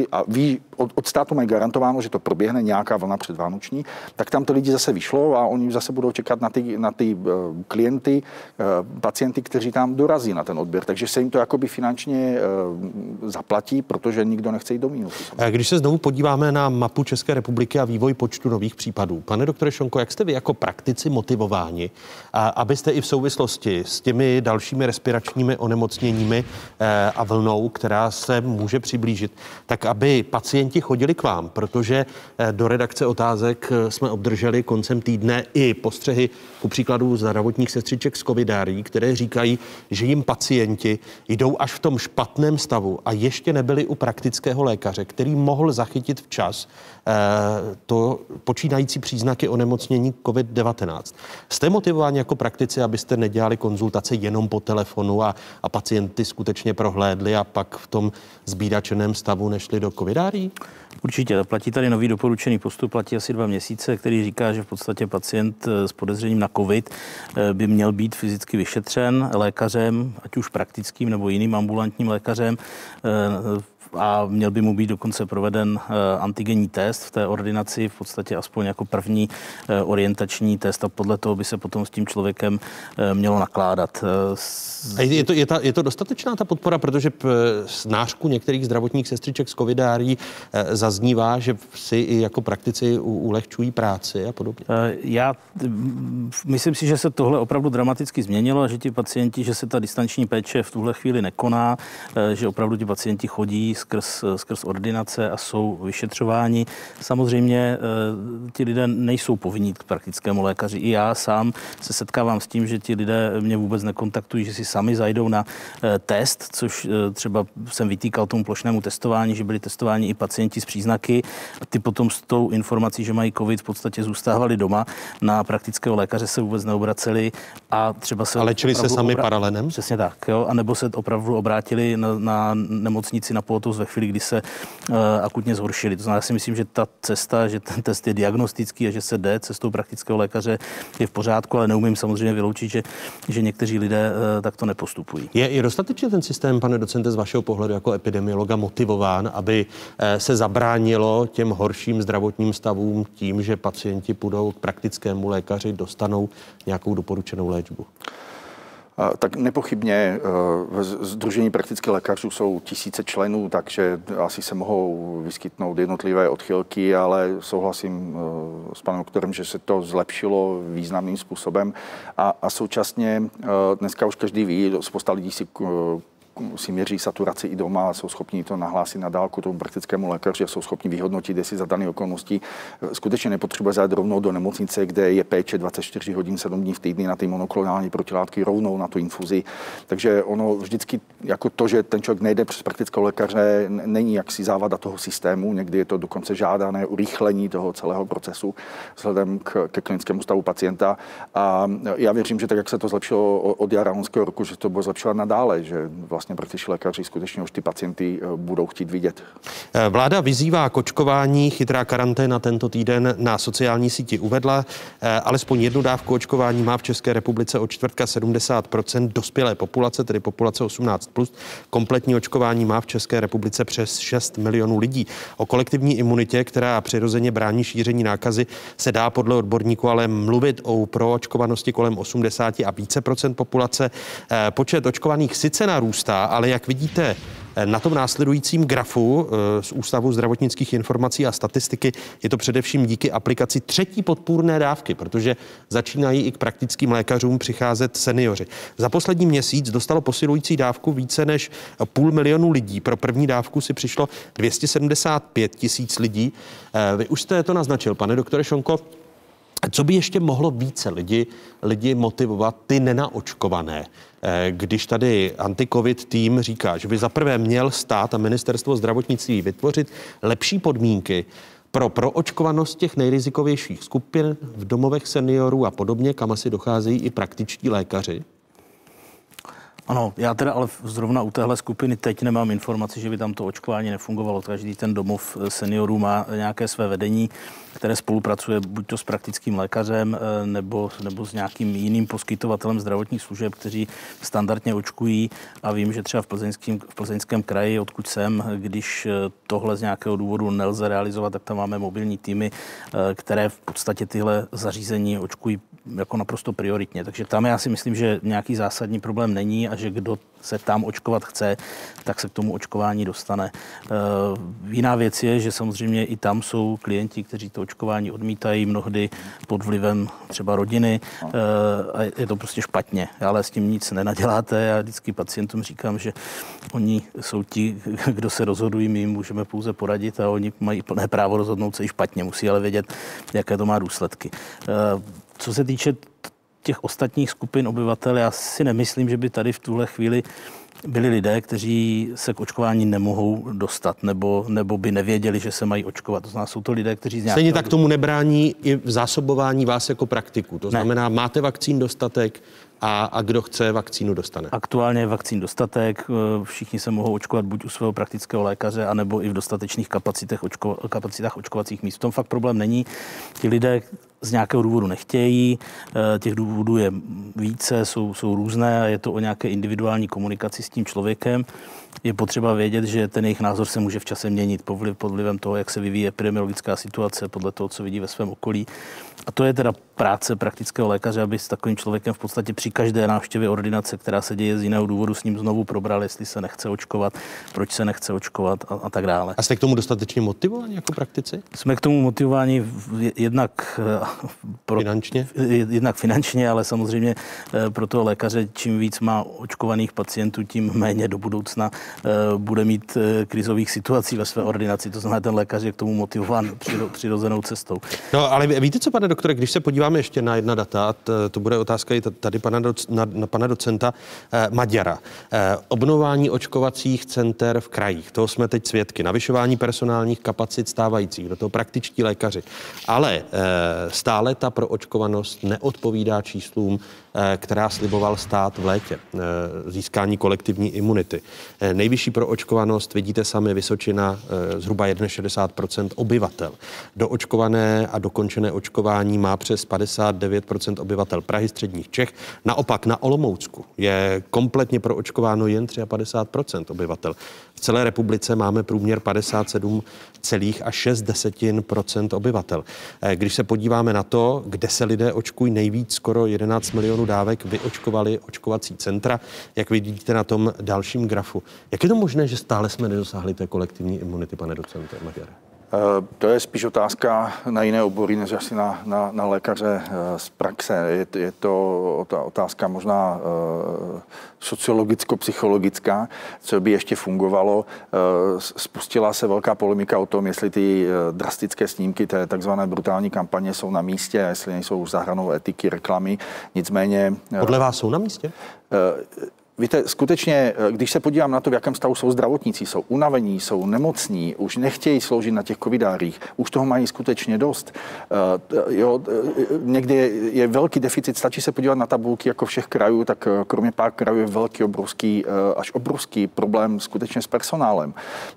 V: od státu mají garantováno, že to proběhne nějaká vlna předvánoční, tak tam to lidi zase vyšlo a oni zase budou čekat na ty klienty, pacienty, kteří tam dorazí na ten odběr. Takže se jim to jakoby finančně zaplatí, protože nikdo nechce jít do mínusu.
M: Když se znovu podíváme na mapu České republiky a vývoj počtu nových případů. Pane doktore Šonko, jak jste vy jako praktici motivováni, abyste i v souvislosti s těmi dalšími respiračními onemocněními a vlnou, která se může přiblížit, tak aby pacienti chodili k vám, protože do redakce Otázek jsme obdrželi koncem týdne i postřehy ku příkladu zdravotních sestřiček z covidárií, které říkají, že jim pacienti jdou až v tom špatném stavu a ještě nebyli u praktického lékaře, který mohl zachytit včas to počínající příznaky onemocnění COVID-19. Jste motivováni jako praktici, abyste nedělali konzultace jenom po telefonu a pacienty skutečně prohlédli a pak v tom zbídačeném stavu nešli do covidárií?
G: Určitě. Platí tady nový doporučený postup, platí asi 2 měsíce, který říká, že v podstatě pacient s podezřením na COVID by měl být fyzicky vyšetřen lékařem, ať už praktickým nebo jiným ambulantním lékařem, a měl by mu být dokonce proveden antigenní test v té ordinaci, v podstatě aspoň jako první orientační test a podle toho by se potom s tím člověkem mělo nakládat.
M: A je to dostatečná ta podpora, protože z nářku některých zdravotních sestřiček z covidárií zaznívá, že si i jako praktici ulehčují práci a podobně?
G: Já myslím si, že se tohle opravdu dramaticky změnilo a že ti pacienti, že se ta distanční péče v tuhle chvíli nekoná, že opravdu ti pacienti chodí skrz ordinace a jsou vyšetřováni. Samozřejmě ti lidé nejsou povinní k praktickému lékaři. I já sám se setkávám s tím, že ti lidé mě vůbec nekontaktují, že si sami zajdou na test, což třeba jsem vytýkal tomu plošnému testování, že byli testováni i pacienti s příznaky. Ty potom s tou informací, že mají COVID, v podstatě zůstávali doma. Na praktického lékaře se vůbec neobraceli a třeba se...
M: A léčili se sami paralenem?
G: Přesně tak, jo. A nebo se opravdu obrátili na nemocnici na pohotovostní letos ve chvíli, kdy se akutně zhoršili. To znamená, já si myslím, že ta cesta, že ten test je diagnostický a že se jde cestou praktického lékaře, je v pořádku, ale neumím samozřejmě vyloučit, že někteří lidé takto nepostupují.
M: Je dostatečně ten systém, pane docente, z vašeho pohledu jako epidemiologa motivován, aby se zabránilo těm horším zdravotním stavům tím, že pacienti půjdou k praktickému lékaři, dostanou nějakou doporučenou léčbu?
V: Tak nepochybně v Sdružení praktických lékařů jsou tisíce členů, takže asi se mohou vyskytnout jednotlivé odchylky, ale souhlasím s panem doktorem, že se to zlepšilo významným způsobem a současně dneska už každý ví, spousta lidí si měří saturaci i doma a jsou schopni to nahlásit na dálku tomu praktickému lékaři a jsou schopni vyhodnotit, jestli za dané okolnosti skutečně nepotřebuje zajít rovnou do nemocnice, kde je péče 24 hodin, 7 dní v týdni na ty monoklonální protilátky, rovnou na tu infuzi. Takže ono vždycky jako to, že ten člověk nejde přes praktického lékaře, není jaksi závada toho systému, někdy je to dokonce žádané urychlení toho celého procesu vzhledem ke klinickému stavu pacienta. A já věřím, že tak, jak se to zlepšilo od jara loňského roku, že to bude zlepšovat nadále, že vlastně praktičtí lékaři skutečně už ty pacienty budou chtít vidět.
M: Vláda vyzývá k očkování. Chytrá karanténa tento týden na sociální síti uvedla. Alespoň jednu dávku očkování má v České republice od čtvrtka 70% dospělé populace, tedy populace 18+. Kompletní očkování má v České republice přes 6 milionů lidí. O kolektivní imunitě, která přirozeně brání šíření nákazy, se dá podle odborníků ale mluvit o proočkovanosti kolem 80 a více procent populace. Počet očkovaných sice narůstá, ale jak vidíte na tom následujícím grafu z Ústavu zdravotnických informací a statistiky, je to především díky aplikaci třetí podpůrné dávky, protože začínají i k praktickým lékařům přicházet seniori. Za poslední měsíc dostalo posilující dávku více než 500 000 lidí. Pro první dávku si přišlo 275 000 lidí. Vy už jste to naznačil, pane doktore Šonko. Co by ještě mohlo více lidi motivovat, ty nenaočkované? Když tady anti-covid tým říká, že by zaprvé měl stát a ministerstvo zdravotnictví vytvořit lepší podmínky pro proočkovanost těch nejrizikovějších skupin v domovech seniorů a podobně, kam asi docházejí i praktičtí lékaři?
G: Ano, já teda ale zrovna u téhle skupiny teď nemám informaci, že by tam to očkování nefungovalo. Každý ten domov seniorů má nějaké své vedení, které spolupracuje buď to s praktickým lékařem nebo s nějakým jiným poskytovatelem zdravotních služeb, kteří standardně očkují. A vím, že třeba v Plzeňském kraji, odkud jsem, když tohle z nějakého důvodu nelze realizovat, tak tam máme mobilní týmy, které v podstatě tyhle zařízení očkují jako naprosto prioritně. Takže tam já si myslím, že nějaký zásadní problém není a že kdo se tam očkovat chce, tak se k tomu očkování dostane. Jiná věc je, že samozřejmě i tam jsou klienti, kteří to očkování odmítají, mnohdy pod vlivem třeba rodiny a je to prostě špatně. Ale s tím nic nenaděláte. Já vždycky pacientům říkám, že oni jsou ti, kdo se rozhodují, my jim můžeme pouze poradit a oni mají plné právo rozhodnout se i špatně. Musí ale vědět, jaké to má důsledky. Co se týče těch ostatních skupin obyvatel, já si nemyslím, že by tady v tuhle chvíli byli lidé, kteří se k očkování nemohou dostat nebo by nevěděli, že se mají očkovat. To znamená, jsou to lidé, kteří z nějakého...
M: Stejně tak tomu nebrání i v zásobování vás jako praktiku. To znamená, máte vakcín dostatek a kdo chce, vakcínu dostane.
G: Aktuálně je vakcín dostatek, všichni se mohou očkovat buď u svého praktického lékaře, anebo i v dostatečných kapacitách očkovacích míst. V tom fakt problém není. Ti lidé z nějakého důvodu nechtějí, těch důvodů je více, jsou různé a je to o nějaké individuální komunikaci s tím člověkem. Je potřeba vědět, že ten jejich názor se může v čase měnit pod vlivem toho, jak se vyvíjí epidemiologická situace, podle toho, co vidí ve svém okolí. A to je teda práce praktického lékaře, aby s takovým člověkem v podstatě při každé návštěvě ordinace, která se děje z jiného důvodu, s ním znovu probral, jestli se nechce očkovat, proč se nechce očkovat a tak dále.
M: A jste k tomu dostatečně motivováni jako praktici?
G: Jsme k tomu motivováni jednak finančně, ale samozřejmě pro toho lékaře, čím víc má očkovaných pacientů, tím méně do budoucna bude mít krizových situací ve své ordinaci. To znamená, ten lékař je k tomu motivován přirozenou cestou.
M: No, ale víte co, pane doktore, když se podíváme ještě na jedna data, to bude otázka i tady na pana docenta Maďara. Obnovování očkovacích center v krajích, toho jsme teď svědky, navyšování personálních kapacit stávajících, do toho praktičtí lékaři. Ale stále ta proočkovanost neodpovídá číslům která sliboval stát v létě. Získání kolektivní imunity. Nejvyšší proočkovanost, vidíte sami, Vysočina, zhruba 61% obyvatel. Doočkované a dokončené očkování má přes 59% obyvatel Prahy, středních Čech. Naopak na Olomoucku je kompletně proočkováno jen 53% obyvatel. V celé republice máme průměr 57,6% obyvatel. Když se podíváme na to, kde se lidé očkují nejvíc, skoro 11 milionů dávek vyočkovali očkovací centra, jak vidíte na tom dalším grafu. Jak je to možné, že stále jsme nedosáhli té kolektivní imunity, pane docente Maďare?
V: To je spíš otázka na jiné obory, než asi na lékaře z praxe. Je to otázka možná sociologicko-psychologická, co by ještě fungovalo. Spustila se velká polemika o tom, jestli ty drastické snímky té takzvané brutální kampaně jsou na místě, jestli nejsou za hranou etiky, reklamy. Nicméně...
M: Podle vás jsou na místě?
V: Víte, skutečně, když se podívám na to, v jakém stavu jsou zdravotníci, jsou unavení, jsou nemocní, už nechtějí sloužit na těch covidárích, už toho mají skutečně dost. Někdy je velký deficit, stačí se podívat na tabulky jako všech krajů, tak kromě pár krajů je velký, až obrovský problém skutečně s personálem.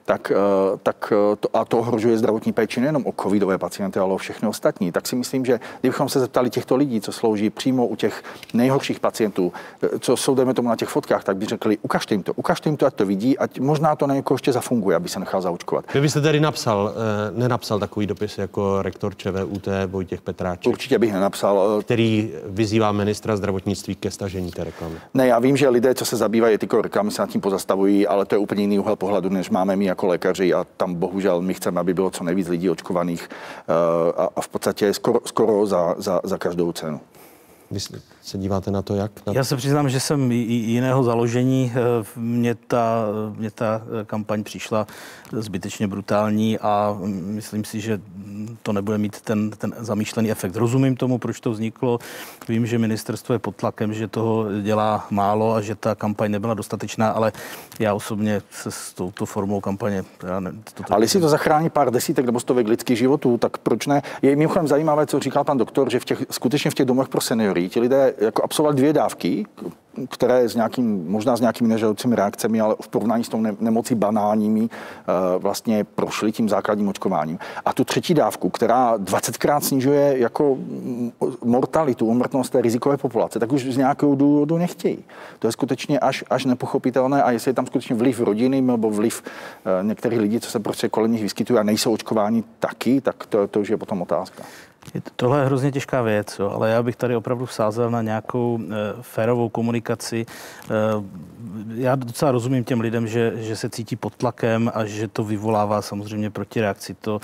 V: A to ohrožuje zdravotní péči nejenom o covidové pacienty, ale o všechny ostatní. Tak si myslím, že kdybychom se zeptali těchto lidí, co slouží přímo u těch nejhorších pacientů, co jsou, dejme tomu, na těch fotkách, tak by řekli, ukažte jim to, ať to vidí, ať možná to na někoho ještě zafunguje, aby se nechal zaočkovat.
M: Vy byste tedy nenapsal takový dopis jako rektor ČVUT Vojtěch Petráček?
V: Určitě bych nenapsal.
M: Který vyzývá ministra zdravotnictví ke stažení té reklamy.
V: Ne, já vím, že lidé, co se zabývají etikou reklamy, se nad tím pozastavují, ale to je úplně jiný úhel pohledu, než máme my jako lékaři a tam bohužel my chceme, aby bylo co nejvíc lidí očkovaných a v podstatě skoro za každou cenu.
M: Vy se díváte na to, jak?
G: Já se přiznám, že jsem jiného založení. Mně ta kampaň přišla zbytečně brutální a myslím si, že to nebude mít ten zamýšlený efekt. Rozumím tomu, proč to vzniklo. Vím, že ministerstvo je pod tlakem, že toho dělá málo a že ta kampaň nebyla dostatečná, ale já osobně se s touto formou kampaně...
V: Ale jestli to zachrání pár desítek nebo stovek lidských životů, tak proč ne? Je mimochodem zajímavé, co říkal pan doktor, že skutečně v těch domech pro seniory ti lidé jako absolvovali 2 dávky, které možná s nějakými nežádoucími reakcemi, ale v porovnání s tou nemocí banálními vlastně prošli tím základním očkováním. A tu 3. dávku, která 20krát snižuje jako mortalitu, úmrtnost té rizikové populace, tak už z nějakého důvodu nechtějí. To je skutečně až nepochopitelné a jestli je tam skutečně vliv rodiny nebo vliv některých lidí, co se prostě kolem nich vyskytují a nejsou očkováni taky, tak to už je potom otázka.
G: Tohle je hrozně těžká věc, ale já bych tady opravdu vsázel na nějakou férovou komunikaci. Já docela rozumím těm lidem, že se cítí pod tlakem a že to vyvolává samozřejmě protireakci. To,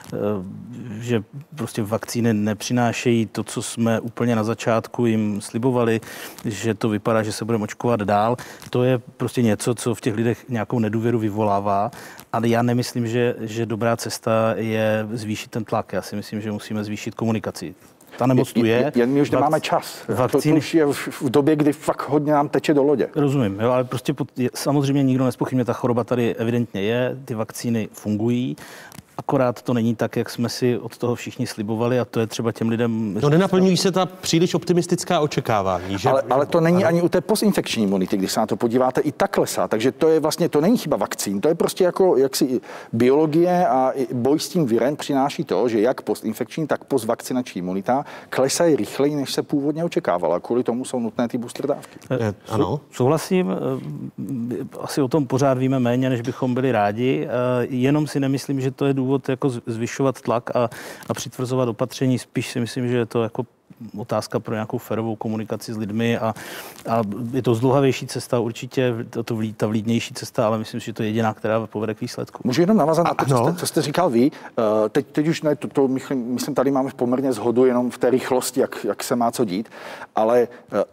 G: že prostě vakcíny nepřinášejí to, co jsme úplně na začátku jim slibovali, že to vypadá, že se budeme očkovat dál. To je prostě něco, co v těch lidech nějakou nedůvěru vyvolává, ale já nemyslím, že dobrá cesta je zvýšit ten tlak. Já si myslím, že musíme zvýšit komunikaci. Ta nemoc tu je.
V: Jen my už nemáme čas. To už je v době, kdy fakt hodně nám teče do lodě.
G: Rozumím, jo, ale prostě samozřejmě nikdo nezpochybňuje, ta choroba tady evidentně je, ty vakcíny fungují. Akorát to není tak, jak jsme si od toho všichni slibovali a to je třeba těm lidem...
M: No nenaplňují se ta příliš optimistická očekávání, že?
V: Ale to není ani u té postinfekční imunity, když se na to podíváte, i tak klesá. Takže to je vlastně, to není chyba vakcín, to je prostě jako jaksi biologie a boj s tím virem přináší to, že jak postinfekční, tak postvakcinační imunita klesají rychleji, než se původně očekávalo. Kvůli tomu jsou nutné ty booster dávky.
M: Ano.
G: Souhlasím, asi o tom pořád víme méně, než bychom byli rádi, jenom si nemyslím, že to je důvod jako zvyšovat tlak a přitvrzovat opatření. Spíš si myslím, že je to jako otázka pro nějakou férovou komunikaci s lidmi a je to zdlouhavější cesta, určitě ta vlídnější cesta, ale myslím, že to je jediná, která povede k výsledku.
V: Můžu jenom navázat na to, co jste říkal vy. Teď už ne, myslím, tady máme poměrně shodu jenom v té rychlosti, jak se má co dít, ale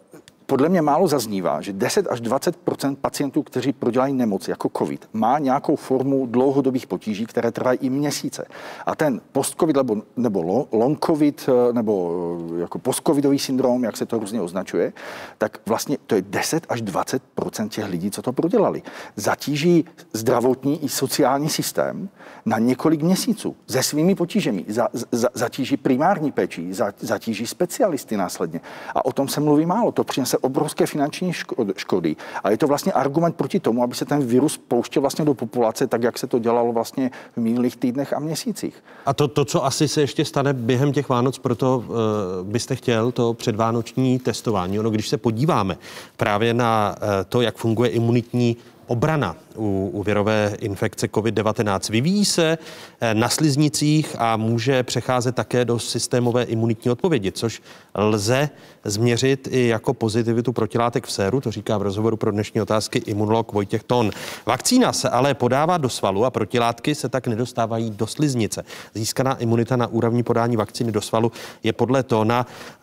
V: podle mě málo zaznívá, že 10 až 20% pacientů, kteří prodělají nemoc jako COVID, má nějakou formu dlouhodobých potíží, které trvají i měsíce. A ten post-COVID nebo long COVID nebo jako post-covidový syndrom, jak se to různě označuje, tak vlastně to je 10 až 20% těch lidí, co to prodělali. Zatíží zdravotní i sociální systém na několik měsíců se svými potížemi. Zatíží primární péči, zatíží specialisty následně. A o tom se mluví málo. To přinese obrovské finanční škody. A je to vlastně argument proti tomu, aby se ten virus pouštěl vlastně do populace, tak jak se to dělalo vlastně v minulých týdnech a měsících.
M: A to co asi se ještě stane během těch Vánoc, proto byste chtěl to předvánoční testování. Ono, když se podíváme právě na to, jak funguje imunitní obrana u virové infekce COVID-19. Vyvíjí se na sliznicích a může přecházet také do systémové imunitní odpovědi, což lze změřit i jako pozitivitu protilátek v séru, to říká v rozhovoru pro dnešní otázky imunolog Vojtěch Ton. Vakcína se ale podává do svalu a protilátky se tak nedostávají do sliznice. Získaná imunita na úrovni podání vakcíny do svalu je podle Tona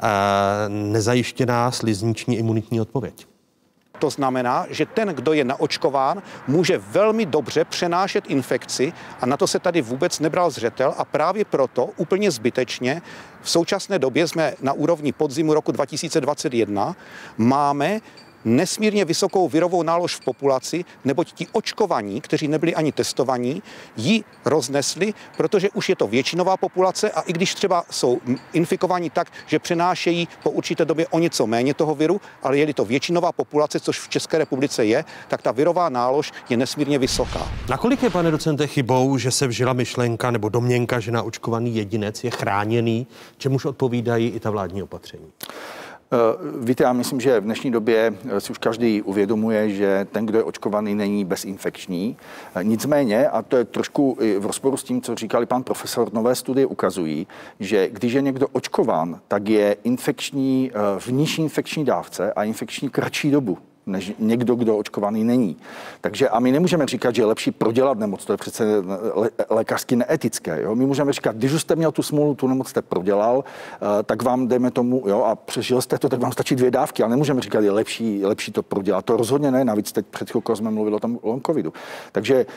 M: nezajištěná slizniční imunitní odpověď.
C: To znamená, že ten, kdo je naočkován, může velmi dobře přenášet infekci a na to se tady vůbec nebral zřetel a právě proto úplně zbytečně v současné době jsme na úrovni podzimu roku 2021, máme nesmírně vysokou virovou nálož v populaci, neboť ti očkovaní, kteří nebyli ani testovaní, ji roznesli, protože už je to většinová populace a i když třeba jsou infikovaní tak, že přenášejí po určité době o něco méně toho viru, ale je-li to většinová populace, což v České republice je, tak ta virová nálož je nesmírně vysoká.
M: Nakolik je, pane docente, chybou, že se vžila myšlenka nebo domněnka, že naočkovaný jedinec je chráněný, čemuž odpovídají i ta vládní opatření?
V: Víte, já myslím, že v dnešní době si už každý uvědomuje, že ten, kdo je očkovaný, není bezinfekční. Nicméně, a to je trošku v rozporu s tím, co říkali pan profesor, nové studie ukazují, že když je někdo očkován, tak je infekční v nižší infekční dávce a infekční kratší dobu než někdo, kdo očkovaný není. Takže a my nemůžeme říkat, že je lepší prodělat nemoc, to je přece lékařsky neetické. Jo? My můžeme říkat, když už jste měl tu smůlu, tu nemoc jste prodělal, tak vám dejme tomu, jo, a přežil jste to, tak vám stačí 2 dávky, ale nemůžeme říkat, je lepší to prodělat. To rozhodně ne, navíc teď před chvilkou jsme mluvili o tom long covidu. Takže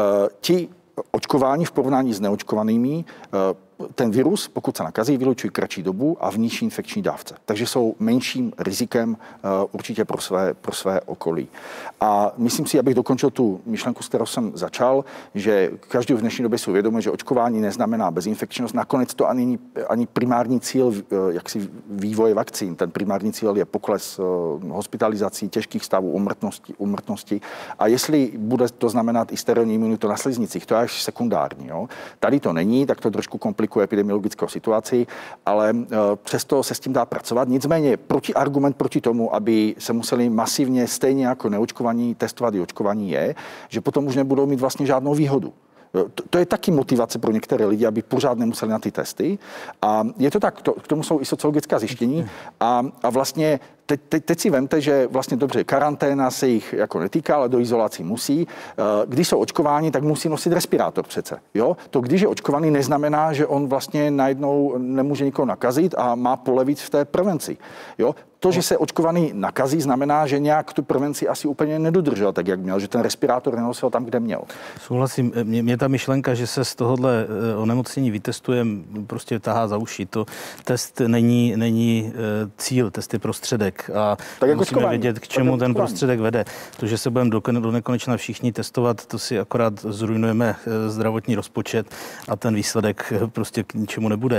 V: ti očkování v porovnání s neočkovanými, ten virus, pokud se nakazí, vylučují kratší dobu a v nižší infekční dávce. Takže jsou menším rizikem určitě pro své okolí. A myslím si, abych dokončil tu myšlenku, s kterou jsem začal, že každý v dnešní době si uvědomuje, že očkování neznamená bezinfekčnost. Nakonec to ani primární cíl jaksi vývoje vakcín. Ten primární cíl je pokles hospitalizací, těžkých stavů, úmrtnosti. A jestli bude to znamenat i sterilní imunitu na sliznicích, to je až sekundární. Jo? Tady to není, tak to trošku komplikuje epidemiologickou situaci, ale přesto se s tím dá pracovat. Nicméně protiargument proti tomu, aby se museli masivně stejně jako neočkovaní testovat i očkovaní je, že potom už nebudou mít vlastně žádnou výhodu. To je taky motivace pro některé lidi, aby pořád nemuseli na ty testy. A je to tak, k tomu jsou i sociologická zjištění. A vlastně teď si vemte, že vlastně dobře, karanténa se jich jako netýká, ale do izolací musí. Když jsou očkováni, tak musí nosit respirátor přece. Jo? To, když je očkovaný, neznamená, že on vlastně najednou nemůže nikoho nakazit a má polevit v té prevenci. Jo? To, že se očkovaný nakazí, znamená, že nějak tu prevenci asi úplně nedodržel tak, jak měl, že ten respirátor nenosil tam, kde měl.
G: Souhlasím. Mě ta myšlenka, že se z tohohle onemocnění vytestujeme, prostě tahá za uši. To test není cíl, test je prostředek. A tak jako musíme vědět, k čemu ten prostředek vede. To, že se budeme do nekonečna všichni testovat, to si akorát zrujnujeme zdravotní rozpočet a ten výsledek prostě k ničemu nebude.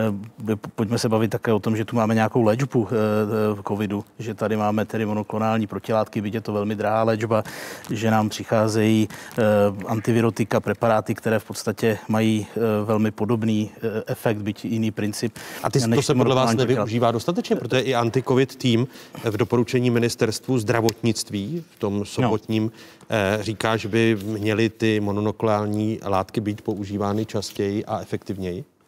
G: Pojďme se bavit také o tom, že tu máme nějakou léčbu covidu, že tady máme tedy monoklonální protilátky, byť je to velmi drahá léčba, že nám přicházejí antivirotika, preparáty, které v podstatě mají velmi podobný efekt, byť jiný princip.
M: A to se podle vás nevyužívá dostatečně, protože i anti-covid tým v doporučení ministerstvu zdravotnictví v tom sobotním říká, že by měly ty monoklonální látky být používány častěji a efektivněji?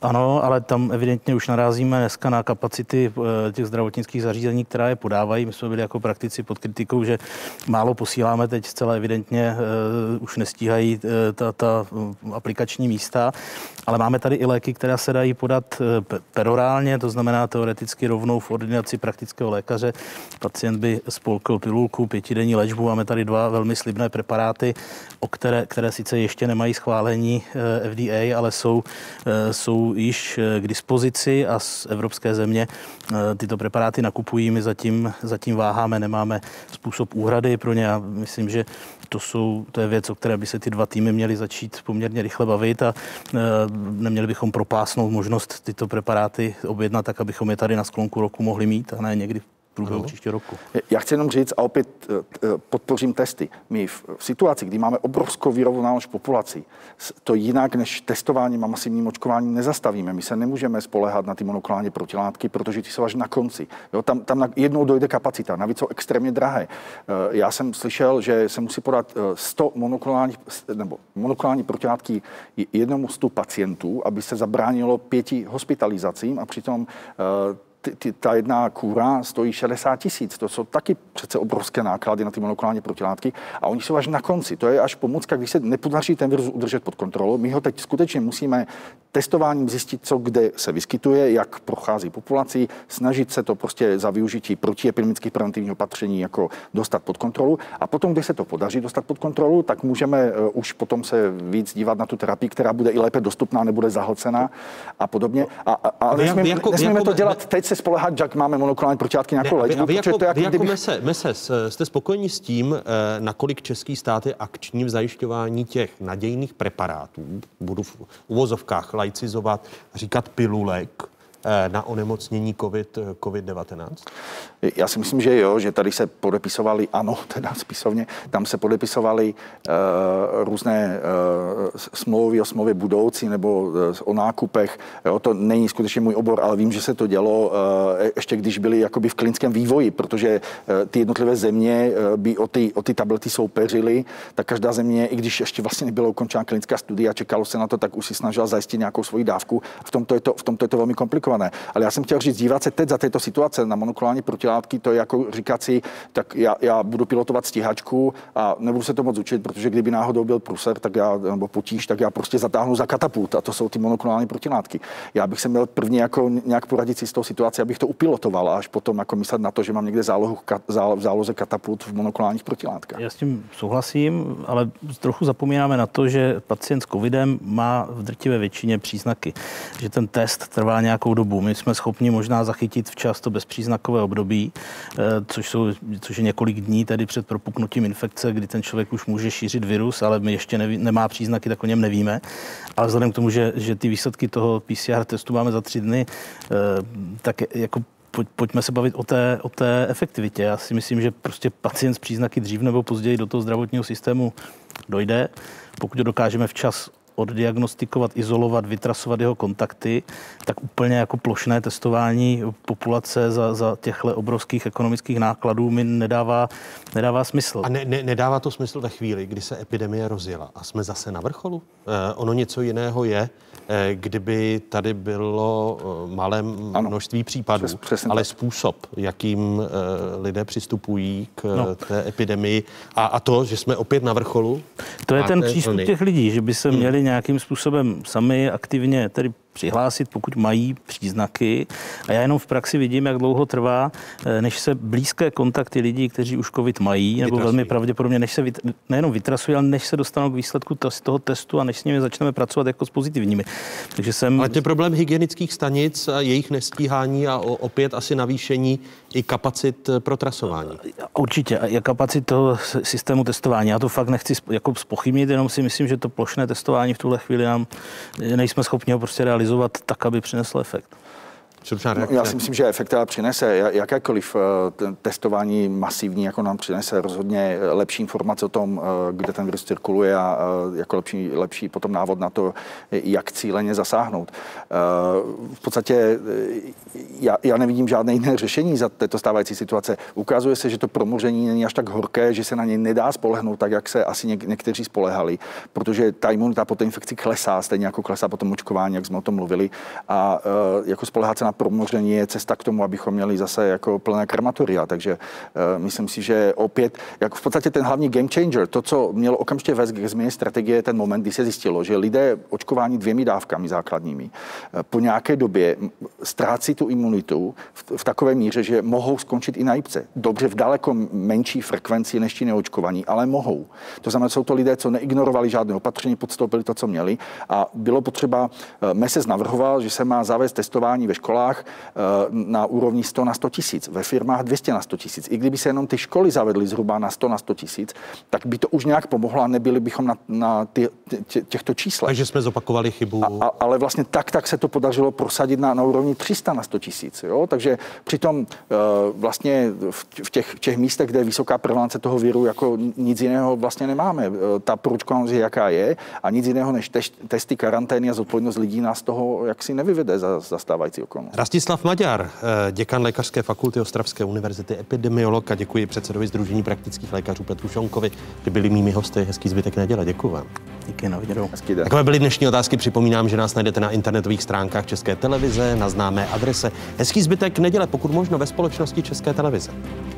G: Ano, ale tam evidentně už narazíme dneska na kapacity těch zdravotnických zařízení, která je podávají. My jsme byli jako praktici pod kritikou, že málo posíláme, teď zcela evidentně už nestíhají ta aplikační místa, ale máme tady i léky, které se dají podat perorálně, to znamená teoreticky rovnou v ordinaci praktického lékaře. Pacient by spolkl pilulku, 5denní léčbu. Máme tady 2 velmi slibné preparáty, které sice ještě nemají schválení FDA, ale jsou již k dispozici a z evropské země tyto preparáty nakupují. My zatím váháme, nemáme způsob úhrady pro ně. Já myslím, že to je věc, o které by se ty 2 týmy měly začít poměrně rychle bavit a neměli bychom propásnout možnost tyto preparáty objednat tak, abychom je tady na sklonku roku mohli mít a ne někdy v průběhu příštího roku.
V: Já chci jenom říct a opět podpořím testy. My v situaci, kdy máme obrovskou vyrovnanost populací, to jinak než testováním a masivním očkováním nezastavíme. My se nemůžeme spoléhat na ty monoklonální protilátky, protože ty jsou až na konci. Jo, tam jednou dojde kapacita, navíc jsou extrémně drahé. Já jsem slyšel, že se musí podat 100 monoklonální protilátky 100 pacientů, aby se zabránilo 5 hospitalizacím a přitom ta jedna kůra stojí 60 000. To jsou taky přece obrovské náklady na ty monoklonální protilátky a oni jsou až na konci. To je až pomůcka, když se nepodaří ten virus udržet pod kontrolou. My ho teď skutečně musíme testováním zjistit, co kde se vyskytuje, jak prochází populací, snažit se to prostě za využití protiepidemických preventivních opatření jako dostat pod kontrolu a potom, když se to podaří dostat pod kontrolu, tak můžeme už potom se víc dívat na tu terapii, která bude i lépe dostupná, nebude zahlcená a podobně. A nesmíme to dělat teď se spolehat, jak máme monoklonální protilátky nějakou léčbu.
M: Jste spokojeni s tím, nakolik český stát je akční v zajišťování těch nadějných preparátů, budu v uvozovkách laicizovat, říkat pilulek na onemocnění COVID-19?
V: Já si myslím, že jo, že tady se podepisovali, ano, teda spisovně, tam se podepisovali různé smlouvy o smlouvě budoucí nebo o nákupech. Jo, to není skutečně můj obor, ale vím, že se to dělo ještě když byli jakoby v klinickém vývoji, protože ty jednotlivé země by o ty tablety soupeřily, tak každá země, i když ještě vlastně nebyla ukončena klinická studia, čekalo se na to, tak už si snažila zajistit nějakou svoji dávku. V tomto je to velmi komplikované. Ale já jsem chtěl říct, dívat se teď za této situace na monoklonální protilátky, to je jako říkat si, tak já budu pilotovat stíhačku a nebudu se to moc učit, protože kdyby náhodou byl průser, nebo potíž, tak já prostě zatáhnu za katapult a to jsou ty monoklonální protilátky. Já bych se měl prvně jako nějak poradit si s tou situací, abych to upilotoval a až potom jako myslet na to, že mám někde v záloze katapult v monoklonálních protilátkách.
G: Já s tím souhlasím, ale trochu zapomínáme na to, že pacient s covidem má v drtivé většině příznaky, že ten test trvá nějakou dobu. My jsme schopni možná zachytit včas to bezpříznakové období, což je několik dní tedy před propuknutím infekce, kdy ten člověk už může šířit virus, ale my ještě nemá příznaky, tak o něm nevíme. Ale vzhledem k tomu, že ty výsledky toho PCR testu máme za 3 dny, tak jako pojďme se bavit o té efektivitě. Já si myslím, že prostě pacient s příznaky dřív nebo později do toho zdravotního systému dojde. Pokud ho dokážeme včas oddiagnostikovat, izolovat, vytrasovat jeho kontakty, tak úplně jako plošné testování populace za těchto obrovských ekonomických nákladů mi nedává smysl.
M: A nedává to smysl ve chvíli, kdy se epidemie rozjela a jsme zase na vrcholu? Ono něco jiného je, kdyby tady bylo malé množství případů, ale způsob, jakým lidé přistupují k té epidemii a to, že jsme opět na vrcholu.
G: To je ten přístup těch lidí, že by se měli nějakým způsobem sami aktivně tedy přihlásit, pokud mají příznaky. A já jenom v praxi vidím, jak dlouho trvá, než se blízké kontakty lidí, kteří už covid mají, nebo velmi pravděpodobně, než se nejenom vytrasují, ale než se dostanou k výsledku toho testu a než s nimi začneme pracovat jako s pozitivními. Takže
M: Ale to je problém hygienických stanic a jejich nestíhání a opět asi navýšení i kapacit pro trasování.
G: Určitě. A kapacit toho systému testování. Já to fakt nechci jako zpochybnit, jenom si myslím, že to plošné testování v tuhle chvíli nám nejsme schopni ho prostě realizovat tak, aby přineslo efekt.
V: Já si myslím, že efekt přinese jakékoliv testování masivní, jako nám přinese rozhodně lepší informace o tom, kde ten virus cirkuluje a jako lepší potom návod na to, jak cíleně zasáhnout. V podstatě já nevidím žádné jiné řešení za této stávající situace. Ukazuje se, že to promoření není až tak horké, že se na něj nedá spolehnout tak, jak se asi někteří spolehali, protože ta imunita po té infekci klesá, stejně jako klesá po tom očkování, jak jsme o tom mluvili. A jako spoléhat se na promoření je cesta k tomu, abychom měli zase jako plné krematoria. Takže myslím si, že opět, jako v podstatě ten hlavní game changer, to, co mělo okamžitě vést k změně strategie, ten moment, kdy se zjistilo, že lidé očkování 2 dávkami základními po nějaké době ztrácí tu imunitu v takové míře, že mohou skončit i na jipce. Dobře, v daleko menší frekvenci než ti neočkovaní, ale mohou. To znamená, jsou to lidé, co neignorovali žádné opatření, podstoupili to, co měli, a bylo potřeba, MESES navrhoval, že se má zavést testování ve školách na úrovni 100 na 100 tisíc, ve firmách 200 na 100 tisíc. I kdyby se jenom ty školy zavedly zhruba na 100 na 100 tisíc, tak by to už nějak pomohlo a nebyli bychom na těchto číslech.
M: Takže jsme zopakovali chybu.
V: Ale vlastně tak se to podařilo prosadit na úrovni 300 na 100 tisíc. Jo? Takže přitom vlastně v těch místech, kde je vysoká prevalence toho viru, jako nic jiného vlastně nemáme. Ta proočkovanost je, jaká je, a nic jiného než testy, karantény a zodpovědnost lidí nás toho jaksi nevyvede za stávající okolnosti.
M: Rastislav Maďar, děkan Lékařské fakulty Ostravské univerzity, epidemiolog, a děkuji předsedovi Sdružení praktických lékařů Petru Šonkovi, že byli mými hosty. Hezký zbytek neděle. Děkuji vám.
G: Díky, na viděnou.
M: Takové byly dnešní otázky. Připomínám, že nás najdete na internetových stránkách České televize, na známé adrese. Hezký zbytek neděle, pokud možno ve společnosti České televize.